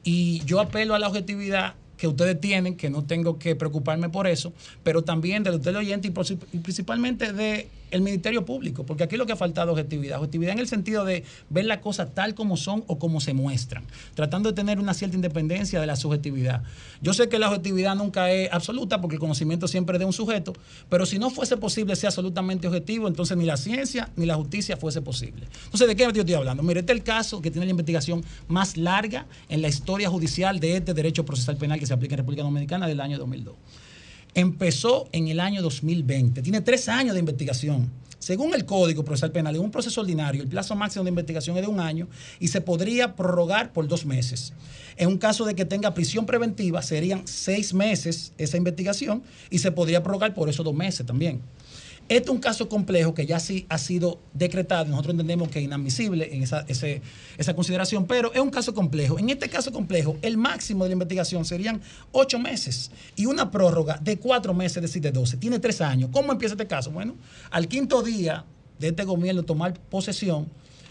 Y yo apelo a la objetividad que ustedes tienen, que no tengo que preocuparme por eso, pero también de usted oyente y principalmente de el Ministerio Público, porque aquí lo que ha faltado es objetividad. Objetividad en el sentido de ver las cosas tal como son o como se muestran, tratando de tener una cierta independencia de la subjetividad. Yo sé que la objetividad nunca es absoluta porque el conocimiento siempre es de un sujeto, pero si no fuese posible ser absolutamente objetivo, entonces ni la ciencia ni la justicia fuese posible. Entonces, ¿de qué yo estoy hablando? Mire, este es el caso que tiene la investigación más larga en la historia judicial de este derecho procesal penal que se aplica en República Dominicana del año dos mil dos. Empezó en el año dos mil veinte. Tiene tres años de investigación. Según el Código Procesal Penal, en un proceso ordinario, el plazo máximo de investigación es de un año y se podría prorrogar por dos meses. En un caso de que tenga prisión preventiva, serían seis meses esa investigación y se podría prorrogar por esos dos meses también. Este es un caso complejo que ya sí ha sido decretado. Nosotros entendemos que es inadmisible en esa, ese, esa consideración, pero es un caso complejo. En este caso complejo, el máximo de la investigación serían ocho meses y una prórroga de cuatro meses, es decir, de doce. Tiene tres años. ¿Cómo empieza este caso? Bueno, al quinto día de este gobierno tomar posesión,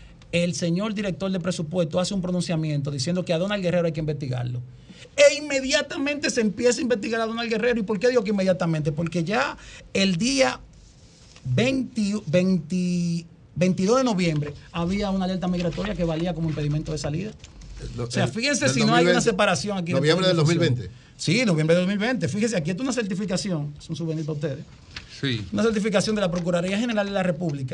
el señor director de presupuesto hace un pronunciamiento diciendo que a Donald Guerrero hay que investigarlo. E inmediatamente se empieza a investigar a Donald Guerrero. ¿Y por qué digo que inmediatamente? Porque ya el día veinte, veinte, veintidós de noviembre había una alerta migratoria que valía como impedimento de salida. O sea, fíjense si no hay una separación aquí. Noviembre del dos mil veinte. Sí, noviembre del dos mil veinte. Fíjese, aquí está una certificación, es un souvenir para ustedes. Sí. Una certificación de la Procuraduría General de la República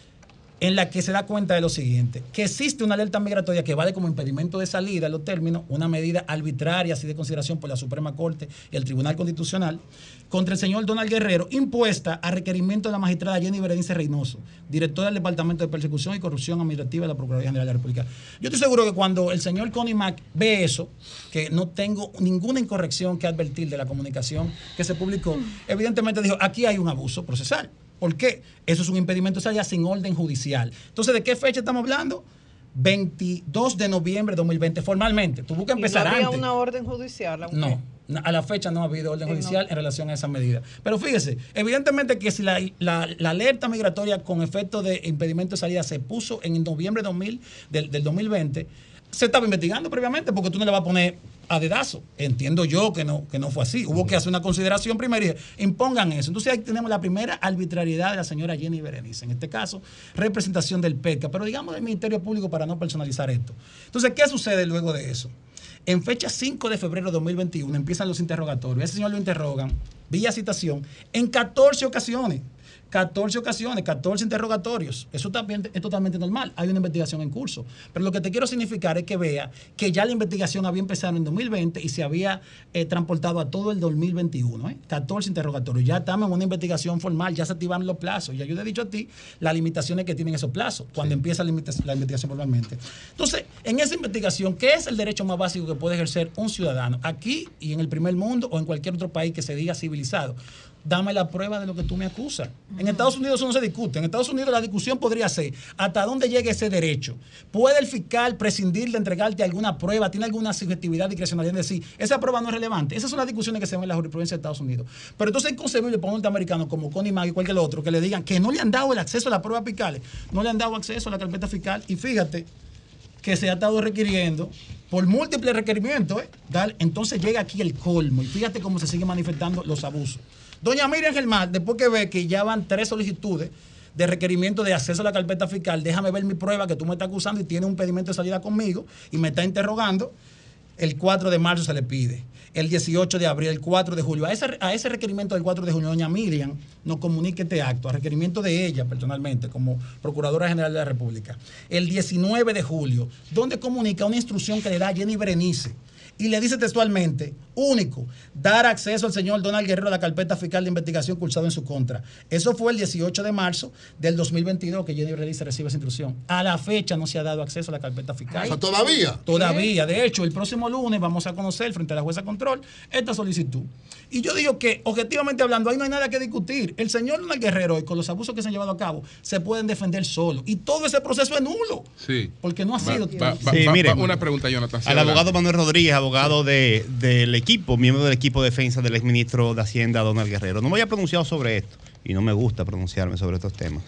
en la que se da cuenta de lo siguiente, que existe una alerta migratoria que vale como impedimento de salida en los términos, una medida arbitraria así de consideración por la Suprema Corte y el Tribunal Constitucional, contra el señor Donald Guerrero, impuesta a requerimiento de la magistrada Jenny Berenice Reynoso, directora del Departamento de Persecución y Corrupción Administrativa de la Procuraduría General de la República. Yo estoy seguro que cuando el señor Connie Mack ve eso, que no tengo ninguna incorrección que advertir de la comunicación que se publicó, evidentemente dijo, aquí hay un abuso procesal. ¿Por qué? Eso es un impedimento de salida sin orden judicial. Entonces, ¿de qué fecha estamos hablando? veintidós de noviembre de dos mil veinte, formalmente. Tuvo que empezar antes. ¿No había una orden judicial? No, a la fecha no ha habido orden judicial en relación a esa medida. Pero fíjese, evidentemente que si la, la, la alerta migratoria con efecto de impedimento de salida se puso en noviembre dos mil, del, del dos mil veinte, se estaba investigando previamente porque tú no le vas a poner a dedazo. Entiendo yo que no, que no fue así. Hubo que hacer una consideración primero y dije, impongan eso. Entonces ahí tenemos la primera arbitrariedad de la señora Jenny Berenice. En este caso, representación del PECA, pero digamos del Ministerio Público para no personalizar esto. Entonces, ¿qué sucede luego de eso? En fecha cinco de febrero de dos mil veintiuno empiezan los interrogatorios. Ese señor lo interrogan, vía citación, en catorce ocasiones. catorce ocasiones, catorce interrogatorios. Eso también es totalmente normal. Hay una investigación en curso. Pero lo que te quiero significar es que vea que ya la investigación había empezado en dos mil veinte y se había eh, transportado a todo el dos mil veintiuno. ¿eh? catorce interrogatorios. Ya estamos en una investigación formal, ya se activan los plazos. Ya yo te he dicho a ti las limitaciones que tienen esos plazos cuando sí. empieza la, la investigación formalmente. Entonces, en esa investigación, ¿qué es el derecho más básico que puede ejercer un ciudadano aquí y en el primer mundo o en cualquier otro país que se diga civilizado? Dame la prueba de lo que tú me acusas. En Estados Unidos eso no se discute. En Estados Unidos la discusión podría ser hasta dónde llega ese derecho. ¿Puede el fiscal prescindir de entregarte alguna prueba? ¿Tiene alguna subjetividad discrecionalidad en decir, esa prueba no es relevante? Esas son las discusiones que se ven en la jurisprudencia de Estados Unidos. Pero entonces es inconcebible para un norteamericano como Connie Mack y cualquier otro que le digan que no le han dado el acceso a las pruebas fiscales, no le han dado acceso a la carpeta fiscal. Y fíjate que se ha estado requiriendo por múltiples requerimientos. ¿eh? Dale, entonces llega aquí el colmo y fíjate cómo se siguen manifestando los abusos. Doña Miriam Germán, después que ve que ya van tres solicitudes de requerimiento de acceso a la carpeta fiscal, déjame ver mi prueba que tú me estás acusando y tiene un pedimento de salida conmigo y me está interrogando, el cuatro de marzo se le pide, el dieciocho de abril, el cuatro de julio. A ese, a ese requerimiento del cuatro de julio, doña Miriam nos comunica este acto, a requerimiento de ella personalmente, como Procuradora General de la República. El diecinueve de julio, donde comunica una instrucción que le da a Jenny Berenice, y le dice textualmente, único, dar acceso al señor Donald Guerrero a la carpeta fiscal de investigación cursada en su contra. Eso fue el dieciocho de marzo del dos mil veintidós que Jenny Berenice recibe esa instrucción. A la fecha no se ha dado acceso a la carpeta fiscal. O sea, ¿todavía? Todavía. De hecho, el próximo lunes vamos a conocer frente a la jueza control esta solicitud. Y yo digo que, objetivamente hablando, ahí no hay nada que discutir. El señor Donald Guerrero, y con los abusos que se han llevado a cabo, se pueden defender solo. Y todo ese proceso es nulo. Sí. Porque no ha va, sido... Va, va, sí, va, mire, va una pregunta, Jonathan. Al abogado Manuel Rodríguez, abogado de, del equipo, miembro del equipo de defensa del exministro de Hacienda, Donald Guerrero. No me había pronunciado sobre esto, y no me gusta pronunciarme sobre estos temas.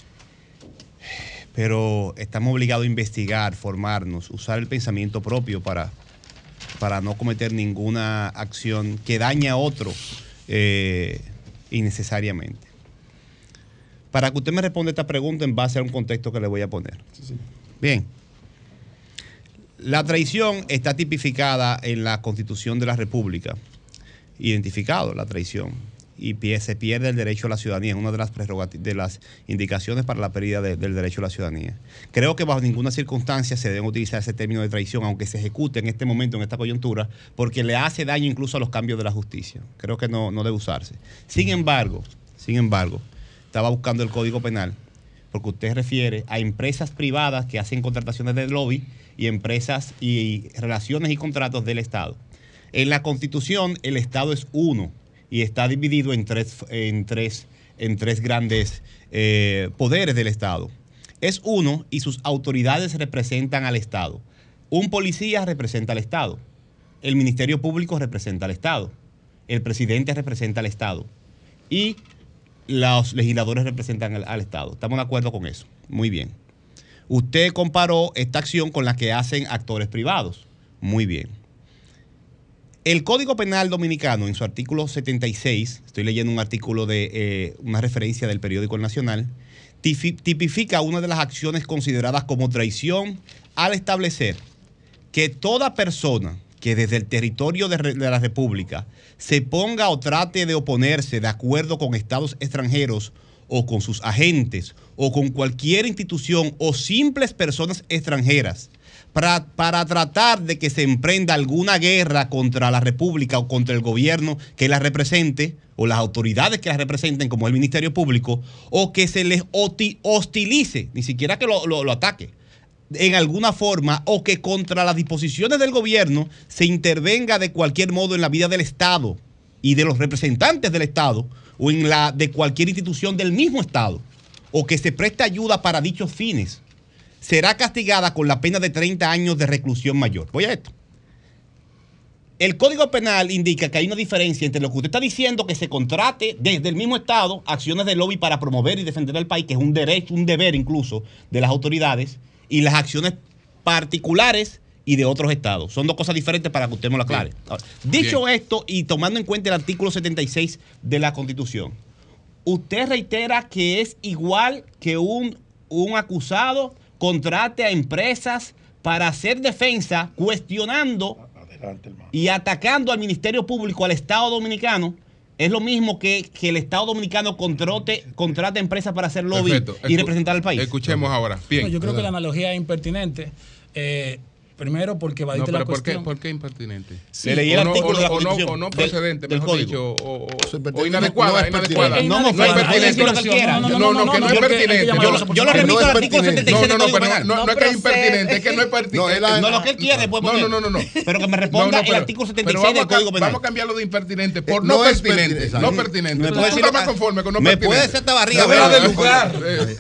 Pero estamos obligados a investigar, formarnos, usar el pensamiento propio para, para no cometer ninguna acción que dañe a otro eh, innecesariamente. Para que usted me responda esta pregunta en base a un contexto que le voy a poner. Sí, sí. Bien. La traición está tipificada en la Constitución de la República, identificado la traición, y se pierde el derecho a la ciudadanía, es una de las de las indicaciones para la pérdida de, del derecho a la ciudadanía. Creo que bajo ninguna circunstancia se debe utilizar ese término de traición, aunque se ejecute en este momento, en esta coyuntura, porque le hace daño incluso a los cambios de la justicia. Creo que no, no debe usarse. Sin embargo, sin embargo, estaba buscando el Código Penal, porque usted refiere a empresas privadas que hacen contrataciones de lobby y empresas y relaciones y contratos del Estado. En la Constitución el Estado es uno y está dividido en tres, en tres, en tres grandes eh, poderes del Estado. Es uno y sus autoridades representan al Estado. Un policía representa al Estado. El Ministerio Público representa al Estado. El presidente representa al Estado. Y los legisladores representan al, al Estado. ¿Estamos de acuerdo con eso? Muy bien. Usted comparó esta acción con la que hacen actores privados. Muy bien. El Código Penal Dominicano, en su artículo setenta y seis, estoy leyendo un artículo de eh, una referencia del periódico El Nacional, tipifica una de las acciones consideradas como traición al establecer que toda persona que desde el territorio de, de la República se ponga o trate de oponerse de acuerdo con estados extranjeros o con sus agentes o con cualquier institución o simples personas extranjeras para, para tratar de que se emprenda alguna guerra contra la República o contra el gobierno que la represente o las autoridades que la representen como el Ministerio Público, o que se les hostilice, ni siquiera que lo, lo, lo ataque en alguna forma, o que contra las disposiciones del gobierno se intervenga de cualquier modo en la vida del Estado y de los representantes del Estado o en la de cualquier institución del mismo Estado, o que se preste ayuda para dichos fines, será castigada con la pena de treinta años de reclusión mayor. Voy a esto. El Código Penal indica que hay una diferencia entre lo que usted está diciendo, que se contrate desde el mismo Estado acciones de lobby para promover y defender al país, que es un derecho, un deber incluso de las autoridades, y las acciones particulares y de otros estados. Son dos cosas diferentes para que usted me lo aclare. Ahora, dicho Bien. esto y tomando en cuenta el artículo setenta y seis de la Constitución, usted reitera que es igual que un, un acusado contrate a empresas para hacer defensa cuestionando Adelante, y atacando al Ministerio Público, al Estado Dominicano. Es lo mismo que, que el Estado Dominicano contrate, contrate empresas para hacer lobby Perfecto. y Escu representar al país. Escuchemos ahora. Bien. No, yo creo que la analogía es impertinente. Eh, Primero porque va a ir no, de la ¿por cuestión. qué, ¿Por qué impertinente? Sí. Le leí el o, no, artículo o, de la o, no, o no procedente, del, mejor del dicho, o, o, o inadecuada, inadecuada. No, no, no es pertinente. No, no, que no es pertinente. Yo lo remito al artículo setenta y seis del Código Penal. No, no es que es impertinente, es que no es pertinente. No, lo que él quiere puede poner. No, no, no, no. Pero que me responda el artículo setenta y seis del Código Penal. Vamos a cambiarlo de impertinente por no pertinente. No pertinente. ¿Tú estás más conforme con no pertinente? Me puede ser esta barriga. De lugar.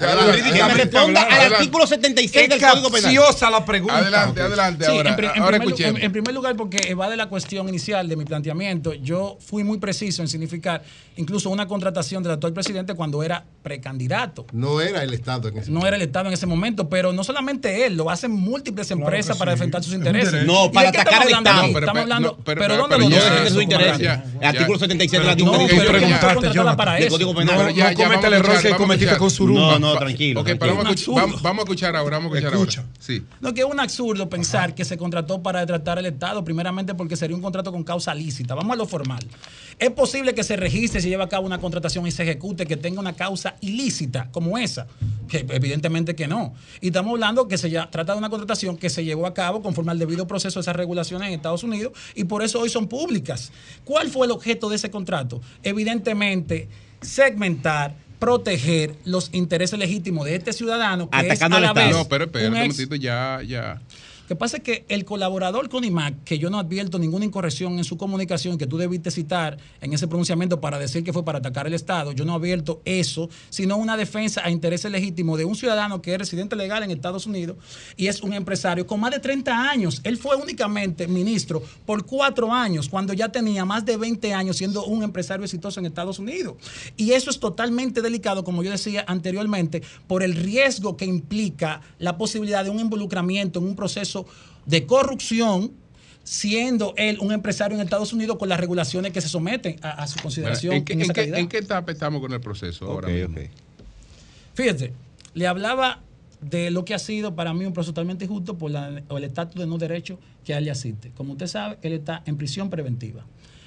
Que me responda al artículo setenta y seis del Código Penal. Es capciosa la pregunta. Adelante, adelante. Ahora, ahora escuchemos. En primer lugar, porque va de la cuestión inicial de mi planteamiento, yo fui muy preciso en significar incluso una contratación del actual presidente cuando era precandidato. No era el Estado en ese No momento. era el Estado en ese momento, pero no solamente él, lo hacen múltiples empresas claro para sí. defender sus intereses. No, para atacar al Estado. Aquí? Estamos hablando, no, pero, pero ¿dónde lo defiende sus intereses? El artículo setenta y seis de la No, pero preguntaste, yo para eso. No, no comete el error que cometiste con Surú. No, no, tranquilo. Ok, vamos a escuchar ahora, vamos a escuchar ahora. Sí. No, que es un absurdo pensar que se contrató para tratar al Estado, primeramente porque sería un contrato con causa lícita. Vamos a lo formal. Es posible que se registre, se lleve a cabo una contratación y se ejecute que tenga una causa ilícita como esa, que evidentemente que no. Y estamos hablando que se ya, trata de una contratación que se llevó a cabo conforme al debido proceso de esas regulaciones en Estados Unidos y por eso hoy son públicas. ¿Cuál fue el objeto de ese contrato? Evidentemente, segmentar, proteger los intereses legítimos de este ciudadano que atacando es a la vez No, pero espera un momentito, ya, ya. Lo que pasa es que el colaborador Conimac, que yo no advierto ninguna incorrección en su comunicación, que tú debiste citar en ese pronunciamiento para decir que fue para atacar el Estado, yo no advierto eso, sino una defensa a intereses legítimos de un ciudadano que es residente legal en Estados Unidos y es un empresario con más de treinta años. Él fue únicamente ministro por cuatro años, cuando ya tenía más de veinte años siendo un empresario exitoso en Estados Unidos. Y eso es totalmente delicado, como yo decía anteriormente, por el riesgo que implica la posibilidad de un involucramiento en un proceso de corrupción, siendo él un empresario en Estados Unidos con las regulaciones que se someten a, a su consideración. ¿En qué, en, en, esa qué, calidad. ¿En qué etapa estamos con el proceso ahora okay, mismo? Okay. Fíjate, le hablaba de lo que ha sido para mí un proceso totalmente injusto por la, el estatus de no derecho que a él le asiste. Como usted sabe, él está en prisión preventiva.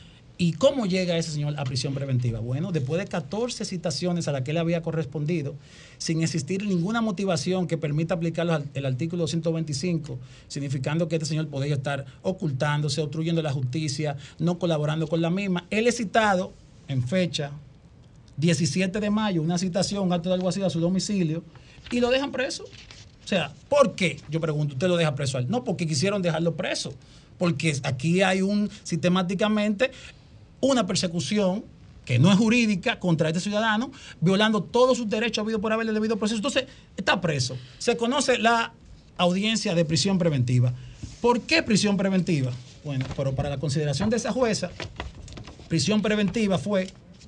¿Y cómo llega ese señor a prisión preventiva? Bueno, después de catorce citaciones a las que él había correspondido, sin existir ninguna motivación que permita aplicar el artículo doscientos veinticinco, significando que este señor podría estar ocultándose, obstruyendo la justicia, no colaborando con la misma, él es citado en fecha diecisiete de mayo, una citación, un acto de alguacil a su domicilio, y lo dejan preso. O sea, ¿por qué? Yo pregunto, ¿usted lo deja preso a él? No, porque quisieron dejarlo preso. Porque aquí hay un, sistemáticamente, una persecución que no es jurídica contra este ciudadano, violando todos sus derechos habido por haber el debido proceso. Entonces, está preso. Se conoce la audiencia de prisión preventiva. ¿Por qué prisión preventiva? Bueno, pero para la consideración de esa jueza, prisión preventiva fue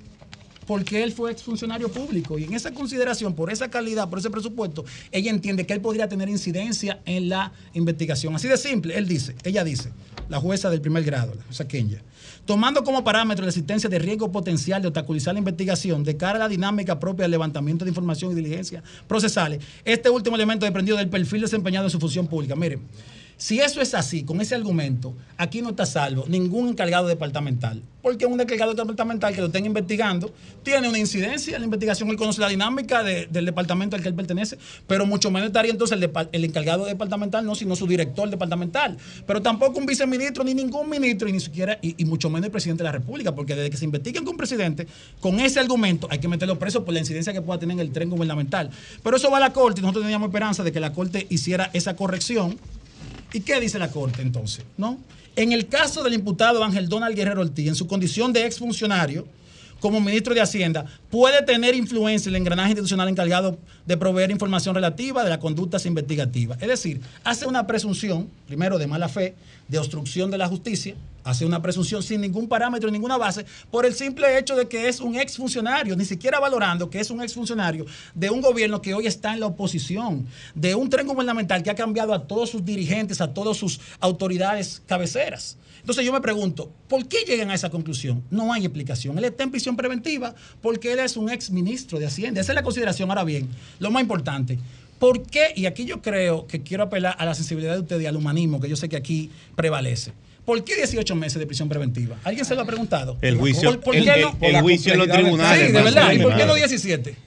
porque él fue exfuncionario público y en esa consideración, por esa calidad, por ese presupuesto, ella entiende que él podría tener incidencia en la investigación. Así de simple, él dice, ella dice, la jueza del primer grado, la jueza Kenya, tomando como parámetro la existencia de riesgo potencial de obstaculizar la investigación de cara a la dinámica propia del levantamiento de información y diligencia procesales, este último elemento dependido del perfil desempeñado en su función pública. Miren, Si eso es así, con ese argumento, aquí no está salvo ningún encargado departamental. Porque un encargado departamental que lo estén investigando tiene una incidencia en la investigación, él conoce la dinámica de, del departamento al que él pertenece, pero mucho menos estaría entonces el, de, el encargado departamental, no, sino su director departamental. Pero tampoco un viceministro, ni ningún ministro, y ni siquiera, y, y mucho menos el presidente de la República, porque desde que se investiguen con un presidente, con ese argumento, hay que meterlo preso por la incidencia que pueda tener en el tren gubernamental. Pero eso va a la Corte, y nosotros teníamos esperanza de que la Corte hiciera esa corrección. ¿Y qué dice la Corte entonces? ¿No? En el caso del imputado Ángel Donald Guerrero Ortiz, en su condición de exfuncionario, como ministro de Hacienda, puede tener influencia en el engranaje institucional encargado de proveer información relativa de las conductas investigativas. Es decir, hace una presunción, primero de mala fe, de obstrucción de la justicia, hace una presunción sin ningún parámetro, ninguna base, por el simple hecho de que es un exfuncionario, ni siquiera valorando que es un exfuncionario de un gobierno que hoy está en la oposición, de un tren gubernamental que ha cambiado a todos sus dirigentes, a todas sus autoridades cabeceras. Entonces yo me pregunto, ¿por qué llegan a esa conclusión? No hay explicación. Él está en prisión preventiva porque él es un ex ministro de Hacienda. Esa es la consideración. Ahora bien, lo más importante, ¿por qué? Y aquí yo creo que quiero apelar a la sensibilidad de ustedes y al humanismo, que yo sé que aquí prevalece. ¿Por qué dieciocho meses de prisión preventiva? ¿Alguien se lo ha preguntado? El juicio, ¿Por, por el, qué el, no? el juicio en los tribunales. Sí, de verdad. ¿Y por qué no diecisiete?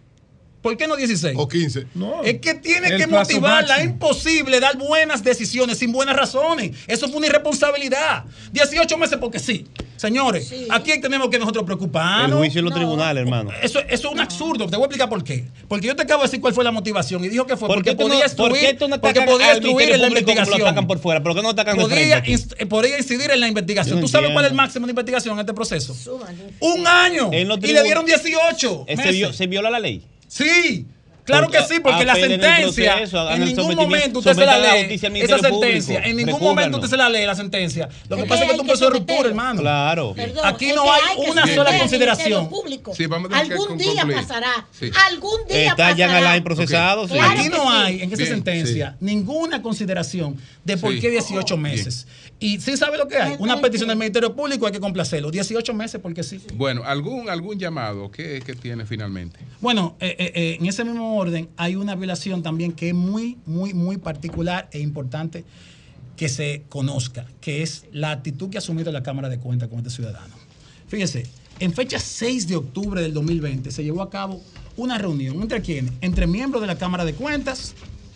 ¿Por qué no dieciséis? O quince. No, es que tiene que motivarla. Es imposible dar buenas decisiones sin buenas razones. Eso fue una irresponsabilidad. dieciocho meses porque sí. Señores, sí. Aquí tenemos que nosotros preocuparnos. El juicio en los no. tribunales, hermano. Eso, eso es un no. absurdo. Te voy a explicar por qué. Porque yo te acabo de decir cuál fue la motivación y dijo que fue ¿Por porque podía no, instruir, ¿por qué tú no porque podía instruir en la investigación. Lo atacan por fuera, ¿por qué no atacan podía, de frente? Podía incidir en la investigación. No ¿Tú sabes entiendo. cuál es el máximo de investigación en este proceso? Un año. Y le dieron dieciocho. ¿Se, vio, ¿Se viola la ley? Sí. Claro que sí, porque la sentencia, en, proceso, en ningún momento usted se la lee, esa sentencia, en ningún momento usted se la lee, la sentencia. Lo que pasa es que es un proceso de ruptura, hermano. Claro. Perdón, aquí no hay, hay una sola consideración. Sí, vamos a algún día concluir. pasará, sí. algún día Está pasará. ya en el procesado. Okay. Sí. Aquí no hay, en esa Bien, sentencia, sí. ninguna consideración de por qué dieciocho meses. Bien. Y sí sabe lo que hay, una petición del Ministerio Público, hay que complacerlo. dieciocho meses porque sí. Bueno, ¿algún, algún llamado? ¿Qué, qué tiene finalmente? Bueno, eh, eh, en ese mismo orden hay una violación también que es muy, muy, muy particular e importante que se conozca, que es la actitud que ha asumido la Cámara de Cuentas con este ciudadano. Fíjese, en fecha seis de octubre del dos mil veinte se llevó a cabo una reunión, ¿entre quiénes? Entre miembros de la Cámara de Cuentas,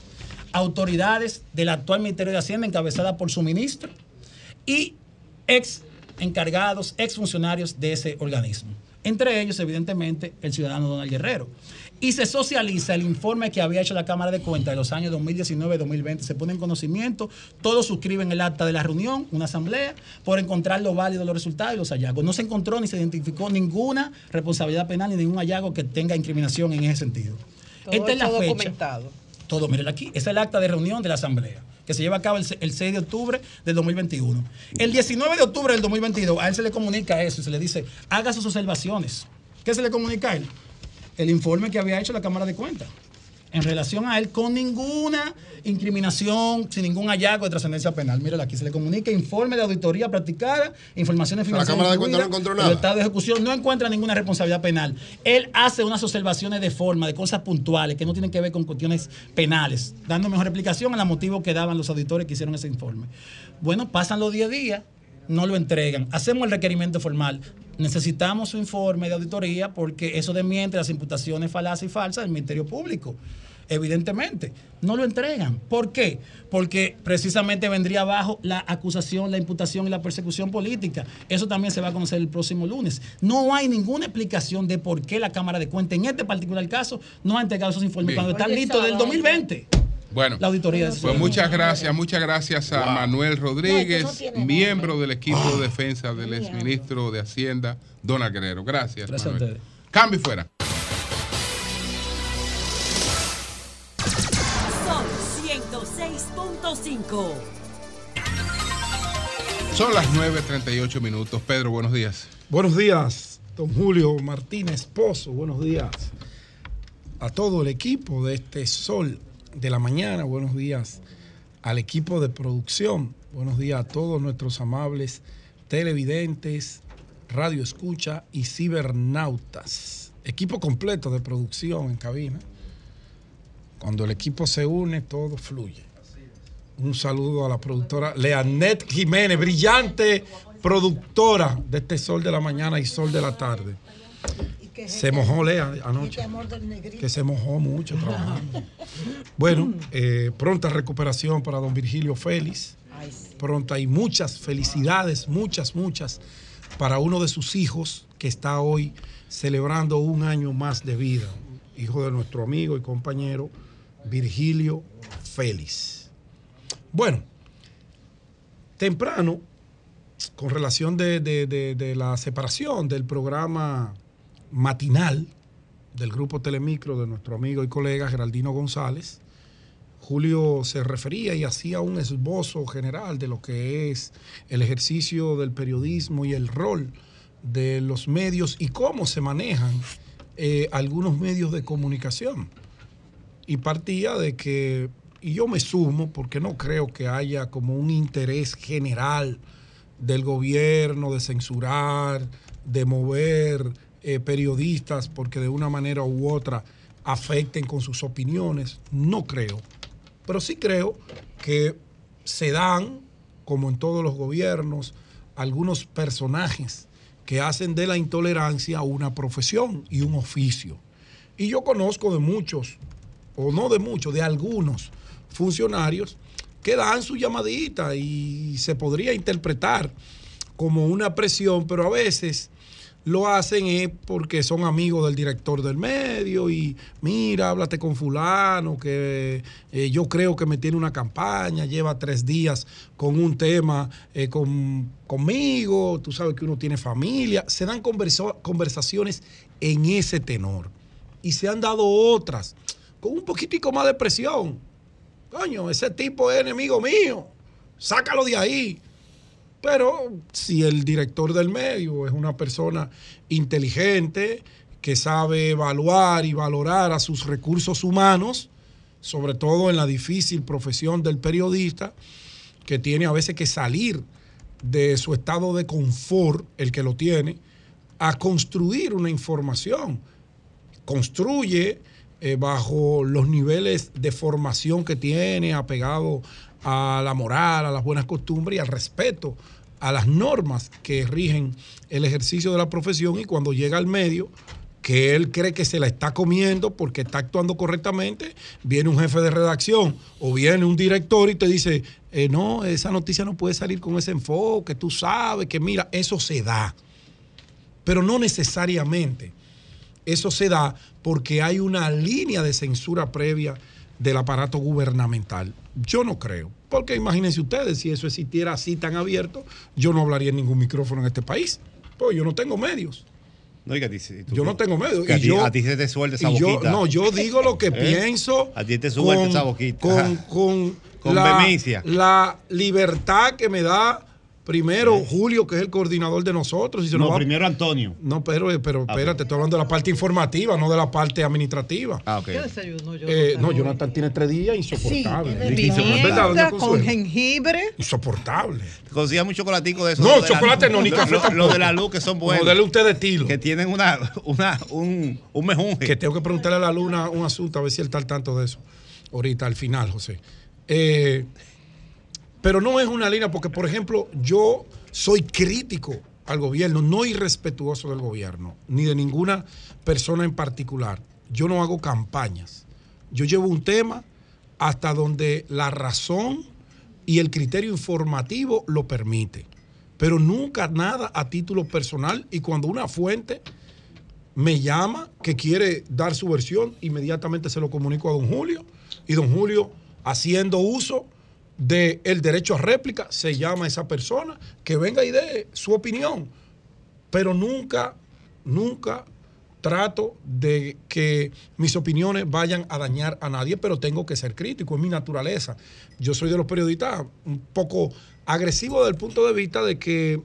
autoridades del actual Ministerio de Hacienda encabezada por su ministro y ex encargados, ex funcionarios de ese organismo. Entre ellos, evidentemente, el ciudadano Donald Guerrero. Y se socializa el informe que había hecho la Cámara de Cuentas de los años dos mil diecinueve y dos mil veinte. Se pone en conocimiento, todos suscriben el acta de la reunión, una asamblea, por encontrar lo válido de los resultados y los hallazgos. No se encontró ni se identificó ninguna responsabilidad penal ni ningún hallazgo que tenga incriminación en ese sentido. Todo Esta es la fecha. Documentado. Todo, miren aquí, es el acta de reunión de la asamblea, que se lleva a cabo el, el seis de octubre del dos mil veintiuno. El diecinueve de octubre del dos mil veintidós, a él se le comunica eso y se le dice, haga sus observaciones. ¿Qué se le comunica a él? El informe que había hecho la Cámara de Cuentas en relación a él con ninguna incriminación, sin ningún hallazgo de trascendencia penal. Míralo aquí, se le comunica informe de auditoría practicada, informaciones financieras. La Cámara de Cuentas no encontró nada. El estado de ejecución no encuentra ninguna responsabilidad penal. Él hace unas observaciones de forma, de cosas puntuales que no tienen que ver con cuestiones penales, dando mejor explicación a los motivos que daban los auditores que hicieron ese informe. Bueno, pasan los diez días, no lo entregan. Hacemos el requerimiento formal. Necesitamos su informe de auditoría porque eso desmiente las imputaciones falaces y falsas del Ministerio Público. Evidentemente, no lo entregan. ¿Por qué? Porque precisamente vendría abajo la acusación, la imputación y la persecución política. Eso también se va a conocer el próximo lunes. No hay ninguna explicación de por qué la Cámara de Cuentas, en este particular caso, no ha entregado esos informes Bien. cuando están listos del dos mil veinte. Bueno, la auditoría de pues muchas gracias, muchas gracias a wow. Manuel Rodríguez, no, no miembro nombre. del equipo oh. de defensa del exministro de Hacienda, Donald Guerrero. Gracias, gracias Manuel. a ustedes. Cambio y fuera. Son ciento seis punto cinco. Son las nueve treinta y ocho minutos. Pedro, buenos días. Buenos días, don Julio Martínez Pozo. Buenos días a todo el equipo de este Sol de la Mañana. Buenos días al equipo de producción. Buenos días a todos nuestros amables televidentes, radio escucha y cibernautas. Equipo completo de producción en cabina. Cuando el equipo se une, todo fluye. Un saludo a la productora Leanet Jiménez, brillante productora de este Sol de la Mañana y Sol de la Tarde. Se mojó Lea anoche. Que se mojó mucho trabajando. Bueno, eh, pronta recuperación para don Virgilio Félix. Pronta y muchas felicidades, muchas, muchas, para uno de sus hijos que está hoy celebrando un año más de vida. Hijo de nuestro amigo y compañero Virgilio Félix. Bueno, temprano, con relación de, de, de, de la separación del programa matinal del grupo Telemicro de nuestro amigo y colega Geraldino González, Julio se refería y hacía un esbozo general de lo que es el ejercicio del periodismo y el rol de los medios y cómo se manejan eh, algunos medios de comunicación. Y partía de que, y yo me sumo porque no creo que haya como un interés general del gobierno de censurar, de mover eh, periodistas porque de una manera u otra afecten con sus opiniones, no creo. Pero sí creo que se dan, como en todos los gobiernos, algunos personajes que hacen de la intolerancia una profesión y un oficio. Y yo conozco de muchos, o no de muchos, de algunos funcionarios que dan su llamadita y se podría interpretar como una presión, pero a veces lo hacen es porque son amigos del director del medio y mira, háblate con fulano, que eh, yo creo que me tiene una campaña, lleva tres días con un tema eh, con, conmigo, tú sabes que uno tiene familia, se dan converso, conversaciones en ese tenor y se han dado otras con un poquitico más de presión. Coño, ese tipo es enemigo mío, sácalo de ahí. Pero si el director del medio es una persona inteligente, que sabe evaluar y valorar a sus recursos humanos, sobre todo en la difícil profesión del periodista, que tiene a veces que salir de su estado de confort, el que lo tiene, a construir una información. Construye eh, bajo los niveles de formación que tiene, apegado a la moral, a las buenas costumbres y al respeto a las normas que rigen el ejercicio de la profesión, y cuando llega al medio, que él cree que se la está comiendo porque está actuando correctamente, viene un jefe de redacción o viene un director y te dice, eh, no, esa noticia no puede salir con ese enfoque, tú sabes que mira, eso se da. Pero no necesariamente. Eso se da porque hay una línea de censura previa del aparato gubernamental. Yo no creo, porque imagínense ustedes, si eso existiera así tan abierto, yo no hablaría en ningún micrófono en este país, pues yo no tengo medios. No, y a ti, tú, yo no tengo medios. Y a, ti, yo, a ti se te suelta esa y yo, boquita. No, yo digo lo que ¿Eh? pienso. A ti te suelta esa boquita. Con, con, con la, vehemencia. La libertad que me da primero ¿Eh? Julio, que es el coordinador de nosotros. Y se no, nos va, primero Antonio. No, pero, pero ah, espérate, estoy hablando de la parte informativa, no de la parte administrativa. Ah, ok. ¿Qué desayuno yo? Eh, no, Jonathan tiene tres días insoportable. Sí, ¿verdad, con jengibre. Insoportable. Consiga un chocolatico de eso. No, de chocolate la, no, ni lo, café lo, tampoco. Lo de la luz, que son buenos. No, dele usted de estilo. Que tienen una, una, un, un mejunje. Que tengo que preguntarle a la Luna un asunto, a ver si él está al tanto de eso. Ahorita, al final, José. Eh, pero no es una línea, porque, por ejemplo, yo soy crítico al gobierno, no irrespetuoso del gobierno, ni de ninguna persona en particular. Yo no hago campañas. Yo llevo un tema hasta donde la razón y el criterio informativo lo permite, pero nunca nada a título personal, y cuando una fuente me llama que quiere dar su versión, inmediatamente se lo comunico a don Julio, y don Julio, haciendo uso del derecho a réplica, se llama a esa persona que venga y dé su opinión, pero nunca, nunca trato de que mis opiniones vayan a dañar a nadie, pero tengo que ser crítico, es mi naturaleza. Yo soy de los periodistas un poco agresivo desde el punto de vista de que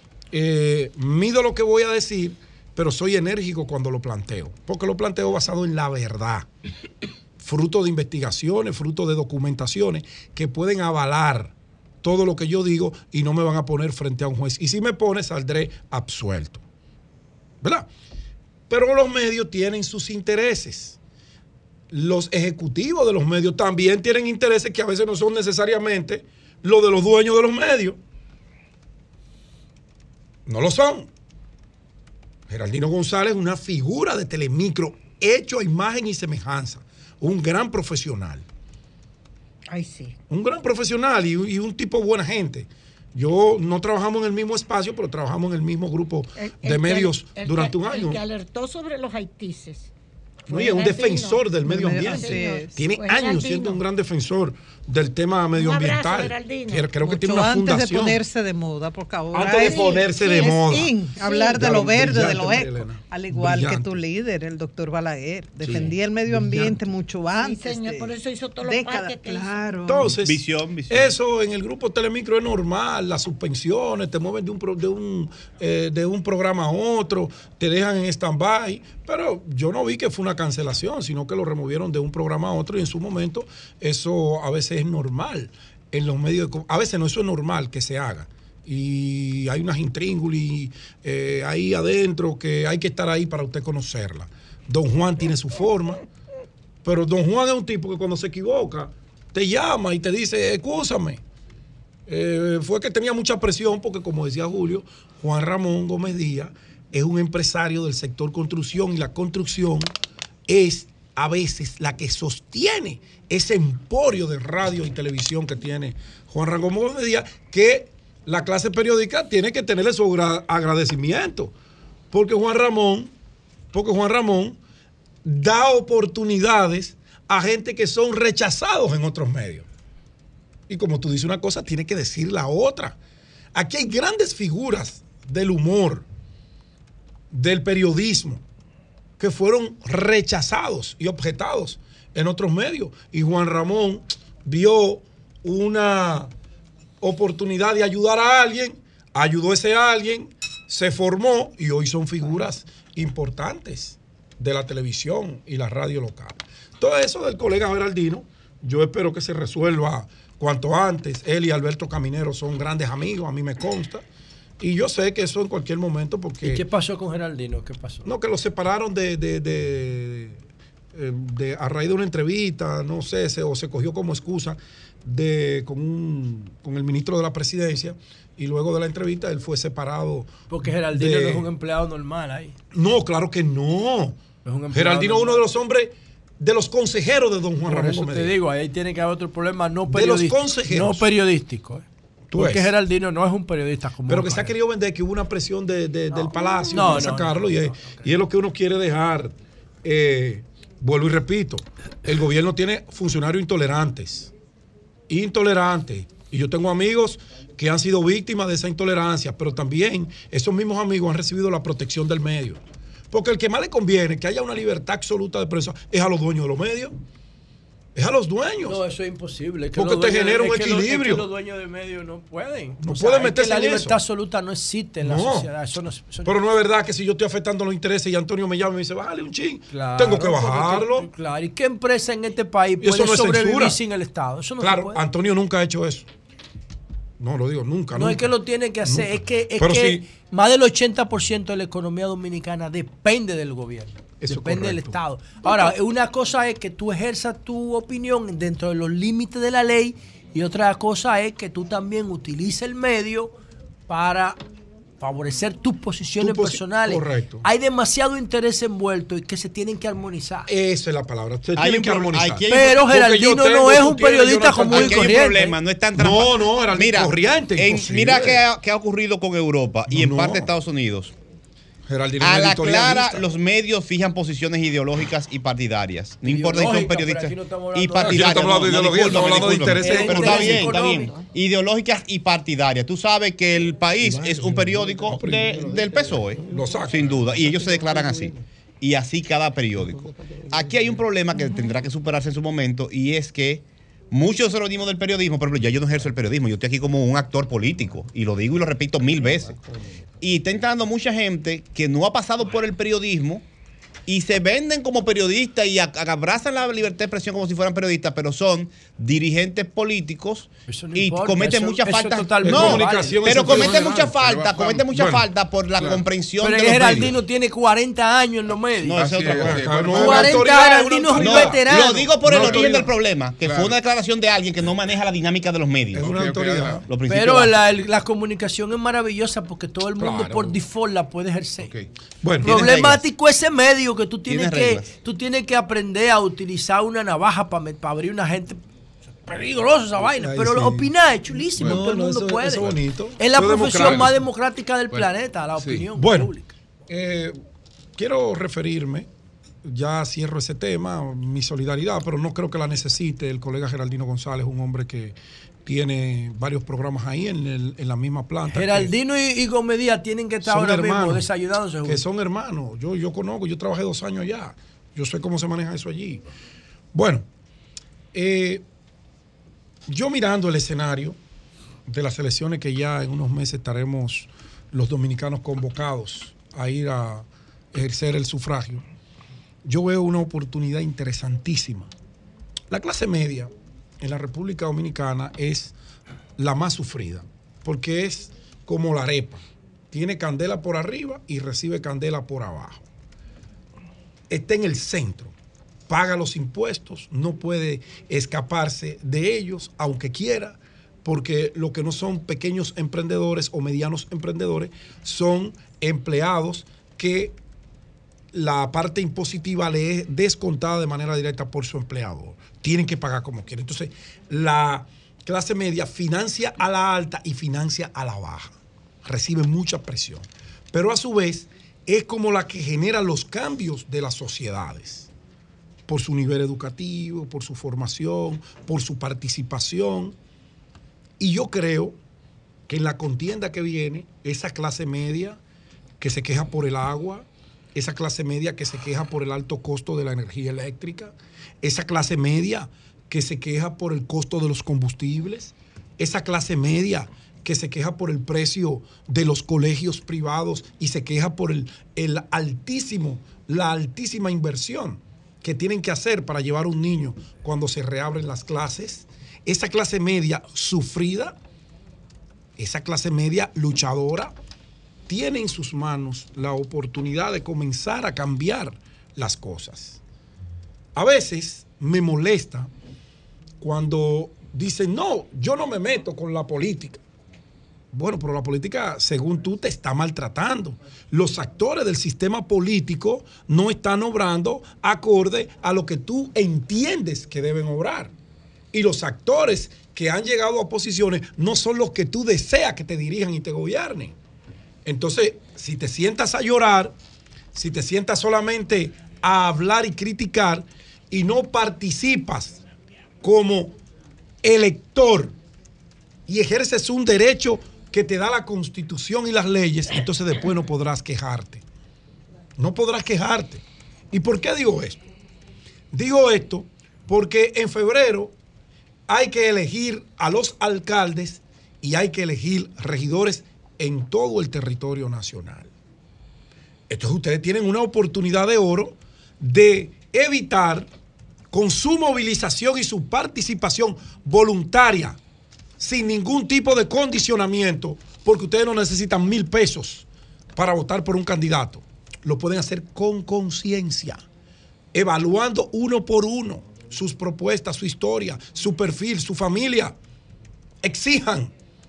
eh, mido lo que voy a decir, pero soy enérgico cuando lo planteo, porque lo planteo basado en la verdad, fruto de investigaciones, fruto de documentaciones que pueden avalar todo lo que yo digo y no me van a poner frente a un juez. Y si me pone, saldré absuelto. ¿Verdad? Pero los medios tienen sus intereses. los ejecutivos de los medios también tienen intereses que a veces no son necesariamente los de los dueños de los medios. No lo son. Geraldino González es una figura de Telemicro hecho a imagen y semejanza. Un gran profesional. Ay, sí. Un gran profesional y, y un tipo buena gente. Yo no trabajamos en el mismo espacio, pero trabajamos en el mismo grupo El- de el medios que- el durante que- un año. El que alertó sobre los haitises. No, y es un defensor del medio ambiente. Tiene Fue años Geraldino. siendo un gran defensor del tema medioambiental. Geraldino. Creo, creo que tiene Mucho una antes fundación. de ponerse de moda, porque ahora Antes de es- ponerse de es moda. in hablar de Ya, lo verde, de lo brillante, eco, Elena. al igual Brillante. que tu líder, el doctor Balaguer, defendía el medio ambiente mucho antes. señor, de por eso hizo todos los décadas, parques que hizo. claro. Entonces, Visión, visión. eso en el grupo Telemicro es normal, las suspensiones, te mueven de un, pro- de un, eh, de un programa a otro, te dejan en stand-by, pero yo no vi que fue una cancelación, sino que lo removieron de un programa a otro y en su momento eso a veces es normal en los medios, de com- a veces no, eso es normal que se haga. Y hay unas intríngulis eh, ahí adentro que hay que estar ahí para usted conocerla. Don Juan tiene su forma, pero Don Juan es un tipo que cuando se equivoca te llama y te dice, excúsame. Eh, fue que tenía mucha presión porque, como decía Julio, Juan Ramón Gómez Díaz es un empresario del sector construcción y la construcción es a veces la que sostiene ese emporio de radio y televisión que tiene Juan Ramón Gómez Díaz, que la clase periódica tiene que tenerle su agra- agradecimiento, porque Juan Ramón, porque Juan Ramón da oportunidades a gente que son rechazados en otros medios. Y como tú dices una cosa, tiene que decir la otra. Aquí hay grandes figuras del humor, del periodismo, que fueron rechazados y objetados en otros medios. Y Juan Ramón vio una oportunidad de ayudar a alguien, ayudó a ese alguien, se formó y hoy son figuras importantes de la televisión y la radio local. Todo eso del colega Geraldino, yo espero que se resuelva cuanto antes. Él y Alberto Caminero son grandes amigos, a mí me consta. Y yo sé que eso en cualquier momento, porque... ¿Y qué pasó con Geraldino? ¿Qué pasó? No, que lo separaron de, de, de, eh, de- a raíz de una entrevista, no sé, se, o se cogió como excusa de, con, un, con el ministro de la presidencia, y luego de la entrevista él fue separado. Porque Geraldino de- no es un empleado normal ahí. No, claro que no. Es un empleado Geraldino es uno normal. de los hombres, de los consejeros de don Juan Por Ramón eso Gómez te Díaz. digo, ahí tiene que haber otro problema no De los periodístico. consejeros. No periodístico. eh. Tú Porque ves. Geraldino no es un periodista común. Pero que se ha querido vender, que hubo una presión de- de- del palacio No, para no, sacarlo, no, y, es, no, y es lo que uno quiere dejar. Eh, vuelvo y repito, el gobierno tiene funcionarios intolerantes, intolerantes, y yo tengo amigos que han sido víctimas de esa intolerancia, pero también esos mismos amigos han recibido la protección del medio. Porque el que más le conviene que haya una libertad absoluta de prensa es a los dueños de los medios. Es a los dueños. No, eso es imposible. Es que Porque los te dueños- genera un es que los- equilibrio. es que los dueños de medios no pueden. No O sea, pueden es que meterse la en libertad eso. absoluta no existe en la No. sociedad. Eso no, es- eso Pero no es verdad que si yo estoy afectando los intereses y Antonio me llama y me dice, vale un ching, Claro, tengo que porque- bajarlo. Claro, ¿y qué empresa en este país Y eso puede no es sobrevivir censura. sin el Estado? Eso no se Claro, puede. Antonio nunca ha hecho eso. No, lo digo, nunca. No nunca. es que lo tiene que hacer, Nunca. es que, es Pero que sí. más del ochenta por ciento de la economía dominicana depende del gobierno, Eso es depende del correcto. Estado. Ahora, una cosa es que tú ejerzas tu opinión dentro de los límites de la ley y otra cosa es que tú también utilices el medio para favorecer tus posiciones Tu posi- personales. correcto. Hay demasiado interés envuelto y que se tienen que armonizar. Esa es la palabra. Se Hay tienen un que pro- armonizar. aquí hay- Pero Porque Geraldino yo tengo, no es tú un tienes, periodista Jonathan, común y Aquí hay un corriente. problema, no es tan No, trampa- no, era mira, corriente, en- imposible. mira qué ha, qué ha ocurrido con Europa y No, en no. parte Estados Unidos. Geraldino A es la editorialista. clara, los medios fijan posiciones ideológicas y partidarias. No importa si son Ideológicas, periodistas. pero aquí no estamos Y hablando de eso. partidarias. Aquí no estamos hablando de ideología, estamos hablando de discúlpame, intereses Pero está bien, económicos. está bien. Ideológicas y partidarias. Tú sabes que el país es un periódico de- del P S O E. Lo sacan. Sin duda. Y ellos se declaran así. Y así cada periódico. Aquí hay un problema que tendrá que superarse en su momento y es que muchos sinónimos del periodismo, por ejemplo, ya yo no ejerzo el periodismo, yo estoy aquí como un actor político y lo digo y lo repito mil veces. Y está entrando mucha gente que no ha pasado por el periodismo y se venden como periodistas y abrazan la libertad de expresión como si fueran periodistas, pero son dirigentes políticos no y importa, cometen eso, muchas eso faltas. No, pero cometen muchas faltas, cometen muchas faltas por la claro. comprensión pero de los Geraldino medios. tiene cuarenta años en los medios. No, esa es otra cosa. Claro, no, cuarenta años, Geraldino es un no, veterano. Lo digo por el no, origen autoridad. del problema, que claro. fue una declaración de alguien que no maneja la dinámica de los medios. Es una okay, autoridad. Okay, pero la, la comunicación es maravillosa porque todo el mundo claro. por default la puede ejercer. Okay. Bueno, problemático ese medio que tú tienes que tú tienes que aprender a utilizar una navaja para pa abrir una gente. Peligroso esa vaina, Ay, pero sí. opinar es chulísimo, bueno, todo el mundo no, eso, puede. Eso es bonito. Es la eso profesión más democrática del bueno, planeta, la opinión sí. bueno, pública. Eh, quiero referirme, ya cierro ese tema, mi solidaridad, pero no creo que la necesite el colega Geraldino González, un hombre que tiene varios programas ahí en, el, en la misma planta. Geraldino que, y, y Gómez Díaz tienen que estar ahora hermanos, mismo desayunándose. Que son hermanos, yo, yo conozco, yo trabajé dos años allá, yo sé cómo se maneja eso allí. Bueno, eh, yo mirando el escenario de las elecciones que ya en unos meses estaremos los dominicanos convocados a ir a ejercer el sufragio, yo veo una oportunidad interesantísima. La clase media en la República Dominicana es la más sufrida, porque es como la arepa, tiene candela por arriba y recibe candela por abajo. Está en el centro, paga los impuestos, no puede escaparse de ellos, aunque quiera, porque lo que no son pequeños emprendedores o medianos emprendedores son empleados que la parte impositiva le es descontada de manera directa por su empleador. Tienen que pagar como quieren. Entonces, la clase media financia a la alta y financia a la baja. Recibe mucha presión. Pero a su vez, es como la que genera los cambios de las sociedades. Por su nivel educativo, por su formación, por su participación. Y yo creo que en la contienda que viene, esa clase media que se queja por el agua, esa clase media que se queja por el alto costo de la energía eléctrica, esa clase media que se queja por el costo de los combustibles, esa clase media que se queja por el precio de los colegios privados y se queja por el, el altísimo, la altísima inversión que tienen que hacer para llevar a un niño cuando se reabren las clases, esa clase media sufrida, esa clase media luchadora, tiene en sus manos la oportunidad de comenzar a cambiar las cosas. A veces me molesta cuando dicen, no, yo no me meto con la política. Bueno, pero la política, según tú, te está maltratando. Los actores del sistema político no están obrando acorde a lo que tú entiendes que deben obrar. Y los actores que han llegado a posiciones no son los que tú deseas que te dirijan y te gobiernen. Entonces, si te sientas a llorar, si te sientas solamente a hablar y criticar y no participas como elector y ejerces un derecho que te da la Constitución y las leyes, entonces después no podrás quejarte. No podrás quejarte. ¿Y por qué digo esto? Digo esto porque en febrero hay que elegir a los alcaldes y hay que elegir regidores en todo el territorio nacional. Entonces ustedes tienen una oportunidad de oro de evitar con su movilización y su participación voluntaria, sin ningún tipo de condicionamiento, porque ustedes no necesitan mil pesos para votar por un candidato. Lo pueden hacer con conciencia, evaluando uno por uno sus propuestas, su historia, su perfil, su familia. Exijan.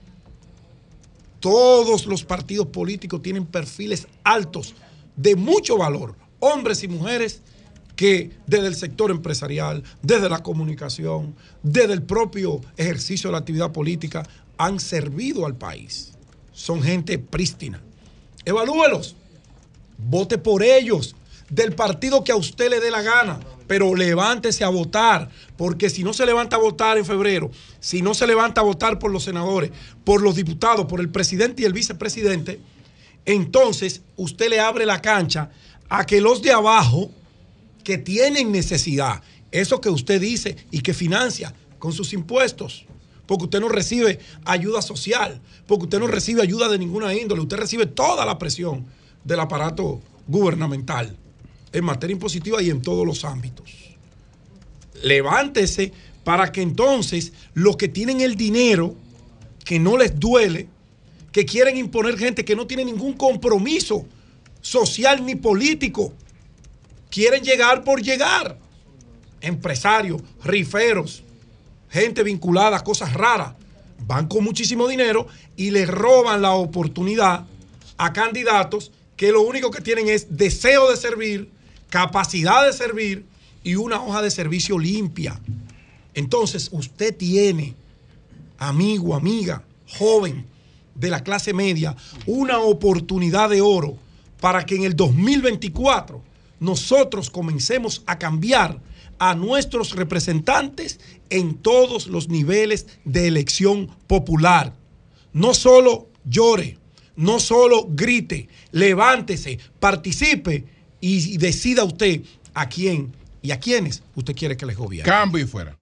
Todos los partidos políticos tienen perfiles altos de mucho valor, hombres y mujeres que desde el sector empresarial, desde la comunicación, desde el propio ejercicio de la actividad política, han servido al país. Son gente prístina. Evalúelos, vote por ellos, del partido que a usted le dé la gana, pero levántese a votar, porque si no se levanta a votar en febrero, si no se levanta a votar por los senadores, por los diputados, por el presidente y el vicepresidente, entonces usted le abre la cancha a que los de abajo, que tienen necesidad, eso que usted dice y que financia con sus impuestos, porque usted no recibe ayuda social, porque usted no recibe ayuda de ninguna índole, usted recibe toda la presión del aparato gubernamental. en materia impositiva y en todos los ámbitos. Levántese para que entonces los que tienen el dinero, que no les duele, que quieren imponer gente que no tiene ningún compromiso social ni político, quieren llegar por llegar. Empresarios, riferos, gente vinculada a cosas raras, van con muchísimo dinero y le roban la oportunidad a candidatos que lo único que tienen es deseo de servir, capacidad de servir y una hoja de servicio limpia. Entonces usted tiene, amigo, amiga, joven de la clase media, una oportunidad de oro para que en el dos mil veinticuatro nosotros comencemos a cambiar a nuestros representantes en todos los niveles de elección popular. No solo llore, no solo grite, levántese, participe y decida usted a quién y a quiénes usted quiere que les gobierne. Cambio y fuera.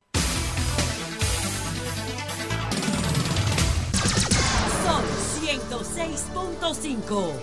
Sol ciento seis punto cinco.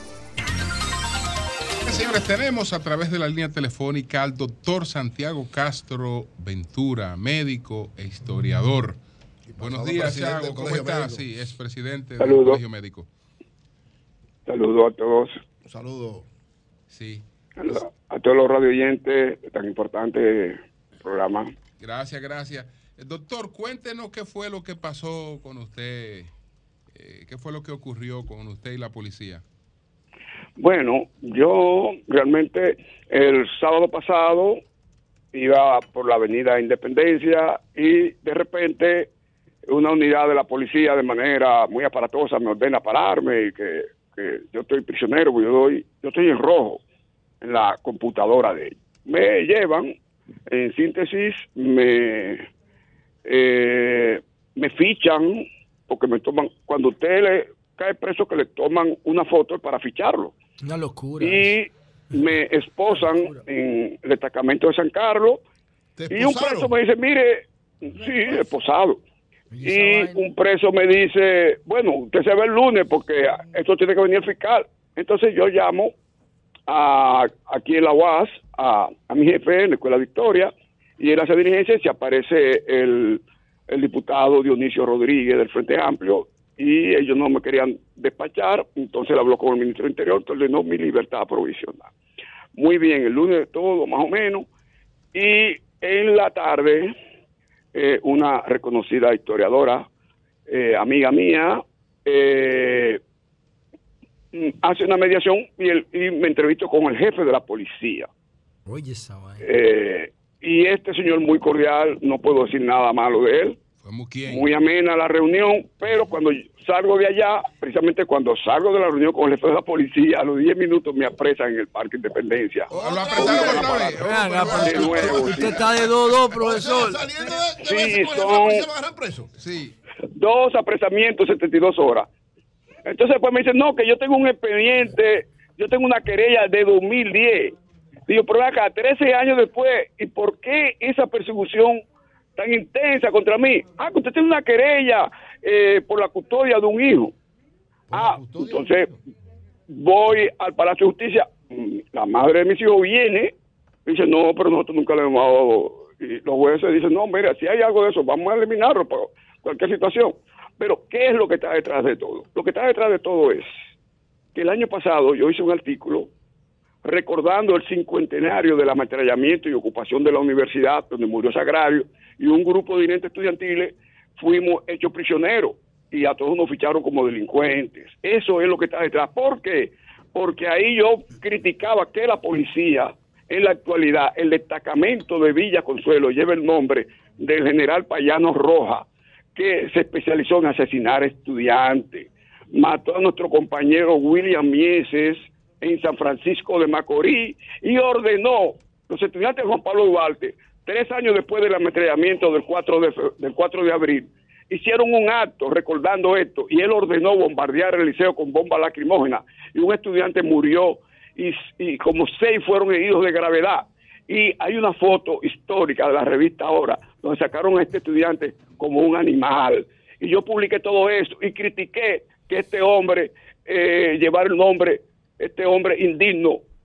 Señores, tenemos a través de la línea telefónica al doctor Santiago Castro Ventura, médico e historiador. Buenos días, Santiago. ¿Cómo estás? Sí, es presidente del Colegio Médico. Saludos a todos. Un saludo. Sí. A, a todos los radio oyentes de tan importante programa. Gracias, gracias. Eh, doctor, cuéntenos qué fue lo que pasó con usted, eh, qué fue lo que ocurrió con usted y la policía. Bueno, yo realmente el sábado pasado iba por la avenida Independencia y de repente una unidad de la policía de manera muy aparatosa me ordena pararme y que, que yo estoy prisionero, yo, doy, yo estoy en rojo en la computadora de ellos. Me llevan, en síntesis, me, eh, me fichan porque me toman, cuando usted le cae preso que le toman una foto para ficharlo. Una locura. Y me esposan en el destacamento de San Carlos. Y un preso me dice, mire, sí, esposado. Y un preso me dice, bueno, usted se ve el lunes porque esto tiene que venir el fiscal. Entonces yo llamo a, aquí en la U A S a, a mi jefe en la Escuela Victoria y él hace diligencia y se aparece el, el diputado Dionisio Rodríguez del Frente Amplio. Y ellos no me querían despachar, entonces le habló con el ministro del Interior, entonces le dio mi libertad provisional. Muy bien, el lunes todo, más o menos, y en la tarde, eh, una reconocida historiadora, eh, amiga mía, eh, hace una mediación y, el, y me entrevisto con el jefe de la policía. Oye, esa vaina. Eh, y este señor muy cordial, no puedo decir nada malo de él. Muy amena la reunión, pero cuando salgo de allá, precisamente cuando salgo de la reunión con el jefe de la policía, a los diez minutos me apresan en el Parque Independencia. Oh, ¿Lo apresaron otra vez? De nuevo. Usted está de dos dos, profesor. Sí, son sí. dos apresamientos, setenta y dos horas. Entonces después me dicen, no, que yo tengo un expediente, yo tengo una querella de dos mil diez. Digo, pero acá, trece años después, ¿y por qué esa persecución tan intensa contra mí? Ah, que usted tiene una querella eh, por la custodia de un hijo. Ah, entonces voy al Palacio de Justicia, la madre de mis hijos viene, y dice, no, pero nosotros nunca le hemos dado, y los jueces dicen, no, mira, si hay algo de eso, vamos a eliminarlo por cualquier situación. Pero, ¿qué es lo que está detrás de todo? Lo que está detrás de todo es que el año pasado yo hice un artículo recordando el cincuentenario del ametrallamiento y ocupación de la universidad, donde murió Sagrario, y un grupo de dirigentes estudiantiles fuimos hechos prisioneros, y a todos nos ficharon como delincuentes. Eso es lo que está detrás. ¿Por qué? Porque ahí yo criticaba que la policía, en la actualidad, el destacamento de Villa Consuelo lleva el nombre del general Payano Roja, que se especializó en asesinar estudiantes, mató a nuestro compañero William Mieses en San Francisco de Macorís y ordenó los estudiantes de Juan Pablo Duarte, tres años después del ametrallamiento del cuatro de, del cuatro de abril, hicieron un acto recordando esto y él ordenó bombardear el liceo con bombas lacrimógenas y un estudiante murió y, y como seis fueron heridos de gravedad. Y hay una foto histórica de la revista Ahora donde sacaron a este estudiante como un animal. Y yo publiqué todo eso y critiqué que este hombre eh, llevara el nombre, este hombre indigno,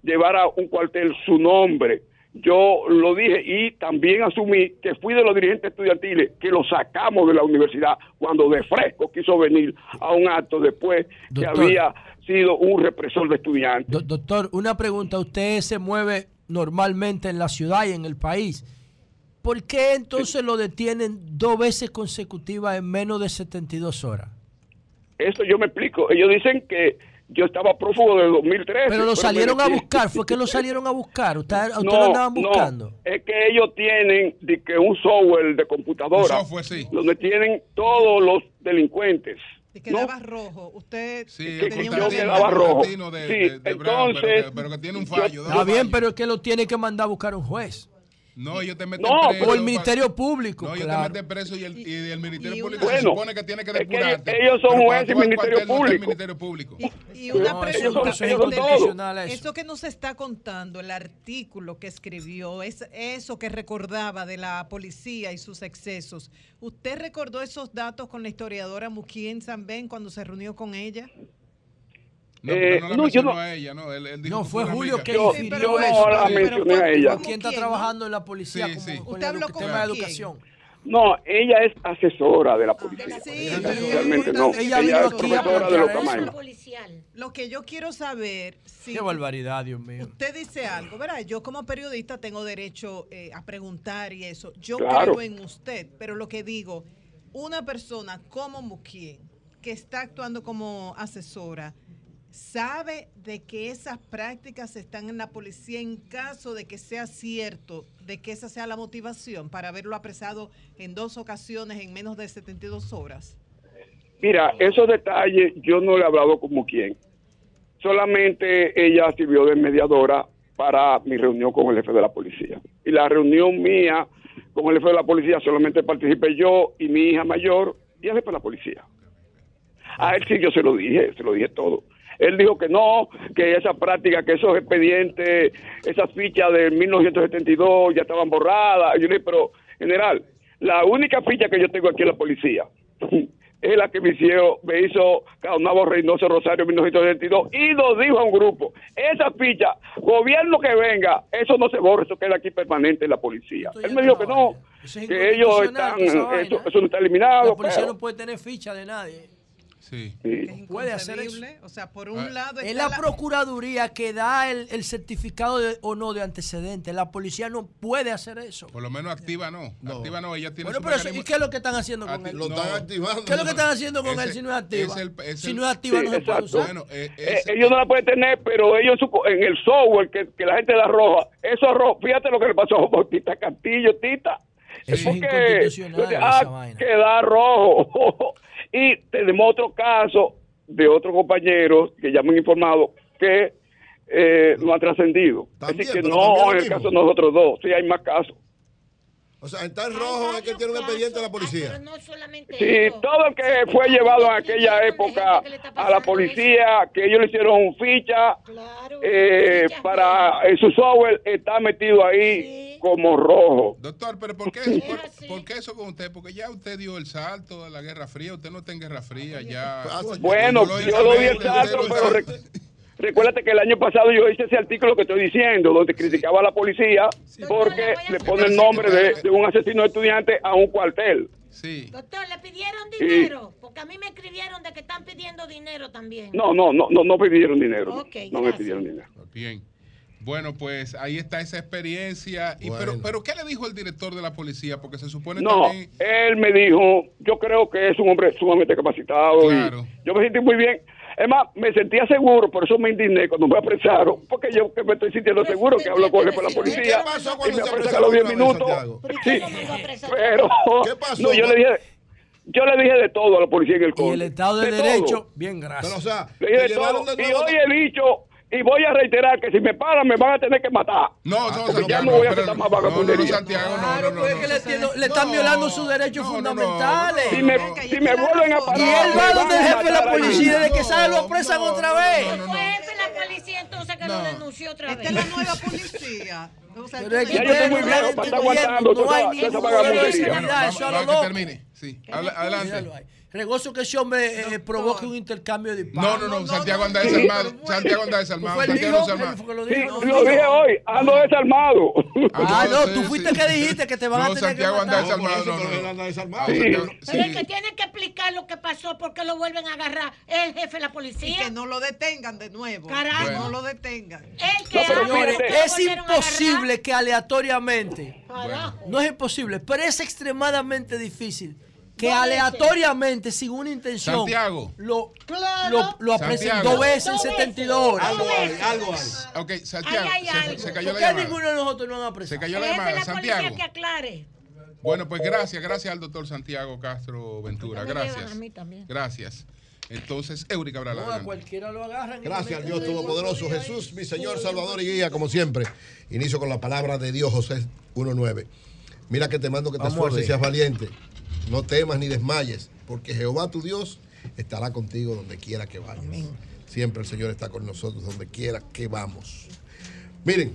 llevara un cuartel su nombre. Yo lo dije y también asumí que fui de los dirigentes estudiantiles que lo sacamos de la universidad cuando de fresco quiso venir a un acto después Doctor, que había sido un represor de estudiantes. Do, doctor, una pregunta. Usted se mueve normalmente en la ciudad y en el país. ¿Por qué entonces sí. lo detienen dos veces consecutivas en menos de setenta y dos horas? Eso yo me explico. Ellos dicen que yo estaba prófugo del dos mil trece. Pero lo salieron a buscar, ¿fue que lo salieron a buscar? ¿Usted, usted no, lo andaban buscando? No, es que ellos tienen de que un software de computadora un software, sí. donde tienen todos los delincuentes. Y quedaba ¿no? rojo. Usted sí, que, que yo quedaba rojo. De, sí, de, de Brown, entonces... Pero que, pero que tiene un fallo. Está bien, pero es que lo tiene que mandar a buscar un juez. No, ellos te meten no, preso. O el Ministerio Público. No, ellos claro. te meten preso y el, y el Ministerio y Público bueno, se supone que tiene que depurarte. Es que ellos son jueces y Ministerio Público. No Ministerio Público. Y, y una no, pregunta. Eso, eso, eso. eso que nos está contando, el artículo que escribió, es eso que recordaba de la policía y sus excesos. ¿Usted recordó esos datos con la historiadora Muquien Sanben cuando se reunió con ella? No, eh, no la no, mencionó no, a ella, no. Él, él dijo no, fue Julio amiga. que yo, infirió yo eso. no la mencioné a ella. ¿Quién está trabajando en la policía? Sí, con, sí. con ¿Usted habló el con tema de quién? educación? No, ella es asesora de la policía. Ah, sí, realmente no. Ella, ella es profesora de los tamaños. Lo que yo quiero saber, si qué barbaridad, Dios mío. Usted dice algo, ¿verdad? Yo como periodista tengo derecho eh, a preguntar y eso. Yo claro. creo en usted, pero lo que digo, una persona como Muquien, que está actuando como asesora, ¿sabe de que esas prácticas están en la policía en caso de que sea cierto, de que esa sea la motivación para haberlo apresado en dos ocasiones en menos de setenta y dos horas? Mira, esos detalles yo no le he hablado como quien. Solamente ella sirvió de mediadora para mi reunión con el jefe de la policía. Y la reunión mía con el jefe de la policía solamente participé yo y mi hija mayor y el jefe de la policía. A él sí yo se lo dije, se lo dije todo. Él dijo que no, que esa práctica, que esos expedientes, esas fichas de mil novecientos setenta y dos ya estaban borradas. Yo le dije, pero general, la única ficha que yo tengo aquí en la policía es la que me hizo, me hizo Caonabo Reynoso Rosario en mil novecientos setenta y dos y nos dijo a un grupo, esa ficha, gobierno que venga, eso no se borra, eso queda aquí permanente en la policía. Él me dijo que no, que ellos están, eso, eso no está eliminado. La policía pero, no puede tener ficha de nadie. Sí. Es puede hacer eso. O sea, por un lado es la, la Procuraduría que da el, el certificado de, o no de antecedentes. La policía no puede hacer eso. Por lo menos activa no. no. Activa no, ella tiene bueno, su pero mecanismo. ¿y qué es lo que están haciendo con Acti él? Lo no. están activando. ¿Qué es lo que están haciendo con ese, él si no es activa? Es el, es si el, no es activa sí, no se puede exacto. usar. Bueno, eh, eh, es, ellos no la pueden tener, pero ellos en, su, en el software que, que la gente da roja, eso roja, fíjate lo que le pasó a Bautista Castillo, Tita. Eso es porque inconstitucional, ah, esa vaina. queda rojo. Y tenemos otro caso de otros compañeros que ya me han informado que eh, no ha trascendido. Así que no, en el caso de nosotros dos, sí hay más casos. O sea, está en rojo es que tiene un expediente de la policía. No solamente sí, eso. todo el que fue llevado en aquella época a la policía, que ellos le hicieron ficha claro, eh, ficha para en su software, está metido ahí sí. como rojo. Doctor, pero ¿por qué, por, ¿por qué eso con usted? Porque ya usted dio el salto a la Guerra Fría, usted no está en Guerra Fría ya. Bueno, yo, yo lo di el salto, pero... Rec Recuérdate que el año pasado yo hice ese artículo que estoy diciendo, donde criticaba a la policía sí. porque le pone el nombre de, de un asesino de estudiante a un cuartel. Sí. Doctor, ¿le pidieron dinero? Sí. Porque a mí me escribieron de que están pidiendo dinero también. No, no, no, no, no pidieron dinero. Okay, no gracias. me pidieron dinero. Bien. Bueno, pues ahí está esa experiencia. Y bueno. pero, pero ¿qué le dijo el director de la policía? Porque se supone no, también... él me dijo, yo creo que es un hombre sumamente capacitado. Claro. Y yo me sentí muy bien. Es más, me sentía seguro, por eso me indigné cuando me apresaron, porque yo que me estoy sintiendo seguro que hablo con él por la policía. ¿Qué pasó cuando y me te apresaron a los diez minutos? Sí, pero ¿qué pasó? no, yo le dije, yo le dije de todo a la policía en el coche. Y el Estado de, de Derecho, todo. Bien, gracias. Pero, o sea, le dije de todo. De y hoy he dicho, y voy a reiterar que si me paran me van a tener que matar. No, no, porque Santiago, ya no voy a pero, aceptar más no, no, vagabundería. no, Santiago, no, no, no, no, no, que le, tiene, no, le están no, violando sus derechos no, fundamentales. Si me, si me vuelven a parar. Y él va donde el jefe de la policía, desde que sale lo apresan no, otra vez. No, no, no. Fue jefe de la policía entonces que lo denunció otra vez. Esta es la nueva policía. O sea, ya yo estoy muy viejo para estar aguantando toda esa vagabundería. Bueno, vamos, vamos a que termine. Sí, adelante. Regozo que ese hombre eh, provoque un intercambio de disparos. No, no, no, Santiago anda desarmado. Santiago anda desarmado. Santiago desarmado. Sí, lo dije hoy, ando desarmado. Ah, no, tú fuiste que dijiste que te van a tener Santiago que anda desarmado. No, no, anda desarmado. Pero el que tiene que explicar lo que pasó, porque lo vuelven a agarrar, es el jefe de la policía. Y que no lo detengan de nuevo. Carajo. Bueno. No lo detengan. El que Señores, es imposible que aleatoriamente, bueno. no es imposible, pero es extremadamente difícil que aleatoriamente, sin una intención, Santiago. lo, claro. lo, lo aprecien dos veces en setenta y dos horas. Algo hay, algo hay. Ok, Santiago, ay, ay, se, se cayó la ¿Por llamada? qué ninguno de nosotros no han apreciado? Se cayó la llamada, la Santiago. Que aclare. Bueno, pues gracias, gracias al doctor Santiago Castro Ventura, gracias. A mí también. Gracias. Entonces, Eurica Cabral. No, a cualquiera lo agarran. Gracias al Dios Todopoderoso, Jesús, mi Señor, Salvador y Guía, como siempre. Inicio con la palabra de Dios, José uno nueve. Mira que te mando que te esfuerces y seas valiente. No temas ni desmayes, porque Jehová tu Dios estará contigo donde quiera que vayas. Amén. Siempre el Señor está con nosotros donde quiera que vamos. Miren,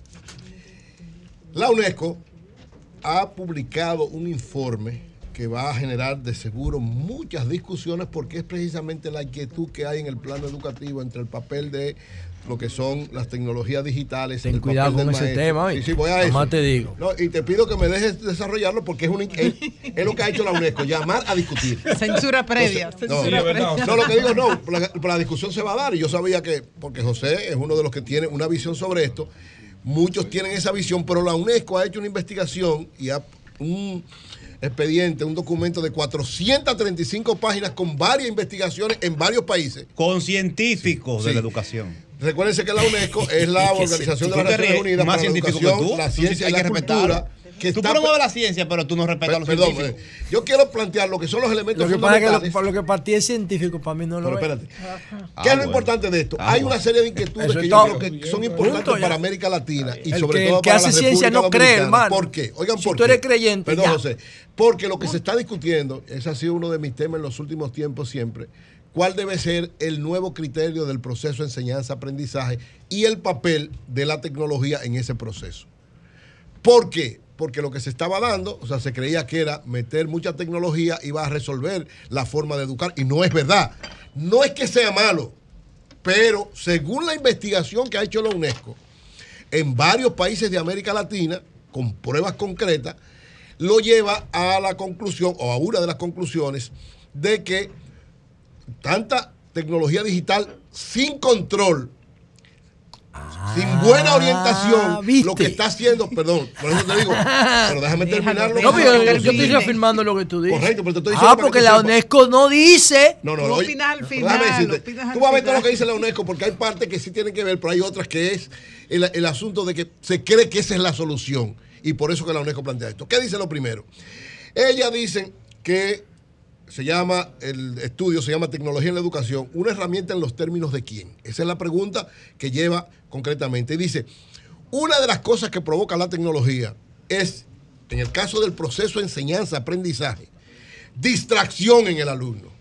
la UNESCO ha publicado un informe que va a generar de seguro muchas discusiones porque es precisamente la inquietud que hay en el plano educativo entre el papel de lo que son las tecnologías digitales. Ten cuidado con ese tema. Sí, sí, voy a eso. Más te digo. No, y te pido que me dejes desarrollarlo porque es, un, es, es lo que ha hecho la UNESCO, llamar a discutir. Censura previa. Entonces, censura no, previa. no, lo que digo no, la, la discusión se va a dar y yo sabía que, porque José es uno de los que tiene una visión sobre esto, muchos tienen esa visión, pero la UNESCO ha hecho una investigación y ha un expediente, un documento de cuatrocientas treinta y cinco páginas con varias investigaciones en varios países. Con científicos sí, de sí. la educación. Recuérdense que la UNESCO es la Organización de las Naciones Unidas más para la Educación, que tú. la ciencia y la cultura. Que tú promueves la ciencia, pero tú no respetas a los perdón, científicos. Eh, yo quiero plantear lo que son los elementos lo que fundamentales. Pasa es que lo, lo que para ti es científico, para mí no lo pero es. Espérate. Ah, ¿Qué es lo bueno. importante de esto? Ah, Hay bueno. una serie de inquietudes Eso que yo creo que son importantes Punto, para América Latina y el sobre que, todo el que para hace la ciencia República no cree, hermano. ¿Por qué? Oigan, si ¿por tú qué? eres creyente, Perdón, ya. José. Porque lo que se está discutiendo, ese ha sido uno de mis temas en los últimos tiempos siempre, cuál debe ser el nuevo criterio del proceso de enseñanza-aprendizaje y el papel de la tecnología en ese proceso. ¿Por qué? Porque lo que se estaba dando, o sea, se creía que era meter mucha tecnología iba a resolver la forma de educar, y no es verdad. No es que sea malo, pero según la investigación que ha hecho la UNESCO, en varios países de América Latina, con pruebas concretas, lo lleva a la conclusión, o a una de las conclusiones, de que tanta tecnología digital sin control, ah, sin buena orientación, ¿viste? Lo que está haciendo, perdón, por eso te digo, pero déjame terminar lo no, que yo, yo, yo estoy reafirmando lo que tú dices. Correcto, pero te estoy diciendo. Ah, porque la UNESCO no dice. No, no, no. Tú opinas al final. Decirte, tú vas a ver todo lo que dice la UNESCO, porque hay partes que sí tienen que ver, pero hay otras que es el, el asunto de que se cree que esa es la solución. Y por eso que la UNESCO plantea esto. ¿Qué dice lo primero? Ellas dicen que se llama, el estudio se llama Tecnología en la Educación, una herramienta en los términos de quién. Esa es la pregunta que lleva concretamente. Y dice, una de las cosas que provoca la tecnología es, en el caso del proceso de enseñanza-aprendizaje, distracción en el alumno.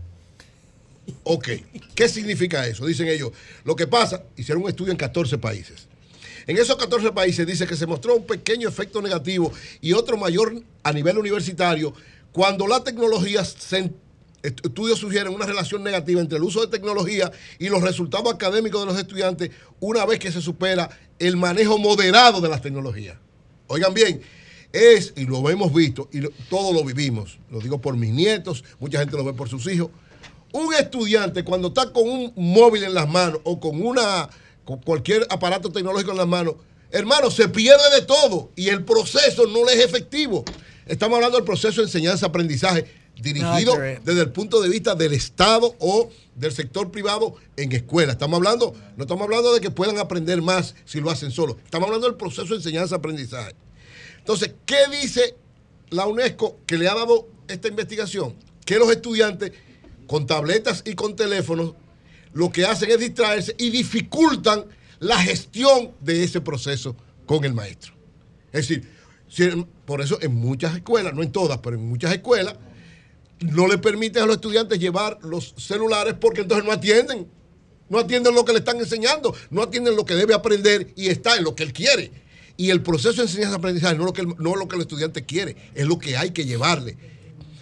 Ok, ¿qué significa eso? Dicen ellos, lo que pasa, hicieron un estudio en catorce países. En esos catorce países dice que se mostró un pequeño efecto negativo y otro mayor a nivel universitario cuando la tecnología, se, estudios sugieren una relación negativa entre el uso de tecnología y los resultados académicos de los estudiantes una vez que se supera el manejo moderado de las tecnologías. Oigan bien, es, y lo hemos visto, y lo, todos lo vivimos, lo digo por mis nietos, mucha gente lo ve por sus hijos, un estudiante cuando está con un móvil en las manos o con una... con cualquier aparato tecnológico en las manos, hermano, se pierde de todo y el proceso no le es efectivo. Estamos hablando del proceso de enseñanza-aprendizaje dirigido desde el punto de vista del Estado o del sector privado en escuela. Estamos hablando, no estamos hablando de que puedan aprender más si lo hacen solo. Estamos hablando del proceso de enseñanza-aprendizaje. Entonces, ¿qué dice la UNESCO que le ha dado esta investigación? Que los estudiantes con tabletas y con teléfonos lo que hacen es distraerse y dificultan la gestión de ese proceso con el maestro. Es decir, si, por eso en muchas escuelas, no en todas, pero en muchas escuelas, no le permiten a los estudiantes llevar los celulares porque entonces no atienden. No atienden lo que le están enseñando, no atienden lo que debe aprender y está en lo que él quiere. Y el proceso de enseñanza-aprendizaje no es lo que el, no es lo que el estudiante quiere, es lo que hay que llevarle.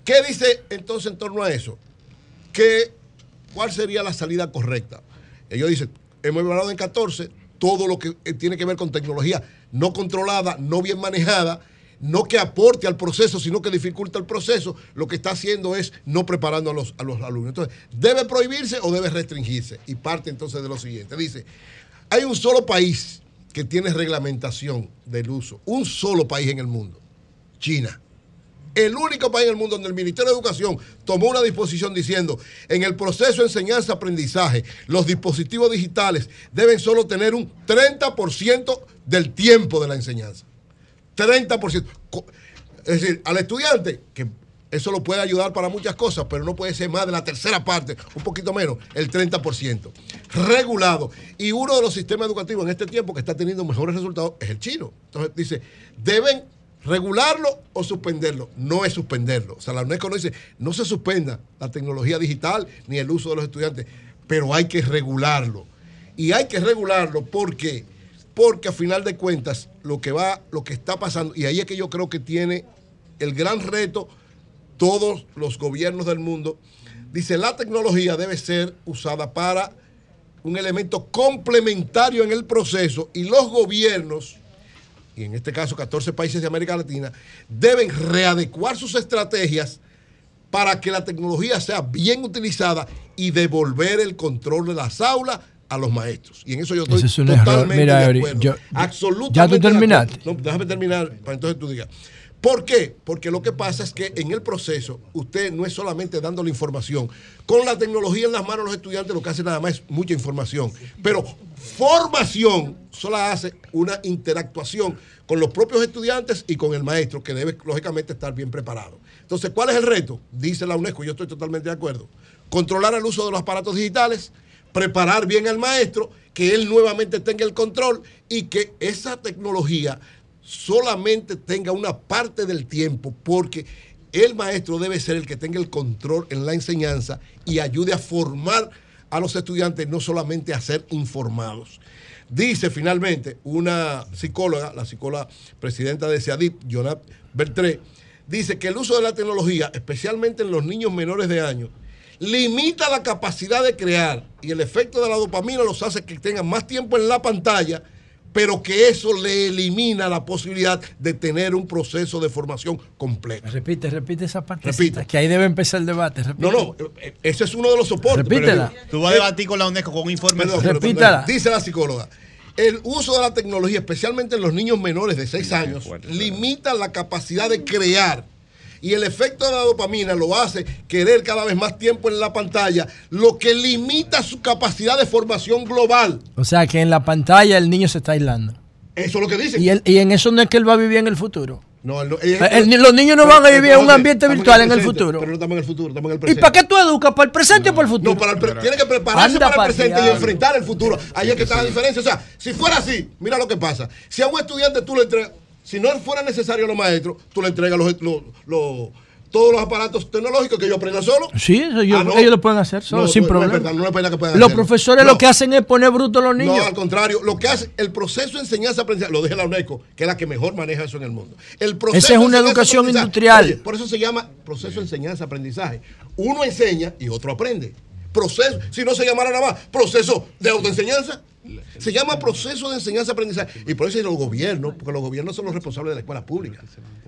¿Qué dice entonces en torno a eso? Que, ¿cuál sería la salida correcta? Ellos dicen, hemos evaluado en catorce todo lo que tiene que ver con tecnología no controlada, no bien manejada, no que aporte al proceso, sino que dificulta el proceso. Lo que está haciendo es no preparando a los, a los alumnos. Entonces, ¿debe prohibirse o debe restringirse? Y parte entonces de lo siguiente. Dice, hay un solo país que tiene reglamentación del uso. Un solo país en el mundo. China. El único país en el mundo donde el Ministerio de Educación tomó una disposición diciendo, en el proceso de enseñanza-aprendizaje, los dispositivos digitales deben solo tener un treinta por ciento del tiempo de la enseñanza. treinta por ciento. Es decir, al estudiante, que eso lo puede ayudar para muchas cosas, pero no puede ser más de la tercera parte, un poquito menos, el treinta por ciento. Regulado. Y uno de los sistemas educativos en este tiempo que está teniendo mejores resultados es el chino. Entonces dice, deben regularlo o suspenderlo. No es suspenderlo. O sea, la UNESCO no dice, no se suspenda la tecnología digital ni el uso de los estudiantes, pero hay que regularlo. Y hay que regularlo porque, porque a final de cuentas, lo que va, lo que está pasando, y ahí es que yo creo que tiene el gran reto todos los gobiernos del mundo, dice, la tecnología debe ser usada para un elemento complementario en el proceso y los gobiernos, y en este caso catorce países de América Latina, deben readecuar sus estrategias para que la tecnología sea bien utilizada y devolver el control de las aulas a los maestros. Y en eso yo estoy es un totalmente Mira, de Eri, acuerdo. yo- Absolutamente. ¿Ya tú de acuerdo. terminaste? No, déjame terminar para entonces tú digas. ¿Por qué? Porque lo que pasa es que en el proceso usted no es solamente dando la información. Con la tecnología en las manos de los estudiantes lo que hace nada más es mucha información. Pero formación solo hace una interactuación con los propios estudiantes y con el maestro, que debe lógicamente estar bien preparado. Entonces, ¿cuál es el reto? Dice la UNESCO, y yo estoy totalmente de acuerdo. Controlar el uso de los aparatos digitales, preparar bien al maestro, que él nuevamente tenga el control y que esa tecnología solamente tenga una parte del tiempo, porque el maestro debe ser el que tenga el control en la enseñanza y ayude a formar a los estudiantes, no solamente a ser informados. Dice finalmente una psicóloga, la psicóloga presidenta de SEADIP, Jonat Bertré, dice que el uso de la tecnología, especialmente en los niños menores de años, limita la capacidad de crear y el efecto de la dopamina los hace que tengan más tiempo en la pantalla, pero que eso le elimina la posibilidad de tener un proceso de formación completo. Repite, repite esa parte. Repite. Que ahí debe empezar el debate. No, no, ese es uno de los soportes. Repítela. Pero- Tú vas a debatir con la UNESCO con un informe. Perdón, perdón, Repítala. perdón. Dice la psicóloga, el uso de la tecnología, especialmente en los niños menores de seis años, limita la capacidad de crear. Y el efecto de la dopamina lo hace querer cada vez más tiempo en la pantalla, lo que limita su capacidad de formación global. O sea que en la pantalla el niño se está aislando. Eso es lo que dice. Y, él- y en eso no es que él va a vivir en el futuro. No, él no- El- él- el- los niños no pero- van a vivir pero, en un José, ambiente estamos virtual en el presente, futuro. Pero no estamos en el futuro, estamos en el ¿Y presente. para qué tú educas? ¿Para el presente o para el futuro? No, para el pre- tiene que prepararse Anda para el pa'l presente y diablo. enfrentar el futuro. Ahí es que está la diferencia. O sea, si fuera así, mira lo que pasa. Si a un estudiante tú le entregas, si no fuera necesario a los maestros, tú le entregas los, los- los- todos los aparatos tecnológicos que ellos aprendan solo. Sí, eso yo- Ah, no. ellos lo pueden hacer solo, No, sin no, problema. No es verdad, no es verdad que puedan Los hacerlo. profesores No. lo que hacen es poner bruto a los niños. No, al contrario, lo que hace el proceso de enseñanza-aprendizaje, lo dije la UNESCO, que es la que mejor maneja eso en el mundo. El proceso Esa es de una educación enseñanza-aprendizaje, industrial. oye, por eso se llama proceso de enseñanza-aprendizaje. Uno enseña y otro aprende. Proceso, si no se llamara nada más proceso de autoenseñanza, se llama proceso de enseñanza-aprendizaje. Y por eso los gobiernos, porque los gobiernos son los responsables de la escuela pública.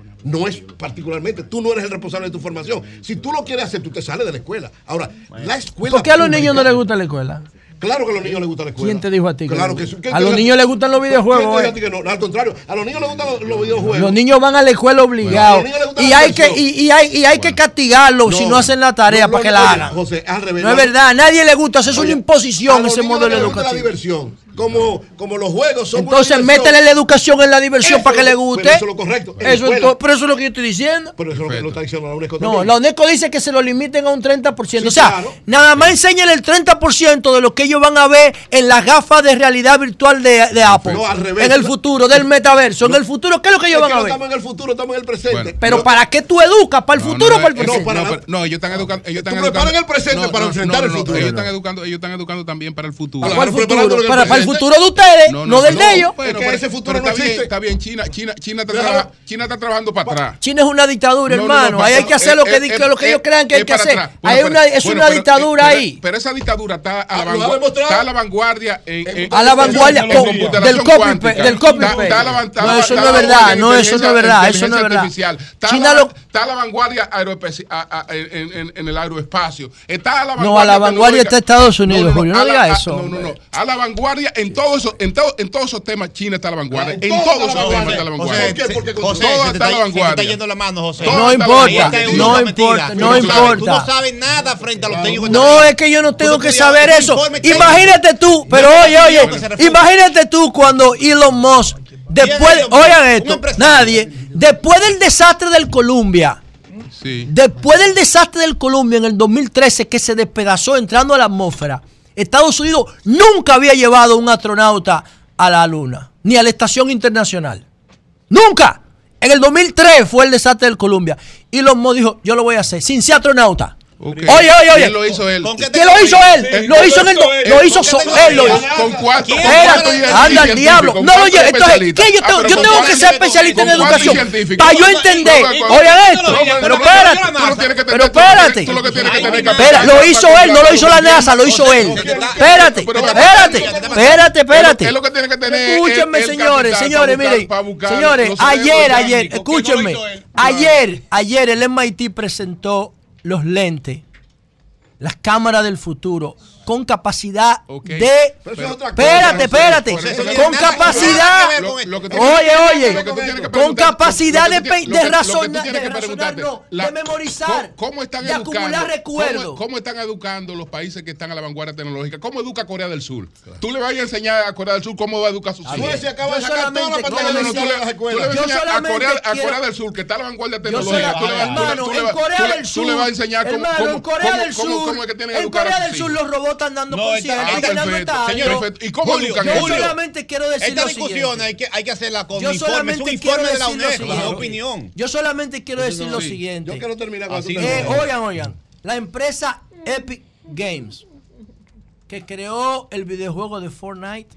No es particularmente, tú no eres el responsable de tu formación. Si tú lo quieres hacer, tú te sales de la escuela. Ahora, la escuela ¿Por qué a los pública- niños no les gusta la escuela? Claro que a los niños les gusta la escuela. ¿Quién te dijo a ti? que Claro no? que sí. ¿Quién A te los dijo- niños les gustan los ¿Quién te videojuegos. dijo a eh. ti que no? Al contrario, a los niños les gustan los, los videojuegos. Los niños van a la escuela obligados. Bueno, a los niños les gusta y, la hay que, diversión. y, y hay, y hay que castigarlos si No, no hacen la tarea no, para no, que la oye, hagan. José, al revés, no es no. verdad. A nadie le gusta. Eso es Oye, una a imposición, los ese niños modelo les gusta la educativo. diversión. Como, como los juegos son una Entonces, diversión. métele la educación en la diversión Eso para que es le lo- guste. pero eso es lo correcto. En la Eso es escuela. to- pero eso es lo que yo estoy diciendo. Pero eso es lo que lo está diciendo la UNESCO No, también. la UNESCO dice que se lo limiten a un treinta por ciento. Sí, o sea, claro. nada más enseñen el treinta por ciento de lo que ellos van a ver en las gafas de realidad virtual de, de Apple. No, al revés. En el futuro, del metaverso. En el futuro, ¿qué es lo que ellos Es van que a no ver? estamos en el futuro, estamos en el presente. Bueno. Pero Yo- ¿para qué tú educas? ¿Para el No, futuro no, o para el no, presente? no, para- pero- no, ellos están educando. Ellos están Tú educando. preparan el presente para enfrentar el futuro. Ellos No. están educando, ellos están educando también para el futuro. Claro, Para el preparándolo futuro, en para, para el futuro de ustedes, no, no, no del no, de ellos. Pero, pero ese futuro no existe. Bien, está bien, China, China, China, está traba, China está trabajando para atrás. China es una dictadura, no, hermano. No, no, ahí hay que hacer lo que, eh, eh, lo que ellos crean que hay que hacer. Bueno, hay una, es bueno, una pero, dictadura pero, ahí. Pero esa dictadura está a la vanguardia. Está a la vanguardia. A la vanguardia del copy del copy No, eso no es verdad. No, eso no es verdad. Eso no es verdad. China está a la vanguardia en el aeroespacio. Está a la vanguardia. No, a la vanguardia está Estados Unidos, Julio. No diga eso. No, no, no. A la vanguardia en todos esos, en todo, en todos esos temas, China está a la vanguardia. En, en todos esos temas está a la vanguardia. José, porque José, todo está a la vanguardia. Se está yendo la mano, José. No importa, no importa, no importa. Tú no sabes nada frente a los técnicos. No, es que yo no tengo que saber eso. Imagínate tú, pero oye, oye, imagínate tú cuando Elon Musk, después, oigan esto, nadie, después del desastre del Columbia, sí. después del desastre del Columbia en el dos mil trece que se despedazó entrando a la atmósfera, Estados Unidos nunca había llevado un astronauta a la Luna, ni a la Estación Internacional. ¡Nunca! En el dos mil tres fue el desastre del Columbia. Y Elon Musk dijo, yo lo voy a hacer, sin ser astronauta. Okay. Oye, oye, oye. ¿Quién lo hizo él? ¿Quién lo hizo él? Sí, lo hizo en el do, lo hizo so, él lo hizo. ¿Con cuánto? Anda al diablo. No, oye, entonces, ¿qué yo tengo? Yo tengo que ser especialista en educación para yo entender. Oigan esto. Pero espérate. Pero espérate. Espera, lo hizo él, no lo hizo la NASA, lo hizo él. Espérate, espérate, espérate, espérate. Es lo que tiene que tener. Escúchenme, señores, señores, miren. Señores, ayer, ayer, escúchenme. Ayer, ayer el M I T presentó los lentes, las cámaras del futuro, con capacidad okay. de... Espérate, espérate. Con capacidad... Oye, oye. Con capacidad de, de razonar, de, razonar no, de memorizar, ¿cómo están de educando, acumular recuerdos. ¿cómo, ¿Cómo están educando los países que están a la vanguardia tecnológica? ¿Cómo educa Corea del Sur? Tú le vas a enseñar a Corea del Sur cómo va a educar a sus hijos. Suecia acaba de sacar toda la pantalla de las escuelas. Tú le vas a enseñar a Corea, a Corea del Sur, que está a la vanguardia tecnológica. Tú le vas a enseñar cómo es que tienen que educar a sus hijos. Los robots están dando conciencia. Señor, ¿y cómo Julio, educan yo solamente quiero decir esta lo discusión siguiente. hay que, hay que hacerla con yo informe, es un informe de la UNESCO, no es opinión. Yo solamente quiero decir no, lo sí. siguiente. Yo quiero terminar con eh, Oigan, oigan. La empresa Epic Games, que creó el videojuego de Fortnite,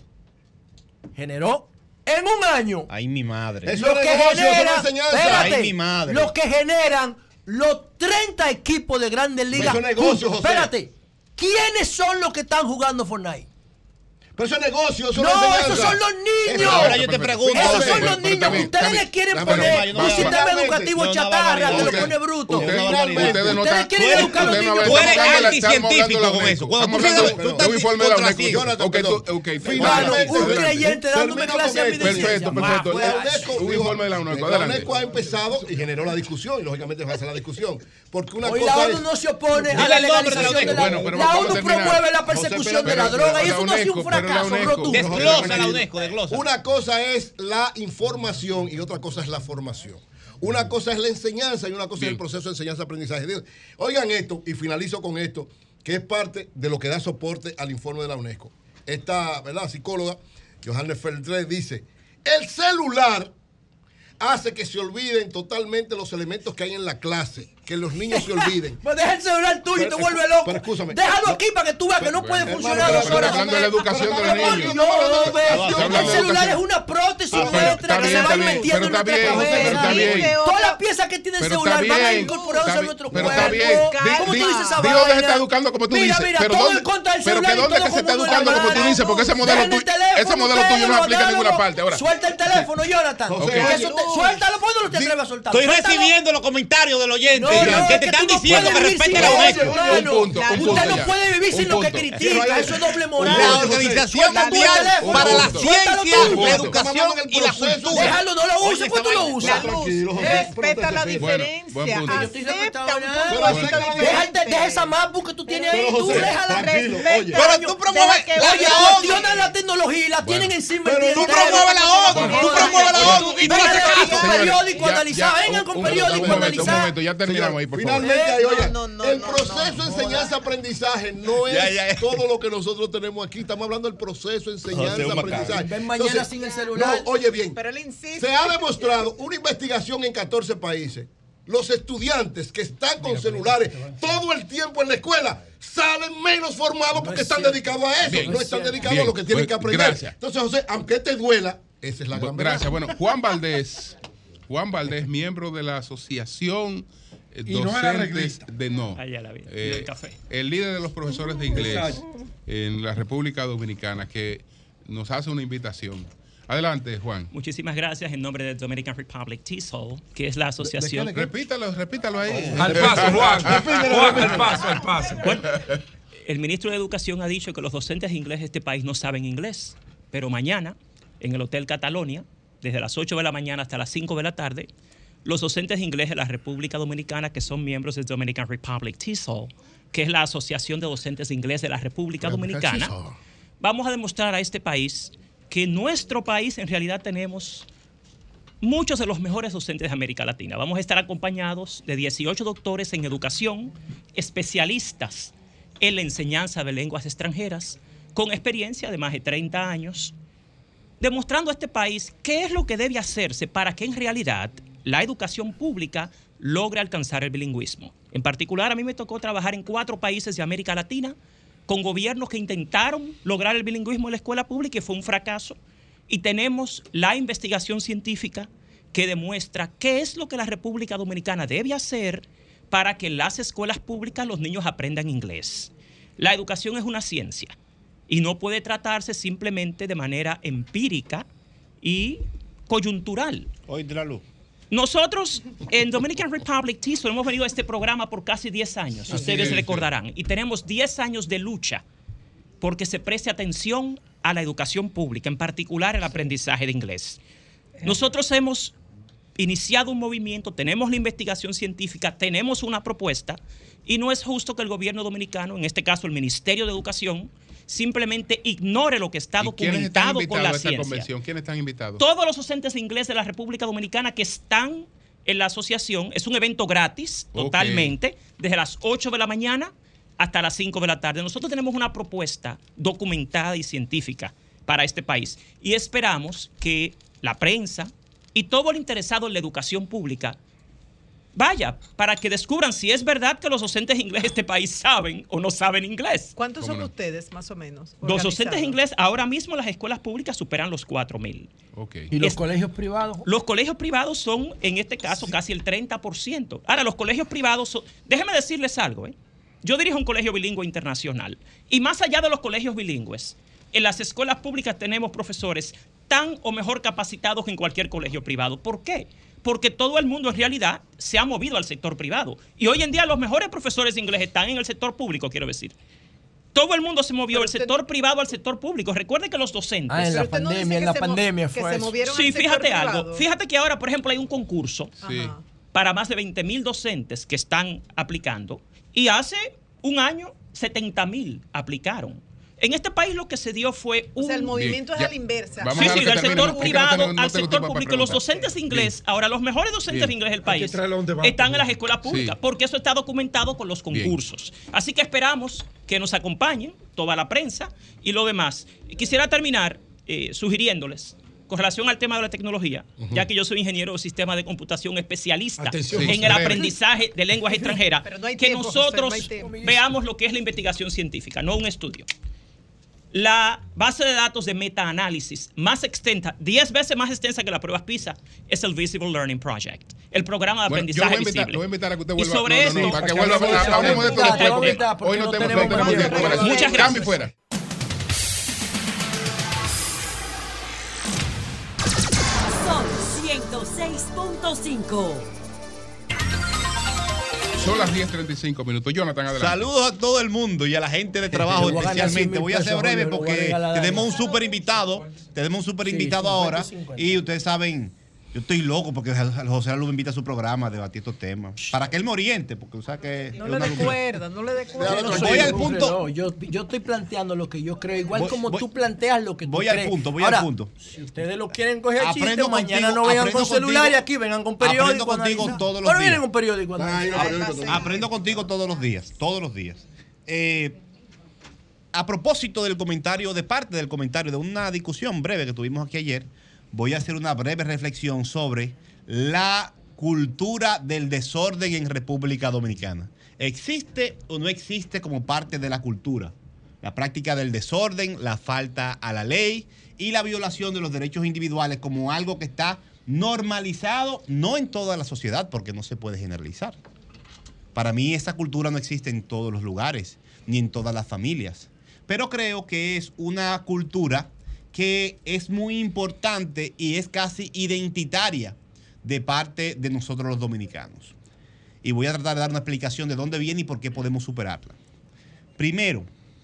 generó en un año. Ay, mi madre. Eso lo que genera, espérate, Ay, mi madre. Lo que generan los treinta equipos de Grandes Ligas. Eso es negocio, José. Espérate. ¿Quiénes son los que están jugando Fortnite? Pero eso es negocio, eso no, no esos son los niños. Ahora yo te pregunto. Esos son los niños. Ustedes le quieren poner un sistema educativo chatarra que lo pone bruto. Ustedes no quieren educar a los niños. Tú eres anticientífico con eso. Cuando tú estás un informe de la UNESCO. Un creyente dándome clase a mi Perfecto, perfecto. Un informe de la UNESCO. La UNESCO ha empezado y generó la discusión y lógicamente va a ser la discusión. Porque una cosa la ONU no se opone a la legalización de la droga. La ONU promueve la persecución de la droga y eso no ha sido un fracaso. Desglosa la UNESCO, desglosa. Una cosa es la información y otra cosa es la formación. Una cosa es la enseñanza y una cosa Bien. es el proceso de enseñanza-aprendizaje. Oigan esto, y finalizo con esto, que es parte de lo que da soporte al informe de la UNESCO. Esta, ¿verdad?, psicóloga, Johannes Feltre, dice, el celular hace que se olviden totalmente los elementos que hay en la clase. Que los niños se olviden. Pues deja el celular tuyo y te vuelve loco. Pero escúchame. Déjalo aquí para que tú veas que no puede funcionar dos horas. Hablando de la educación de los niños. No, no, el celular es una prótesis nuestra que se va metiendo en nuestra cabeza. Todas las piezas que tiene el celular van a incorporarse a nuestro cuerpo. Pero está bien. ¿Cómo tú dices esa vaina? ¿Dónde se está educando como tú dices? Mira, mira, todo en contra del celular. Pero que dónde que se está educando como tú dices, porque ese modelo tuyo, ese modelo tuyo no aplica en ninguna parte. Ahora. Suelta el teléfono, Jonathan. Suéltalo, ¿por qué no te atreves a soltarlo? Estoy recibiendo los comentarios del oyente que te están diciendo que respete la UNESCO. Usted no puede vivir sin lo que critica, eso es doble moral. La Organización Mundial para la Ciencia, la Educación y la Cultura. Déjalo, no lo uses, pues tú lo usas. Respeta la diferencia. Deja esa MacBook que tú tienes ahí, tú déjala. Pero tú promueves la cuestionan la tecnología y la tienen encima. Tú promueves la ONU, tú promueves la ONU y tú no haces caso. Con periódico analizar, vengan con periódico analizar. Un momento, ya terminamos ahí, por favor. Finalmente, ahí, oye, no, no, el proceso no, no, enseñanza-aprendizaje no es ya, ya. todo lo que nosotros tenemos aquí. Estamos hablando del proceso enseñanza-aprendizaje. Ven mañana Entonces, sin el celular. No, oye bien, Pero él insiste. Se ha demostrado una investigación en catorce países. Los estudiantes que están con Mira, celulares todo el tiempo en la escuela salen menos formados porque están dedicados a eso. Bien, no están dedicados bien, a lo que tienen pues, que aprender. gracias. Entonces, José, aunque te duela, esa es la gran verdad. Gracias. Bueno, Juan Valdés, Juan Valdés, miembro de la asociación eh, Y no era docentes de no. Allá la vi, Eh, el café. el líder de los profesores de inglés Exacto. en la República Dominicana, que nos hace una invitación. Adelante, Juan. Muchísimas gracias en nombre de Dominican Republic T S O L, que es la asociación. ¿De qué, de qué? Repítalo, repítalo ahí. Al paso, Juan. Juan, al paso, al paso. Bueno, el ministro de Educación ha dicho que los docentes de inglés de este país no saben inglés, pero mañana, en el Hotel Catalonia, desde las ocho de la mañana hasta las cinco de la tarde, los docentes de inglés de la República Dominicana, que son miembros de Dominican Republic T S O L, que es la Asociación de Docentes de Inglés de la República Dominicana, vamos a demostrar a este país que en nuestro país en realidad tenemos muchos de los mejores docentes de América Latina. Vamos a estar acompañados de dieciocho doctores en educación, especialistas en la enseñanza de lenguas extranjeras, con experiencia de más de treinta años, demostrando a este país qué es lo que debe hacerse para que en realidad la educación pública logre alcanzar el bilingüismo. En particular, a mí me tocó trabajar en cuatro países de América Latina con gobiernos que intentaron lograr el bilingüismo en la escuela pública y fue un fracaso. Y tenemos la investigación científica que demuestra qué es lo que la República Dominicana debe hacer para que en las escuelas públicas los niños aprendan inglés. La educación es una ciencia y no puede tratarse simplemente de manera empírica y coyuntural. Hoy de la luz. Nosotros en Dominican Republic T S O L hemos venido a este programa por casi diez años, Así ustedes es, recordarán, y tenemos diez años de lucha porque se preste atención a la educación pública, en particular el aprendizaje de inglés. Nosotros hemos iniciado un movimiento, tenemos la investigación científica, tenemos una propuesta y no es justo que el gobierno dominicano, en este caso el Ministerio de Educación, simplemente ignore lo que está documentado con la ciencia. Convención? ¿Quiénes están invitados? Todos los docentes de inglés de la República Dominicana que están en la asociación. Es un evento gratis, totalmente, okay, desde las ocho de la mañana hasta las cinco de la tarde. Nosotros tenemos una propuesta documentada y científica para este país y esperamos que la prensa y todo el interesado en la educación pública vaya, para que descubran si es verdad que los docentes de inglés de este país saben o no saben inglés. ¿Cuántos son no? ustedes, más o menos? Los docentes de inglés, ahora mismo las escuelas públicas superan los cuatro mil. Okay. ¿Y los es, colegios privados? Los colegios privados son, en este caso, sí, casi el treinta por ciento. Ahora, los colegios privados son... Déjenme decirles algo, ¿eh? Yo dirijo un colegio bilingüe internacional. Y más allá de los colegios bilingües, en las escuelas públicas tenemos profesores tan o mejor capacitados que en cualquier colegio privado. ¿Por qué? Porque todo el mundo en realidad se ha movido al sector privado. Y hoy en día los mejores profesores de inglés están en el sector público, quiero decir. Todo el mundo se movió del usted... sector privado al sector público. Recuerde que los docentes... Ah, en la pandemia, no en la pandemia fue eso. Sí, fíjate algo. Fíjate que ahora, por ejemplo, hay un concurso sí, para más de veinte mil docentes que están aplicando. Y hace un año, setenta mil aplicaron. En este país lo que se dio fue un... O sea, el movimiento Bien, es a la inversa. Sí, sí, del sector privado no, no al sector público. Los docentes de inglés, Bien. ahora los mejores docentes Bien. de inglés del país están en las escuelas públicas, sí, porque eso está documentado con los concursos. Bien. Así que esperamos que nos acompañen toda la prensa y lo demás. Y quisiera terminar eh, sugiriéndoles, con relación al tema de la tecnología, uh-huh, ya que yo soy ingeniero de sistema de computación especialista Atención, en sí, el aprendizaje de lenguas extranjeras, no que tiempo, nosotros José, no veamos lo que es la investigación científica, no un estudio. La base de datos de metaanálisis más extensa, diez veces más extensa que las pruebas PISA, es el Visible Learning Project, el programa de bueno, aprendizaje yo voy a invitar, visible. Lo voy a invitar a que usted vuelva. Y sobre no, esto, no, no, para que vuelva a hablemos de esto después, porque hoy no tenemos tiempo. Muchas gracias. Cambio fuera. Son ciento seis punto cinco. Son las diez treinta y cinco minutos. Jonathan, adelante. Saludos a todo el mundo y a la gente de trabajo especialmente. Voy a ser breve porque tenemos un súper invitado. Tenemos un súper invitado ahora. Y ustedes saben, yo estoy loco porque José Lu me invita a su programa a debatir estos temas. Para que él me oriente, porque o sea que... No le dé cuerda, no le dé cuerda. No, voy al punto. Yo, yo estoy planteando lo que yo creo, igual voy, como voy, tú planteas lo que tú voy crees. Voy al punto, voy Ahora, al punto. Si ustedes lo quieren coger aprendo chiste, contigo, mañana no vengan con celular contigo, y aquí vengan con periódico. Aprendo contigo analizar. todos los Pero días. vienen con periódico. Ay, ay, aprendo contigo todos los días, todos los días. Eh, a propósito del comentario, de parte del comentario de una discusión breve que tuvimos aquí ayer, voy a hacer una breve reflexión sobre la cultura del desorden en República Dominicana. ¿Existe o no existe como parte de la cultura? La práctica del desorden, la falta a la ley y la violación de los derechos individuales como algo que está normalizado, no en toda la sociedad, porque no se puede generalizar. Para mí esa cultura no existe en todos los lugares, ni en todas las familias. Pero creo que es una cultura que es muy importante y es casi identitaria de parte de nosotros los dominicanos. Y voy a tratar de dar una explicación de dónde viene y por qué podemos superarla. Primero,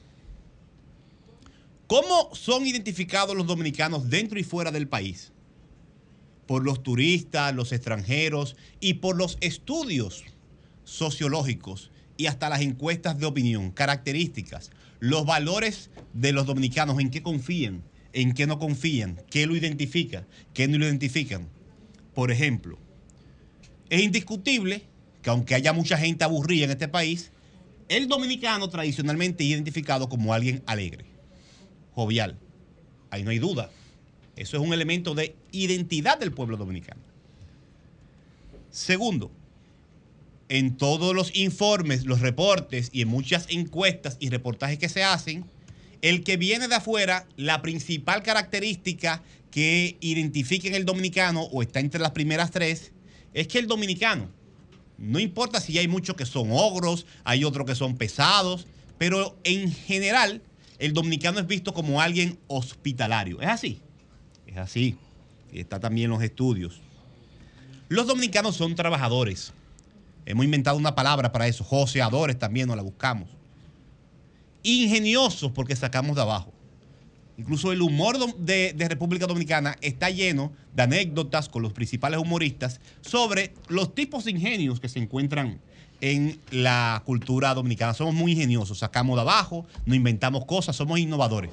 ¿cómo son identificados los dominicanos dentro y fuera del país? Por los turistas, los extranjeros y por los estudios sociológicos y hasta las encuestas de opinión, características, los valores de los dominicanos, en qué confían, en qué no confían, qué lo identifica, qué no lo identifican. Por ejemplo, es indiscutible que aunque haya mucha gente aburrida en este país, el dominicano tradicionalmente es identificado como alguien alegre, jovial. Ahí no hay duda. Eso es un elemento de identidad del pueblo dominicano. Segundo, en todos los informes, los reportes y en muchas encuestas y reportajes que se hacen, el que viene de afuera, la principal característica que identifica en el dominicano, o está entre las primeras tres, es que el dominicano, no importa si hay muchos que son ogros, hay otros que son pesados, pero en general el dominicano es visto como alguien hospitalario. ¿Es así? Es así. Y está también en los estudios. Los dominicanos son trabajadores. Hemos inventado una palabra para eso. Joseadores también, nos la buscamos. Ingeniosos porque sacamos de abajo. Incluso el humor de, de República Dominicana está lleno de anécdotas con los principales humoristas sobre los tipos de ingenios que se encuentran en la cultura dominicana. Somos muy ingeniosos, sacamos de abajo, no inventamos cosas, somos innovadores.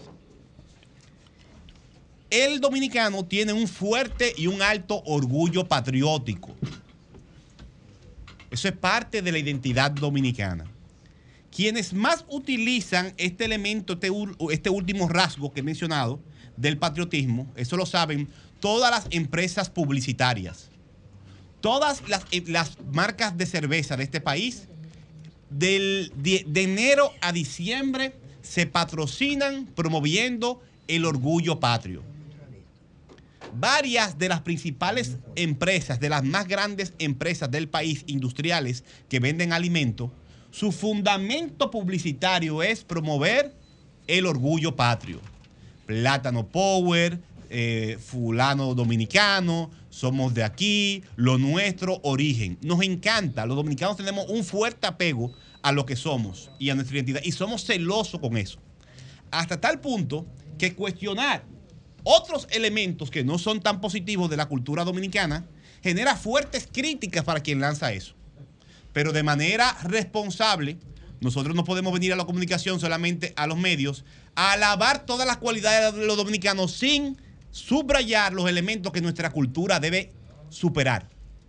El dominicano tiene un fuerte y un alto orgullo patriótico. Eso es parte de la identidad dominicana. Quienes más utilizan este elemento, este, este último rasgo que he mencionado del patriotismo, eso lo saben todas las empresas publicitarias. Todas las, las marcas de cerveza de este país, del, de, de enero a diciembre, se patrocinan promoviendo el orgullo patrio. Varias de las principales empresas, de las más grandes empresas del país, industriales, que venden alimentos, su fundamento publicitario es promover el orgullo patrio. Plátano Power, eh, fulano dominicano, somos de aquí, lo nuestro, origen. Nos encanta, los dominicanos tenemos un fuerte apego a lo que somos y a nuestra identidad, y somos celosos con eso. Hasta tal punto que cuestionar otros elementos que no son tan positivos de la cultura dominicana genera fuertes críticas para quien lanza eso. Pero de manera responsable, nosotros no podemos venir a la comunicación, solamente a los medios, a alabar todas las cualidades de los dominicanos sin subrayar los elementos que nuestra cultura debe superar.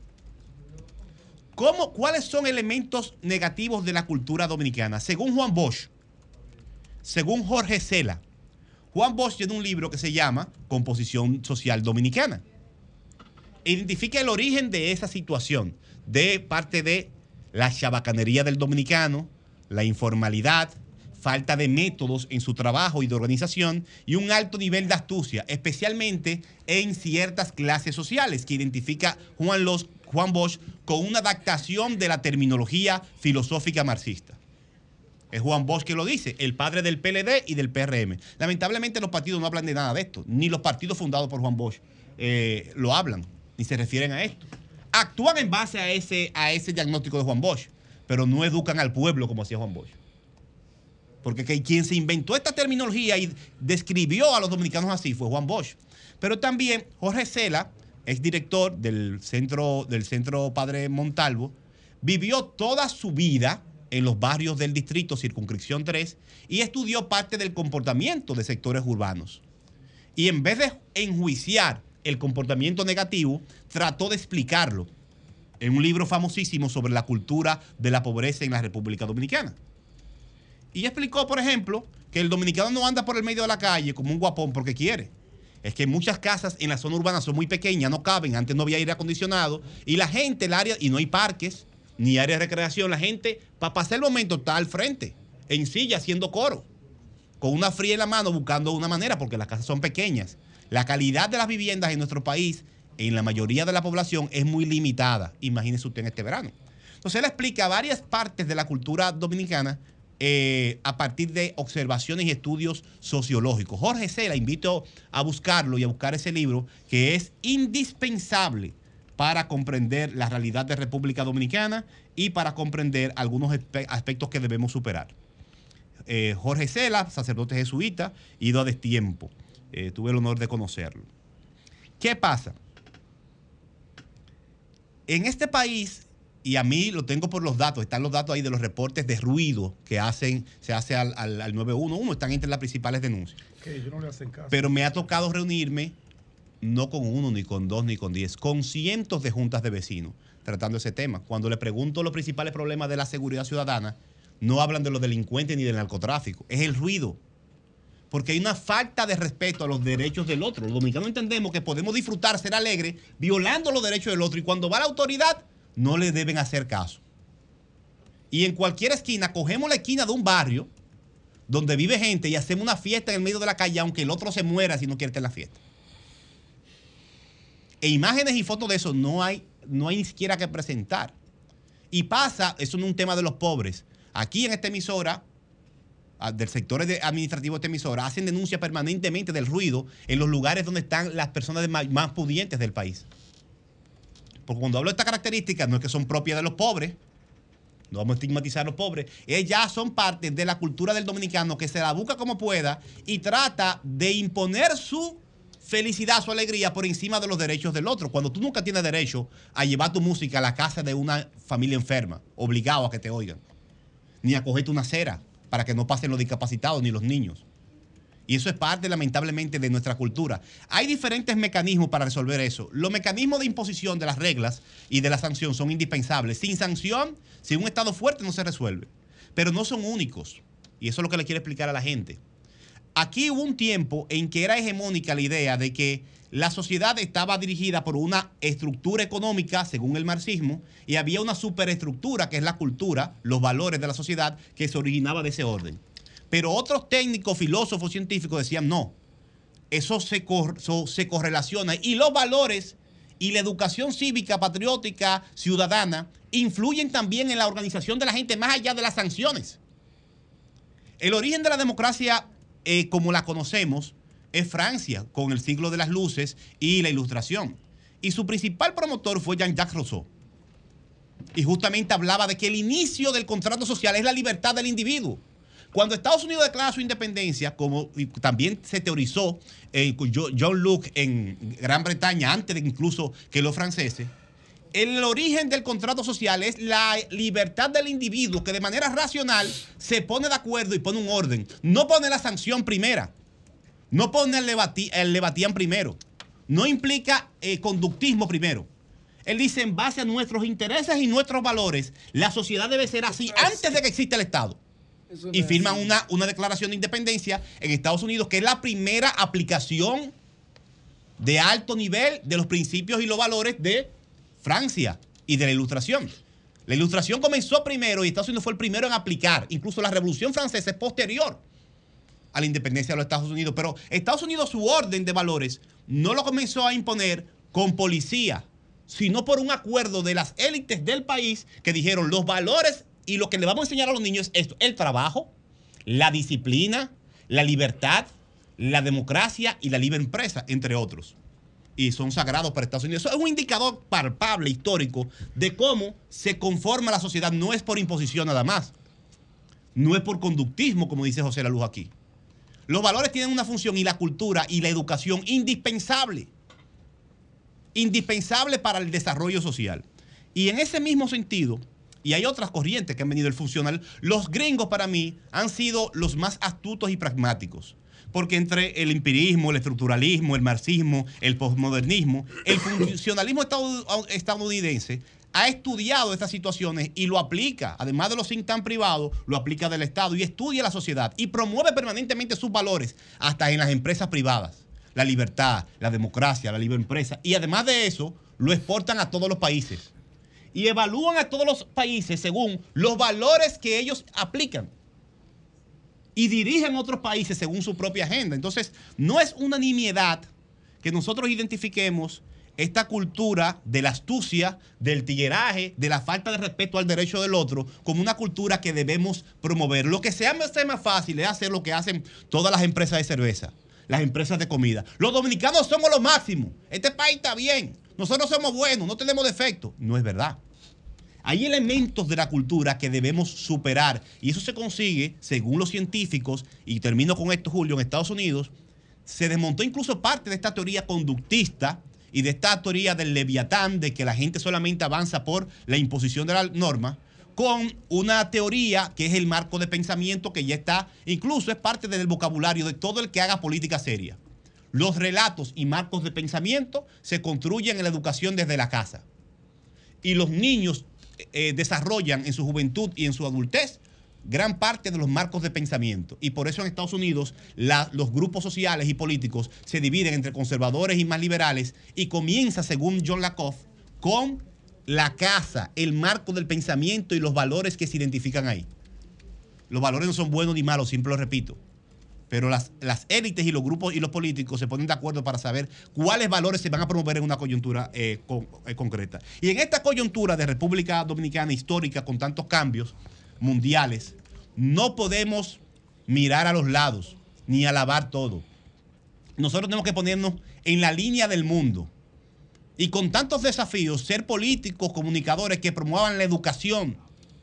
¿Cómo, ¿Cuáles son elementos negativos de la cultura dominicana? Según Juan Bosch, según Jorge Cela, Juan Bosch tiene un libro que se llama Composición Social Dominicana. Identifica el origen de esa situación, de parte de la chabacanería del dominicano, la informalidad, falta de métodos en su trabajo y de organización y un alto nivel de astucia, especialmente en ciertas clases sociales, que identifica Juan, Los, Juan Bosch con una adaptación de la terminología filosófica marxista. Es Juan Bosch que lo dice, el padre del P L D y del P R M. Lamentablemente los partidos no hablan de nada de esto, ni los partidos fundados por Juan Bosch eh, lo hablan, ni se refieren a esto. Actúan en base a ese, a ese diagnóstico de Juan Bosch, pero no educan al pueblo como hacía Juan Bosch. Porque que quien se inventó esta terminología y describió a los dominicanos así fue Juan Bosch. Pero también Jorge Cela, exdirector del centro, del centro Padre Montalvo, vivió toda su vida en los barrios del distrito Circunscripción tres y estudió parte del comportamiento de sectores urbanos. Y en vez de enjuiciar el comportamiento negativo, trató de explicarlo en un libro famosísimo sobre la cultura de la pobreza en la República Dominicana. Y explicó, por ejemplo, que el dominicano no anda por el medio de la calle como un guapón porque quiere. Es que muchas casas en la zona urbana son muy pequeñas, no caben, antes no había aire acondicionado, y la gente, el área, y no hay parques, ni área de recreación. La gente, para pasar el momento, está al frente, en silla, haciendo coro, con una fría en la mano, buscando una manera, porque las casas son pequeñas. La calidad de las viviendas en nuestro país, en la mayoría de la población, es muy limitada. Imagínese usted en este verano. Entonces, él explica varias partes de la cultura dominicana eh, a partir de observaciones y estudios sociológicos. Jorge Cela, invito a buscarlo y a buscar ese libro, que es indispensable para comprender la realidad de República Dominicana y para comprender algunos aspectos que debemos superar. Eh, Jorge Cela, sacerdote jesuita, ido a destiempo. Eh, tuve el honor de conocerlo. ¿Qué pasa? En este país, y a mí lo tengo por los datos, están los datos ahí de los reportes de ruido que hacen, se hace al, al, al nueve uno uno, están entre las principales denuncias. Que ellos no le hacen caso. Pero me ha tocado reunirme, no con uno, ni con dos, ni con diez, con cientos de juntas de vecinos tratando ese tema. Cuando le pregunto los principales problemas de la seguridad ciudadana, no hablan de los delincuentes ni del narcotráfico, es el ruido. Porque hay una falta de respeto a los derechos del otro. Los dominicanos entendemos que podemos disfrutar, ser alegres, violando los derechos del otro. Y cuando va la autoridad, no le deben hacer caso. Y en cualquier esquina, cogemos la esquina de un barrio donde vive gente y hacemos una fiesta en el medio de la calle, aunque el otro se muera si no quiere estar en la fiesta. E imágenes y fotos de eso no hay, no hay ni siquiera que presentar. Y pasa, eso no es un tema de los pobres. Aquí en esta emisora, del sector administrativo de esta emisora, hacen denuncia permanentemente del ruido en los lugares donde están las personas más, más pudientes del país. Porque cuando hablo de estas características, no es que son propias de los pobres, no vamos a estigmatizar a los pobres, ellas son parte de la cultura del dominicano que se la busca como pueda y trata de imponer su felicidad, su alegría por encima de los derechos del otro. Cuando tú nunca tienes derecho a llevar tu música a la casa de una familia enferma, obligado a que te oigan, ni a cogerte una cera para que no pasen los discapacitados ni los niños. Y eso es parte, lamentablemente, de nuestra cultura. Hay diferentes mecanismos para resolver eso. Los mecanismos de imposición de las reglas y de la sanción son indispensables. Sin sanción, sin un Estado fuerte, no se resuelve. Pero no son únicos. Y eso es lo que le quiero explicar a la gente. Aquí hubo un tiempo en que era hegemónica la idea de que la sociedad estaba dirigida por una estructura económica, según el marxismo, y había una superestructura, que es la cultura, los valores de la sociedad, que se originaba de ese orden. Pero otros técnicos, filósofos, científicos decían, no, eso se, cor eso se correlaciona. Y los valores y la educación cívica, patriótica, ciudadana, influyen también en la organización de la gente, más allá de las sanciones. El origen de la democracia, eh, como la conocemos, es Francia, con el siglo de las luces y la ilustración. Y su principal promotor fue Jean-Jacques Rousseau. Y justamente hablaba de que el inicio del contrato social es la libertad del individuo. Cuando Estados Unidos declara su independencia, como también se teorizó eh, John Locke en Gran Bretaña, antes de incluso que los franceses, el origen del contrato social es la libertad del individuo que de manera racional se pone de acuerdo y pone un orden. No pone la sanción primera. No pone el, lebati, el lebatián primero. No implica eh, conductismo primero. Él dice, en base a nuestros intereses y nuestros valores, la sociedad debe ser así antes de que exista el Estado. Y firman una, una declaración de independencia en Estados Unidos, que es la primera aplicación de alto nivel de los principios y los valores de Francia y de la Ilustración. La Ilustración comenzó primero y Estados Unidos fue el primero en aplicar. Incluso la Revolución Francesa es posterior a la independencia de los Estados Unidos. Pero Estados Unidos, su orden de valores, no lo comenzó a imponer con policía, sino por un acuerdo de las élites del país que dijeron los valores y lo que le vamos a enseñar a los niños es esto: el trabajo, la disciplina, la libertad, la democracia y la libre empresa, entre otros. Y son sagrados para Estados Unidos. Eso es un indicador palpable, histórico, de cómo se conforma la sociedad. No es por imposición nada más. No es por conductismo, como dice José La Luz aquí. Los valores tienen una función y la cultura y la educación indispensable. Indispensable para el desarrollo social. Y en ese mismo sentido, y hay otras corrientes que han venido del funcional, los gringos para mí han sido los más astutos y pragmáticos. Porque entre el empirismo, el estructuralismo, el marxismo, el posmodernismo, el funcionalismo estadounidense ha estudiado estas situaciones y lo aplica, además de los think tank privados, lo aplica del Estado y estudia la sociedad y promueve permanentemente sus valores hasta en las empresas privadas. La libertad, la democracia, la libre empresa, y además de eso, lo exportan a todos los países. y evalúan a todos los países según los valores que ellos aplican y dirigen otros países según su propia agenda. Entonces, no es una nimiedad que nosotros identifiquemos esta cultura de la astucia, del tigueraje, de la falta de respeto al derecho del otro, como una cultura que debemos promover. Lo que se hace más fácil es hacer lo que hacen todas las empresas de cerveza, las empresas de comida. Los dominicanos somos lo máximo. Este país está bien. Nosotros somos buenos, no tenemos defectos. No es verdad. Hay elementos de la cultura que debemos superar y eso se consigue, según los científicos, y termino con esto, Julio, en Estados Unidos, se desmontó incluso parte de esta teoría conductista y de esta teoría del leviatán, de que la gente solamente avanza por la imposición de la norma, con una teoría que es el marco de pensamiento que ya está, incluso es parte del vocabulario de todo el que haga política seria. Los relatos y marcos de pensamiento se construyen en la educación desde la casa. Y los niños eh, desarrollan en su juventud y en su adultez gran parte de los marcos de pensamiento. Y por eso en Estados Unidos la, los grupos sociales y políticos se dividen entre conservadores y más liberales y comienza, según John Lakoff, con la casa, el marco del pensamiento y los valores que se identifican ahí. Los valores no son buenos ni malos, siempre lo repito. Pero las, las élites y los grupos y los políticos se ponen de acuerdo para saber cuáles valores se van a promover en una coyuntura eh, con, eh, concreta. Y en esta coyuntura de República Dominicana histórica, con tantos cambios mundiales, no podemos mirar a los lados ni alabar todo. Nosotros tenemos que ponernos en la línea del mundo. Y con tantos desafíos, ser políticos, comunicadores que promuevan la educación,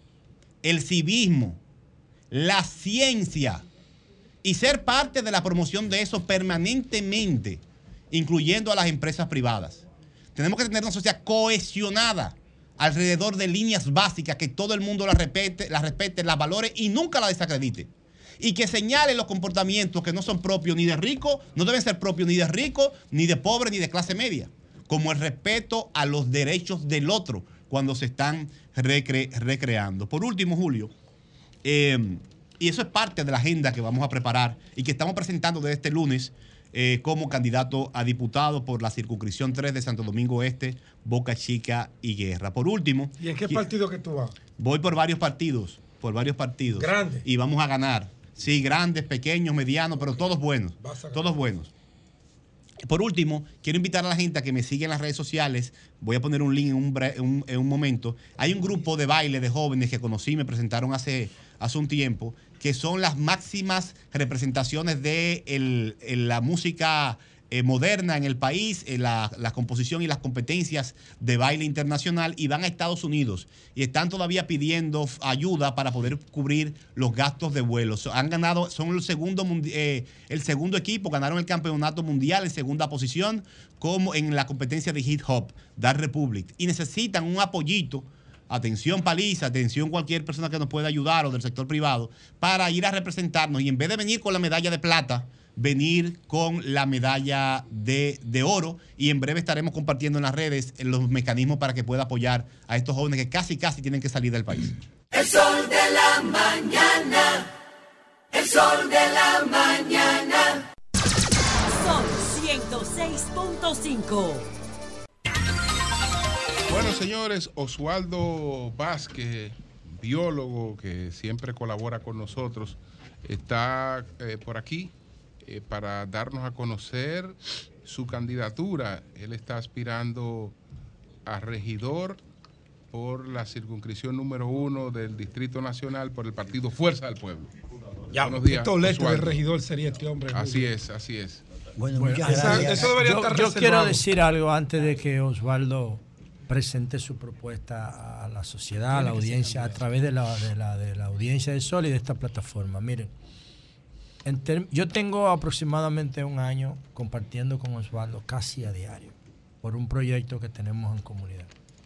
el civismo, la ciencia, y ser parte de la promoción de eso permanentemente, incluyendo a las empresas privadas. Tenemos que tener una sociedad cohesionada alrededor de líneas básicas, que todo el mundo las respete, las respete, las valore y nunca las desacredite. Y que señale los comportamientos que no son propios ni de rico, no deben ser propios ni de rico, ni de pobre, ni de clase media, como el respeto a los derechos del otro cuando se están recre recreando. Por último, Julio, eh, y eso es parte de la agenda que vamos a preparar y que estamos presentando desde este lunes eh, como candidato a diputado por la circunscripción tres de Santo Domingo Este, Boca Chica y Guerra. Por último... ¿Y en qué partido que tú vas? Voy por varios partidos, por varios partidos. ¿Grandes? Y vamos a ganar. Sí, grandes, pequeños, medianos, pero todos buenos. Todos buenos. Por último, quiero invitar a la gente a que me siga en las redes sociales. Voy a poner un link en un, en un, en un momento. Hay un grupo de baile de jóvenes que conocí, me presentaron hace, hace un tiempo, que son las máximas representaciones de el, el, la música eh, moderna en el país, eh, la, la composición y las competencias de baile internacional, y van a Estados Unidos y están todavía pidiendo ayuda para poder cubrir los gastos de vuelo. So, han ganado, son el segundo, eh, el segundo equipo, ganaron el campeonato mundial en segunda posición, como en la competencia de hip hop, Dance Republic, y necesitan un apoyito. Atención Paliza, atención cualquier persona que nos pueda ayudar o del sector privado, para ir a representarnos y en vez de venir con la medalla de plata, venir con la medalla de, de oro, y en breve estaremos compartiendo en las redes los mecanismos para que pueda apoyar a estos jóvenes que casi casi tienen que salir del país. El sol de la mañana, el sol de la mañana. Sol ciento seis punto cinco. Bueno, señores, Oswaldo Vázquez, biólogo que siempre colabora con nosotros, está eh, por aquí eh, para darnos a conocer su candidatura. Él está aspirando a regidor por la circunscripción número uno del Distrito Nacional por el partido Fuerza del Pueblo. Ya, Buenos días, Oswaldo. De regidor sería este hombre. Así es, así es. Bueno, bueno muchas esa, gracias. Eso debería yo, estar yo reservado. quiero decir algo antes de que Oswaldo presente su propuesta a la sociedad, a la audiencia, a través de la, de la, de la audiencia de Sol y de esta plataforma. Miren, en yo tengo aproximadamente un año compartiendo con Oswaldo casi a diario por un proyecto que tenemos en comunidad.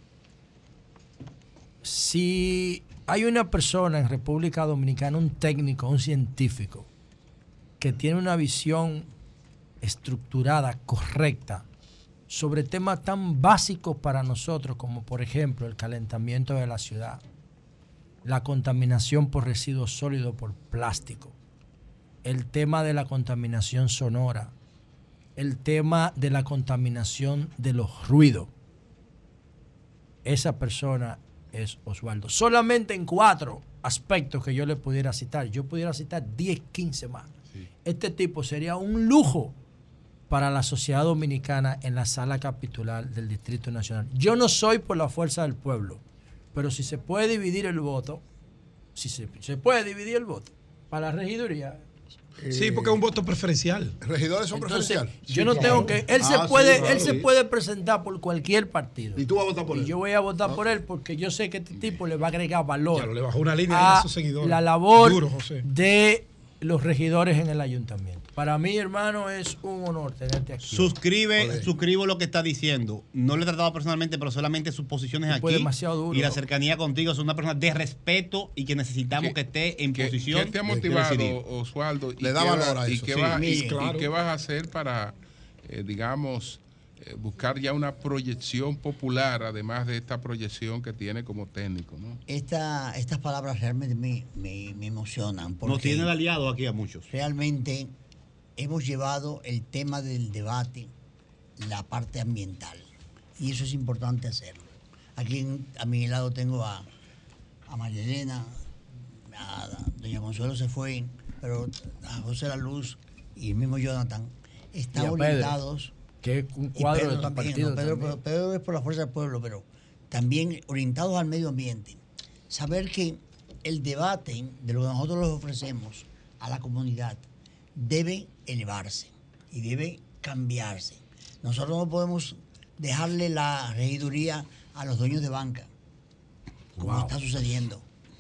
Si hay una persona en República Dominicana, un técnico, un científico, que tiene una visión estructurada, correcta, sobre temas tan básicos para nosotros como, por ejemplo, el calentamiento de la ciudad, la contaminación por residuos sólidos por plástico, el tema de la contaminación sonora, el tema de la contaminación de los ruidos. esa persona es Osvaldo. Solamente en cuatro aspectos que yo le pudiera citar. Yo pudiera citar diez, quince más. Sí. Este tipo sería un lujo para la sociedad dominicana en la sala capitular del Distrito Nacional. Yo no soy por la fuerza del pueblo, pero si se puede dividir el voto, si se, se puede dividir el voto para la regiduría. Sí, porque es un voto preferencial. ¿Regidores son preferenciales? Yo sí, no claro. tengo que... Él, ah, se, puede, sí, claro, él sí. se puede presentar por cualquier partido. ¿Y tú vas a votar por y él? yo voy a votar ah. por él porque yo sé que este tipo le va a agregar valor. Claro, le bajó una línea a sus seguidores. La labor Duro, de los regidores en el ayuntamiento. Para mí, hermano, es un honor tenerte aquí. Suscribe, Joder. suscribo lo que está diciendo. No le he tratado personalmente, pero solamente sus posiciones aquí. Demasiado duro. Y la cercanía contigo. Es una persona de respeto y que necesitamos que, que esté en que, posición. ¿Qué te ha motivado, Osvaldo? Le da valor a eso. ¿Y qué, sí, va, sí, y, claro. ¿Y qué vas a hacer para, eh, digamos, eh, buscar ya una proyección popular, además de esta proyección que tiene como técnico, ¿no? Esta, estas palabras realmente me, me, me emocionan. Nos tienen aliados aquí a muchos. Realmente hemos llevado el tema del debate, la parte ambiental, y eso es importante hacerlo. Aquí en, a mi lado tengo a, a María Elena, a, a doña Consuelo se fue, pero a José La Luz y el mismo Jonathan están orientados. Que es un cuadro de tu partido. No, Pedro, Pedro, Pedro es por la fuerza del pueblo, pero también orientados al medio ambiente. Saber que el debate de lo que nosotros les ofrecemos a la comunidad debe elevarse y debe cambiarse. Nosotros no podemos dejarle la regiduría a los dueños de banca, como wow. está sucediendo.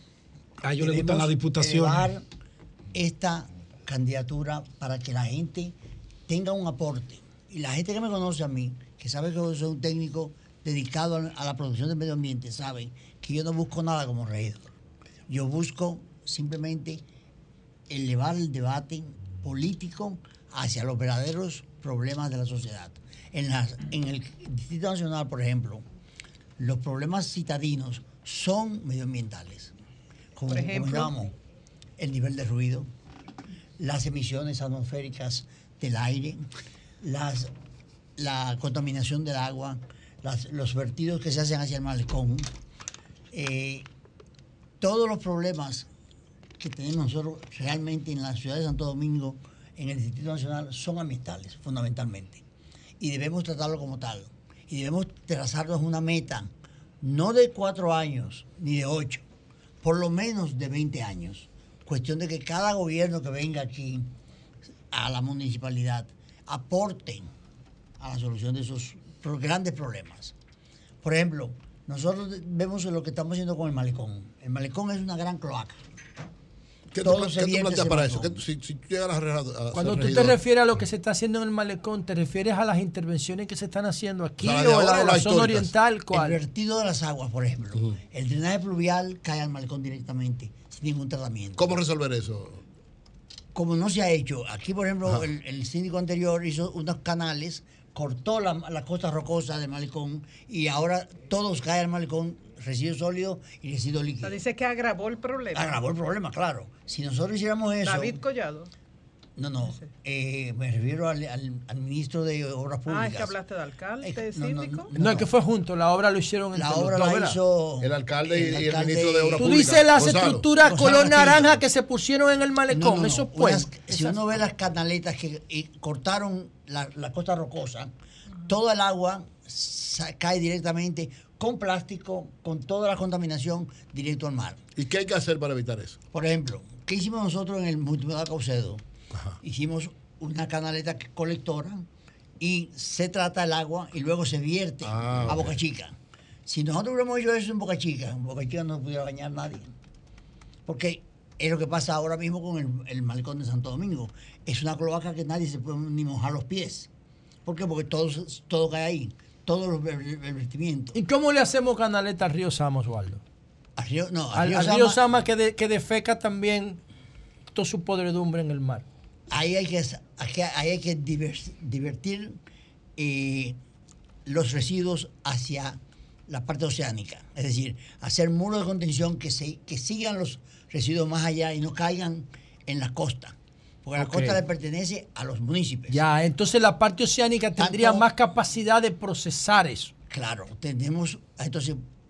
A ellos les gustan las diputaciones. Elevar esta candidatura para que la gente tenga un aporte. Y la gente que me conoce a mí, que sabe que yo soy un técnico dedicado a la producción del medio ambiente, sabe que yo no busco nada como regidor. Yo busco simplemente elevar el debate político hacia los verdaderos problemas de la sociedad. En, las, en el Distrito Nacional, por ejemplo, los problemas citadinos son medioambientales. Como, por ejemplo, como llamamos, el nivel de ruido, las emisiones atmosféricas del aire, las, la contaminación del agua, las, los vertidos que se hacen hacia el malecón, eh, todos los problemas que tenemos nosotros realmente en la ciudad de Santo Domingo, en el Distrito Nacional, son ambientales, fundamentalmente. Y debemos tratarlo como tal. Y debemos trazarnos una meta, no de cuatro años, ni de ocho, por lo menos de veinte años. Cuestión de que cada gobierno que venga aquí a la municipalidad aporte a la solución de esos grandes problemas. Por ejemplo, nosotros vemos lo que estamos haciendo con el malecón. El malecón es una gran cloaca. ¿Qué tú planteas para eso? Si, si tú llegas a, a Cuando tú te refieres a lo que se está haciendo en el malecón, ¿te refieres a las intervenciones que se están haciendo aquí o, o a la de la zona oriental? ¿Cuál? El vertido de las aguas, por ejemplo. Uh-huh. El drenaje pluvial cae al malecón directamente, sin ningún tratamiento. ¿Cómo resolver eso? Como no se ha hecho. Aquí, por ejemplo, el, el síndico anterior hizo unos canales, cortó la, la costa rocosa del malecón y ahora todos caen al malecón, residuos sólidos y residuos líquidos. O sea, dice que agravó el problema. Agravó el problema, claro. Si nosotros hiciéramos eso... David Collado. No, no. Eh, me refiero al, al, al ministro de Obras Públicas. Ah, es que hablaste de alcalde, eh, no, síndico. No, no, no, es que fue junto. La obra lo hicieron entre la obra los dos, la hizo el alcalde y el, alcalde el ministro de Obras Tú Públicas. Tú dices las Gonzalo. estructuras Gonzalo color naranja que se pusieron en el malecón. No, no, no. Eso pues. Si uno ve las canaletas que y cortaron la, la costa rocosa, toda el agua cae directamente con plástico, con toda la contaminación directo al mar. ¿Y qué hay que hacer para evitar eso? Por ejemplo, ¿qué hicimos nosotros en el multimodal Caucedo? Ajá. Hicimos una canaleta colectora y se trata el agua y luego se vierte ah, a okay. Boca Chica. Si nosotros hubiéramos hecho eso en Boca Chica, en Boca Chica no pudiera bañar nadie. Porque es lo que pasa ahora mismo con el, el malecón de Santo Domingo. Es una cloaca que nadie se puede ni mojar los pies. ¿Por qué? Porque todo, todo cae ahí. Todos los vertimientos. ¿Y cómo le hacemos canaleta al río Sama, Osvaldo? Al río, no, al, al río, al Sama, río Sama que, de, que defeca también toda su podredumbre en el mar. Ahí hay que, ahí hay que divertir eh, los residuos hacia la parte oceánica. Es decir, hacer muros de contención que, se, que sigan los residuos más allá y no caigan en la costa. Porque okay. la costa le pertenece a los municipios. Ya, entonces la parte oceánica tendría Tanto, más capacidad de procesar eso. Claro, tenemos, entonces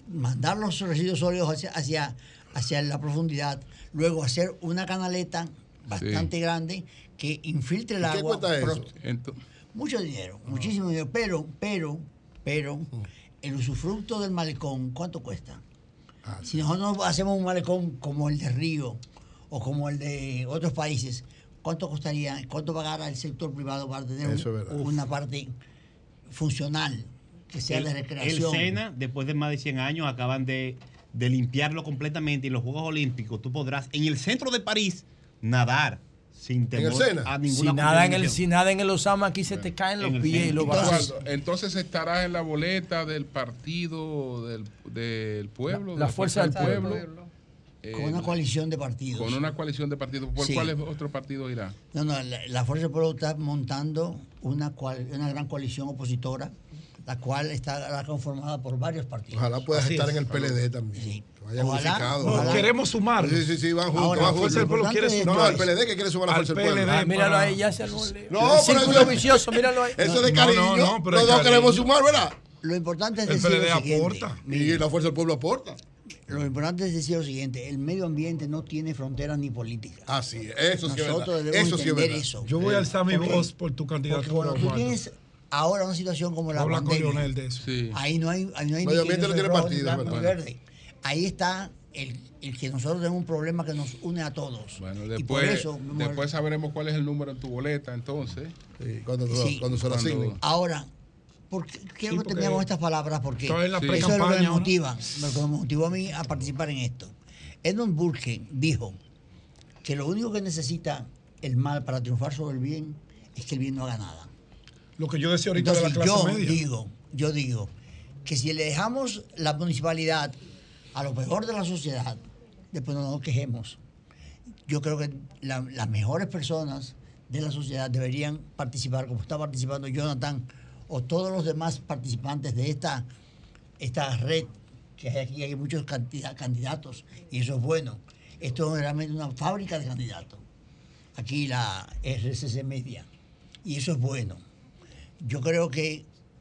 mandar los residuos sólidos hacia, hacia, hacia la profundidad, luego hacer una canaleta bastante sí. grande que infiltre el ¿Y agua. ¿Qué cuesta eso? Pro- Mucho dinero, no. muchísimo dinero, pero, pero, pero, el usufructo del malecón, ¿cuánto cuesta? Ah, si nosotros hacemos un malecón como el de Río o como el de otros países, ¿cuánto costaría, cuánto pagará el sector privado para tener un, una parte funcional que sea el, de recreación? El SENA, después de más de cien años, acaban de, de limpiarlo completamente y en los Juegos Olímpicos tú podrás en el centro de París nadar sin temor a ninguna si nada en el Si nada en el Osama, aquí se te caen los pies y los brazos. Entonces estará en la boleta del partido del, del pueblo. La, la fuerza del pueblo. pueblo. Eh, con una coalición de partidos. Con una coalición de partidos. ¿Por sí. cuál otro partido irá? No, no, la, la Fuerza del Pueblo está montando una, cual, una gran coalición opositora, la cual está conformada por varios partidos. Ojalá puedas Así estar es. en el P L D también. Sí. Ojalá, ojalá. Queremos sumar. Sí, sí, sí, van juntos. Ahora, van juntos. El pueblo quiere sumar. No, no, el P L D que quiere sumar a la Fuerza del Pueblo. Ah, míralo ahí, ya se no, no, círculo eso, vicioso, míralo ahí. Eso de cariño. No, no, no, pero los dos queremos sumar, ¿verdad? Lo importante es el decir P L D lo siguiente. aporta. Y la Fuerza del Pueblo aporta. Lo importante es decir lo siguiente, el medio ambiente no tiene fronteras ni políticas. Así es, eso sí es verdad. Nosotros debemos eso sí entender es eso. Yo voy a alzar mi voz por tu candidatura. Cuando tú tienes ahora una situación como la Habla pandemia, con Lionel de eso. Sí. ahí no hay, ahí no hay medio ambiente no tiene partido, ni verde. Ahí está el, el que nosotros tenemos un problema que nos une a todos. Bueno, y después, por eso, después sabremos cuál es el número en tu boleta, entonces. Sí, cuando, sí. cuando se lo asignen. Ahora, porque, quiero sí, que terminemos estas palabras porque en la sí. eso es lo que me motiva, ¿no? Lo que me motivó a mí a participar en esto. Edmund Burke dijo que lo único que necesita el mal para triunfar sobre el bien es que el bien no haga nada. Lo que yo decía ahorita Entonces, de la clase yo media. digo, yo digo que si le dejamos la municipalidad a lo peor de la sociedad, después no nos quejemos. Yo creo que la, las mejores personas de la sociedad deberían participar, como está participando Jonathan o todos los demás participantes de esta, esta red, que hay aquí hay muchos candidatos, y eso es bueno. Esto es realmente una fábrica de candidatos. Aquí la R C C Media. Y eso es bueno. Yo creo que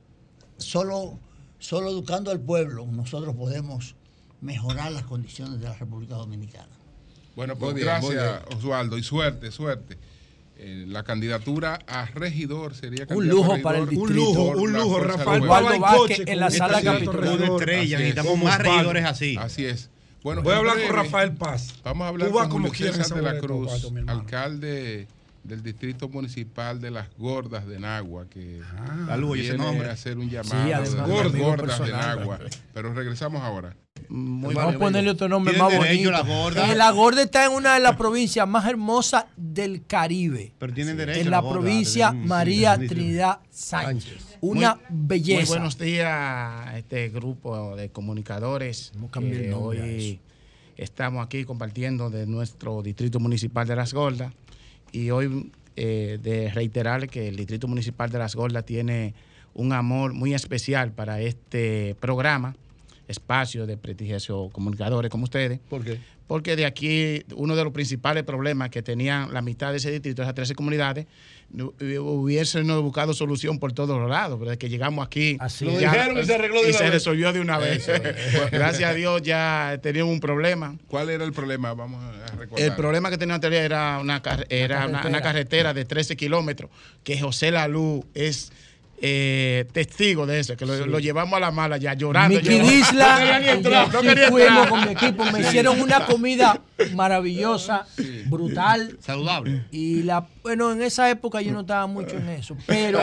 solo, solo educando al pueblo nosotros podemos mejorar las condiciones de la República Dominicana. Bueno, pues bien, gracias, Oswaldo, y suerte, suerte. Eh, la candidatura a regidor sería un lujo para el distrito. Un lujo, un lujo. Rafael Oswaldo Vázquez en la sala capitular. Estrella, necesitamos más regidores así. Así es. Bueno, voy a hablar breve, con Rafael Paz. Vamos a hablar Tú vas con como Julio César de la Cruz, pato, alcalde del distrito municipal de Las Gordas de Nagua, que ah, viene a hacer un llamado sí, a Las Gordas, Gordas de Nagua. Pero regresamos ahora. Muy Vamos a ponerle otro nombre más bonito. La Gorda. Eh, la Gorda está en una de las provincias más hermosas del Caribe. Pero tienen derecho. En la, la provincia un, María sí, Trinidad Sánchez. Sánchez. Una muy, belleza. Muy buenos días a este grupo de comunicadores. Que hoy estamos aquí compartiendo de nuestro distrito municipal de Las Gordas. Y hoy eh, de reiterar que el distrito municipal de Las Gordas tiene un amor muy especial para este programa. Espacio de prestigiosos comunicadores como ustedes. ¿Por qué? Porque de aquí uno de los principales problemas que tenían la mitad de ese distrito, esas trece comunidades, hubiesen buscado solución por todos los lados, pero desde que llegamos aquí Así lo ya, dijeron y se arregló de y una se vez. resolvió de una vez. Bueno, gracias a Dios ya teníamos un problema. ¿Cuál era el problema? Vamos a recordar. El problema que teníamos anterior era una, era una, una carretera de trece kilómetros, que José Lalú es Eh, testigo de eso, que lo, sí. lo llevamos a la mala ya llorando. Miki Disla, no no quería fuimos con mi equipo, me sí. hicieron una comida maravillosa, sí. brutal, saludable. Y la, bueno, en esa época yo no estaba mucho en eso, pero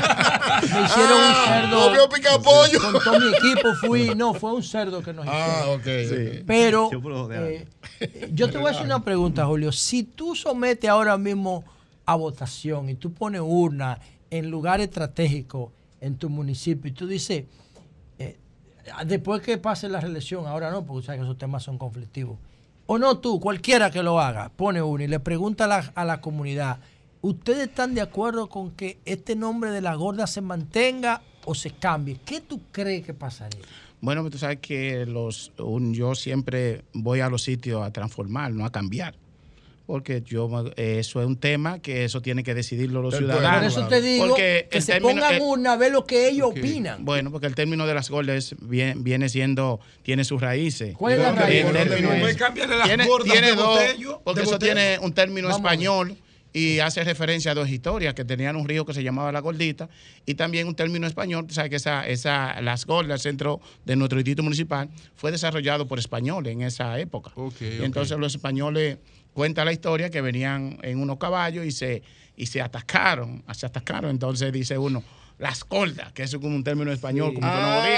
me hicieron un cerdo. No, pica pollo. Con todo mi equipo fui, no, fue un cerdo que nos hicieron. Ah, okay, sí. okay. Pero eh, yo te voy a hacer una pregunta, Julio. Si tú sometes ahora mismo a votación y tú pones urna en lugar estratégico en tu municipio y tú dices, eh, después que pase la reelección, ahora no, porque sabes que esos temas son conflictivos, o no tú, cualquiera que lo haga, pone uno y le pregunta a la, a la comunidad, ¿ustedes están de acuerdo con que este nombre de La Gorda se mantenga o se cambie? ¿Qué tú crees que pasaría? Bueno, tú sabes que los un, yo siempre voy a los sitios a transformar, no a cambiar. porque yo eh, eso es un tema que eso tiene que decidirlo los Por ciudadanos. eso te digo Porque que el se término- pongan eh, una a ver lo que ellos Ok. opinan. Bueno, porque el término de las gordas viene, viene siendo, tiene sus raíces. ¿Cuál es la raíz? El término Puede es- cambiarle las tiene, gordas tiene de dos, botello, porque de eso botello. tiene un término Vamos a ver. español y hace referencia a dos historias, que tenían un río que se llamaba La Gordita y también un término español. Tú sabes que esa, esa, las gordas, el centro de nuestro distrito municipal, fue desarrollado por españoles en esa época. Y entonces los españoles cuenta la historia que venían en unos caballos y se, y se atacaron, se atacaron. Entonces dice uno, las gordas, que eso es como un término español, como que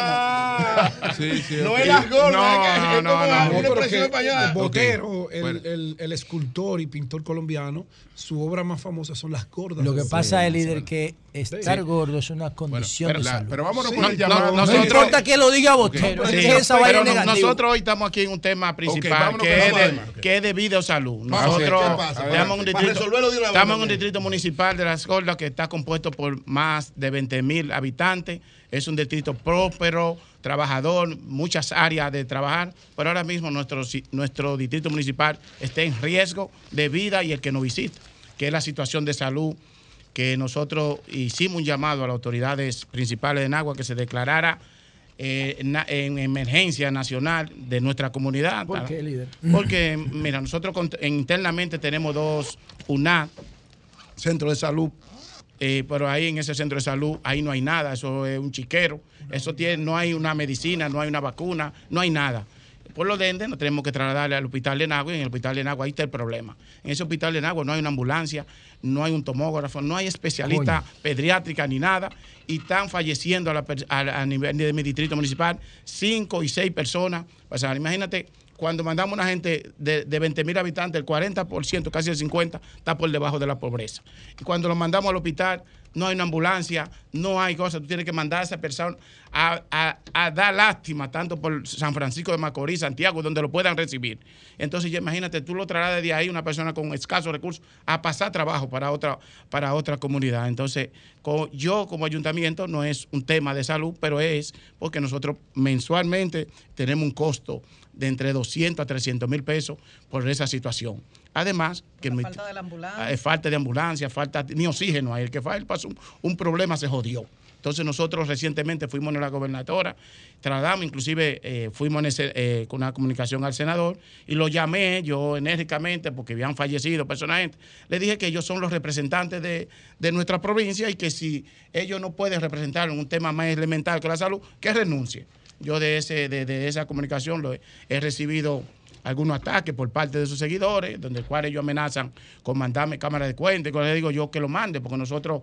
Ah. nos Sí, sí, No ok. es las gordas, No, es que es no, como no, una no, pero expresión que española. Botero, Ok, el, bueno. el, el escultor y pintor colombiano, su obra más famosa son las gordas. Lo que de pasa, Botero. el líder, que estar Sí. gordo es una condición pero de la- salud. Pero vámonos Sí. con el No, llamado. no, No importa que lo diga Botero, Sí, es que esa vaina pero es no- negativa. nosotros hoy estamos aquí en un tema principal vámonos que, con es ese de, tema. que es de vida o salud. Vamos, Nosotros ¿qué pasa? estamos en un Para distrito, resolverlo de una vez, estamos en un Daniel. distrito municipal de Las Gordas que está compuesto por más de veinte mil habitantes. Es un distrito próspero, trabajador, muchas áreas de trabajar, pero ahora mismo nuestro, si- nuestro distrito municipal está en riesgo de vida y el que nos visita, que es la situación de salud, que nosotros hicimos un llamado a las autoridades principales de Nagua que se declarara eh, na- en emergencia nacional de nuestra comunidad. ¿Por para- qué, líder? Porque, mira, nosotros cont- internamente tenemos dos U N A, centros de salud, eh, pero ahí en ese centro de salud, ahí no hay nada, eso es un chiquero, eso tiene, no hay una medicina, no hay una vacuna, no hay nada. Por lo de ende, nos tenemos que trasladarle al hospital de Nagua y en el hospital de Nagua ahí está el problema. En ese hospital de Nagua no hay una ambulancia, no hay un tomógrafo, no hay especialista pediátrica ni nada y están falleciendo a, la per- a- a nivel de mi distrito municipal cinco y seis personas. O sea, imagínate, cuando mandamos una gente de, de veinte mil habitantes, el cuarenta por ciento, casi el cincuenta por ciento, está por debajo de la pobreza. Y cuando lo mandamos al hospital, no hay una ambulancia, no hay cosas. Tú tienes que mandar a esa persona a, a- a dar lástima, tanto por San Francisco de Macorís, Santiago, donde lo puedan recibir. Entonces, ya imagínate, tú lo trasladas de ahí, una persona con escasos recursos, a pasar trabajo para otra, para otra comunidad. Entonces, co- yo como ayuntamiento, no es un tema de salud, pero es porque nosotros mensualmente tenemos un costo de entre doscientos a trescientos mil pesos por esa situación. Además, que mi- Falta de la ambulancia. eh, falta de ambulancia, falta ni oxígeno. Ahí el que fue, pasó un, un problema, se jodió. Entonces nosotros recientemente fuimos a la gobernadora, tratamos, inclusive eh, fuimos en ese, eh, con una comunicación al senador y lo llamé yo enérgicamente porque habían fallecido personalmente. Le dije que ellos son los representantes de, de nuestra provincia y que si ellos no pueden representar en un tema más elemental que la salud, que renuncie. Yo de, ese, de, de esa comunicación lo he, he recibido algunos ataques por parte de sus seguidores, donde cuales ellos amenazan con mandarme cámara de cuenta, y cuando le digo yo que lo mande, porque nosotros,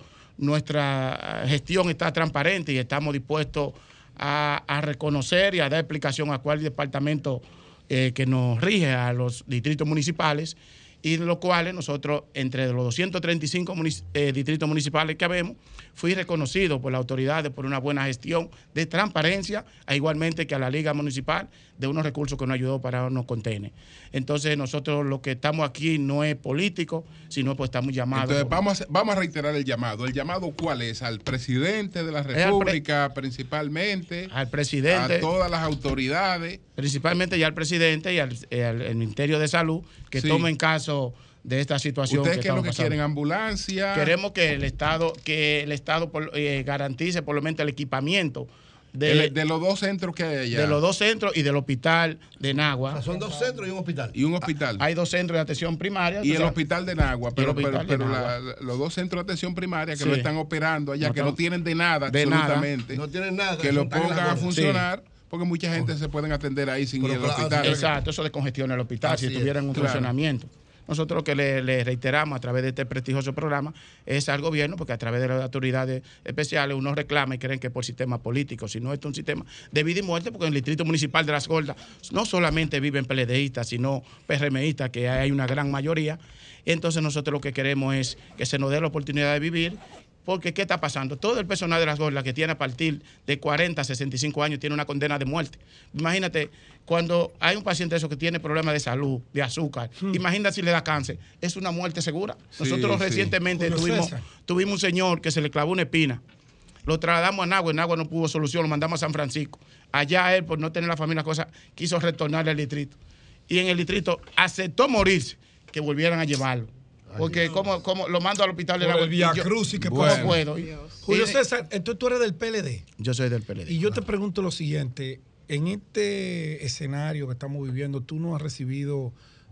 nuestra gestión está transparente y estamos dispuestos a, a reconocer y a dar explicación a cuál departamento eh, que nos rige a los distritos municipales, y de los cuales nosotros, entre los doscientos treinta y cinco munic- eh, distritos municipales que habemos, fui reconocido por las autoridades por una buena gestión de transparencia, e igualmente que a la Liga Municipal, de unos recursos que nos ayudó para unos contener. Entonces, nosotros lo que estamos aquí no es político, sino pues estamos llamados. Entonces, vamos a, vamos a reiterar el llamado. ¿El llamado cuál es? ¿Al presidente de la al pre- República principalmente? Al presidente. ¿A todas las autoridades? Principalmente ya al presidente y al, eh, al- al Ministerio de Salud, que Sí. tomen caso de esta situación. ¿Ustedes que qué es lo estamos que pasando. quieren? ¿Ambulancia? Queremos que el Estado, que el Estado por- eh, garantice por lo menos el equipamiento de, De, de los dos centros que hay allá. de los dos centros y del hospital de Nagua. O sea, son dos centros y un hospital. Y un hospital. Hay dos centros de atención primaria. Y tú el sabes. hospital de Nagua, Y el pero, pero, hospital de pero Nagua. la- los dos centros de atención primaria que Sí. lo están operando allá, No que están- no tienen de nada, de nada. absolutamente. No tienen nada. Que son lo tan pongan a grandes. funcionar, porque mucha gente se pueden atender ahí sin Pero ir al claro, hospital. Exacto, eso descongestiona el hospital Así si estuvieran en un Claro. funcionamiento. Nosotros lo que le, le reiteramos a través de este prestigioso programa es al gobierno, porque a través de las autoridades especiales uno reclama y creen que por sistema político, sino esto es un sistema de vida y muerte, porque en el distrito municipal de Las Gordas no solamente viven PLDistas, sino PRMistas, que hay una gran mayoría. Entonces nosotros lo que queremos es que se nos dé la oportunidad de vivir. Porque, ¿qué está pasando? Todo el personal de Las Gordas que tiene a partir de cuarenta a sesenta y cinco años tiene una condena de muerte. Imagínate, cuando hay un paciente de eso que tiene problemas de salud, de azúcar, imagínate si le da cáncer, es una muerte segura. Sí, Nosotros sí. recientemente Julio tuvimos, César. tuvimos un señor que se le clavó una espina. Lo trasladamos a Nagua, en Nagua no pudo solución, lo mandamos a San Francisco. Allá él, por no tener la familia, cosa, quiso retornarle al distrito. Y en el distrito aceptó morirse, que volvieran a llevarlo. Porque como, como lo mando al hospital de Por la el Via Crucis que bueno, pasa. no puedo. Julio Eh, César, entonces tú eres del P L D. Yo soy del P L D. Y yo te pregunto lo siguiente, en este escenario que estamos viviendo, ¿tú no has recibido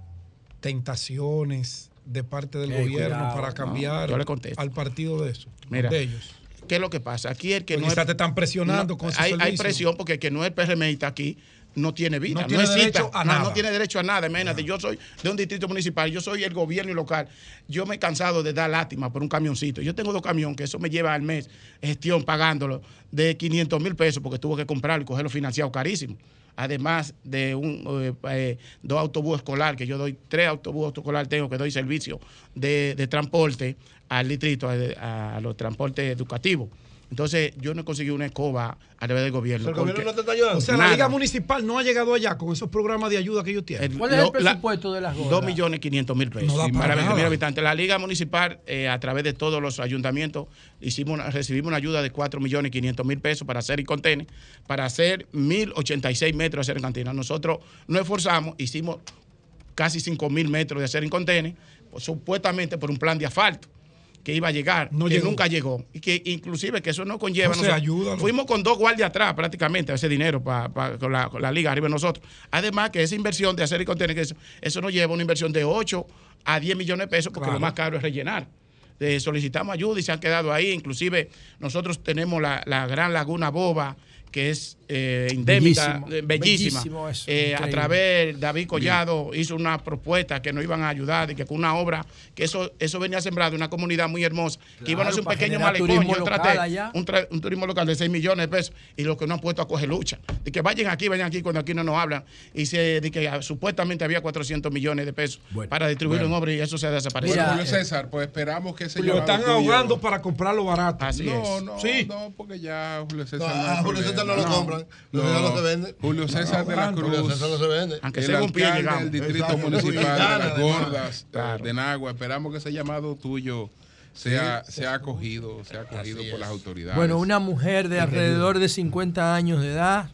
tentaciones de parte del Eh, gobierno cuidado, para no, cambiar yo le contesto. al partido de eso? Mira, de ellos. ¿qué es lo que pasa? Aquí el que Porque no es, quizás te están presionando no, con ese hay, hay servicio. presión porque el que no es P R M está aquí no tiene vida, No no, tiene es cita, derecho a no, nada. no tiene derecho a nada. Imagínate, yo soy de un distrito municipal, yo soy el gobierno local, yo me he cansado de dar lástima por un camioncito. Yo tengo dos camiones, que eso me lleva al mes gestión pagándolo de quinientos mil pesos porque tuve que comprarlo y cogerlo financiado carísimo. Además de un, eh, eh, dos autobuses escolar, que yo doy tres autobuses escolar, tengo que doy servicio de, de transporte al distrito, a, a los transportes educativos. Entonces, yo no he conseguido una escoba a nivel del gobierno. O sea, el gobierno porque- no te está ayudando. O sea, la Nada. Liga Municipal no ha llegado allá con esos programas de ayuda que ellos tienen. ¿Cuál es el presupuesto de las gordas? Dos millones quinientos mil pesos No da sí, para para veinte mil nada. habitantes. La Liga Municipal, eh, a través de todos los ayuntamientos, hicimos una- recibimos una ayuda de cuatro millones quinientos mil pesos para hacer y contener, para hacer mil ochenta y seis metros de hacer en cantina. Nosotros nos esforzamos, hicimos casi cinco mil metros de hacer en contener, pues, supuestamente por un plan de asfalto que iba a llegar, No que llegó. nunca llegó. Y que inclusive que eso no conlleva. O sea, nosotros- ayúdalo. Fuimos con dos guardias atrás prácticamente a ese dinero pa, pa- con, la, con la liga arriba de nosotros. Además que esa inversión de hacer y contener, que eso, eso nos lleva una inversión de ocho a diez millones de pesos porque Claro. lo más caro es rellenar. Eh, solicitamos ayuda y se han quedado ahí. Inclusive nosotros tenemos la, la gran laguna Boba, que es eh, endémica, Bellísimo, eh, bellísima. bellísimo eso, Eh, a increíble. través, David Collado hizo una propuesta que nos iban a ayudar y que con una obra, que eso eso venía sembrado en una comunidad muy hermosa, que iban a hacer un para pequeño generar malecón. turismo Yo local traté allá. un, tra- un turismo local de seis millones de pesos y los que no han puesto a coger lucha. De que vayan aquí, vayan aquí cuando aquí no nos hablan. Y se, de que ah, supuestamente había cuatrocientos millones de pesos para distribuir Bueno. en obra y eso se ha desaparecido. Bueno, Julio César, pues esperamos que ese Lo llamado están tuyo- ahogando para comprarlo barato. Así no, es. no, Sí. no, porque ya Julio César No, no, hay a Julio César problema. no lo compran. Julio César no se vende. Julio César de la Julio Cruz, César no se vende. Aunque el sea un pie alcalde llegamos. del distrito Exacto. municipal de Gana, Las además. Gordas, eh, de Nagua. Esperamos que ese llamado tuyo sea, sea acogido, sea acogido por las autoridades. Bueno, una mujer de alrededor de cincuenta años de edad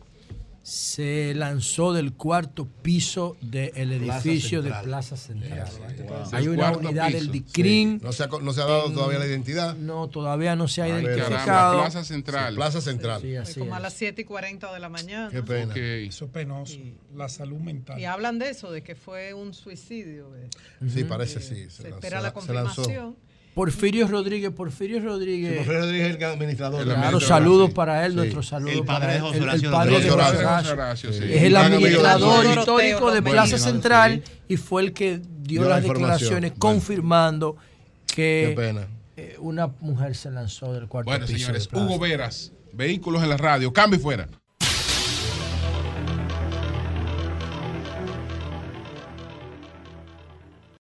se lanzó del cuarto piso del edificio de Plaza Central. Hay Del una cuarto unidad piso. del DICRIN. Sí. No se ha, no se ha dado en- todavía la identidad. No, todavía no se ha Ay, identificado. caramba, Plaza Central. Sí, Plaza Central. Sí, así Como a es. las siete y cuarenta de la mañana. Qué pena. Ok. Eso es penoso. La salud mental. Y hablan de eso, de que fue un suicidio. eh. Sí, parece sí. Se, Se, lanzó- espera la se lanzó. confirmación. Porfirio Rodríguez, Porfirio Rodríguez. Sí, Porfirio Rodríguez es el administrador. El Claro, administrador, saludos sí. para él, Sí. nuestro saludo El padre para de él. José El, el Horacio padre de Rodríguez. José José Horacio. Horacio, sí. Es el Gran amigo de administrador Doroteo histórico de Domínguez. Plaza Sí. Central y fue el que dio Dio las la información. declaraciones Bueno. confirmando Qué que pena. eh, una mujer se lanzó del cuarto Bueno, piso. señores, de Plaza. Hugo Veras, Vehículos en la Radio. Cambio y fuera.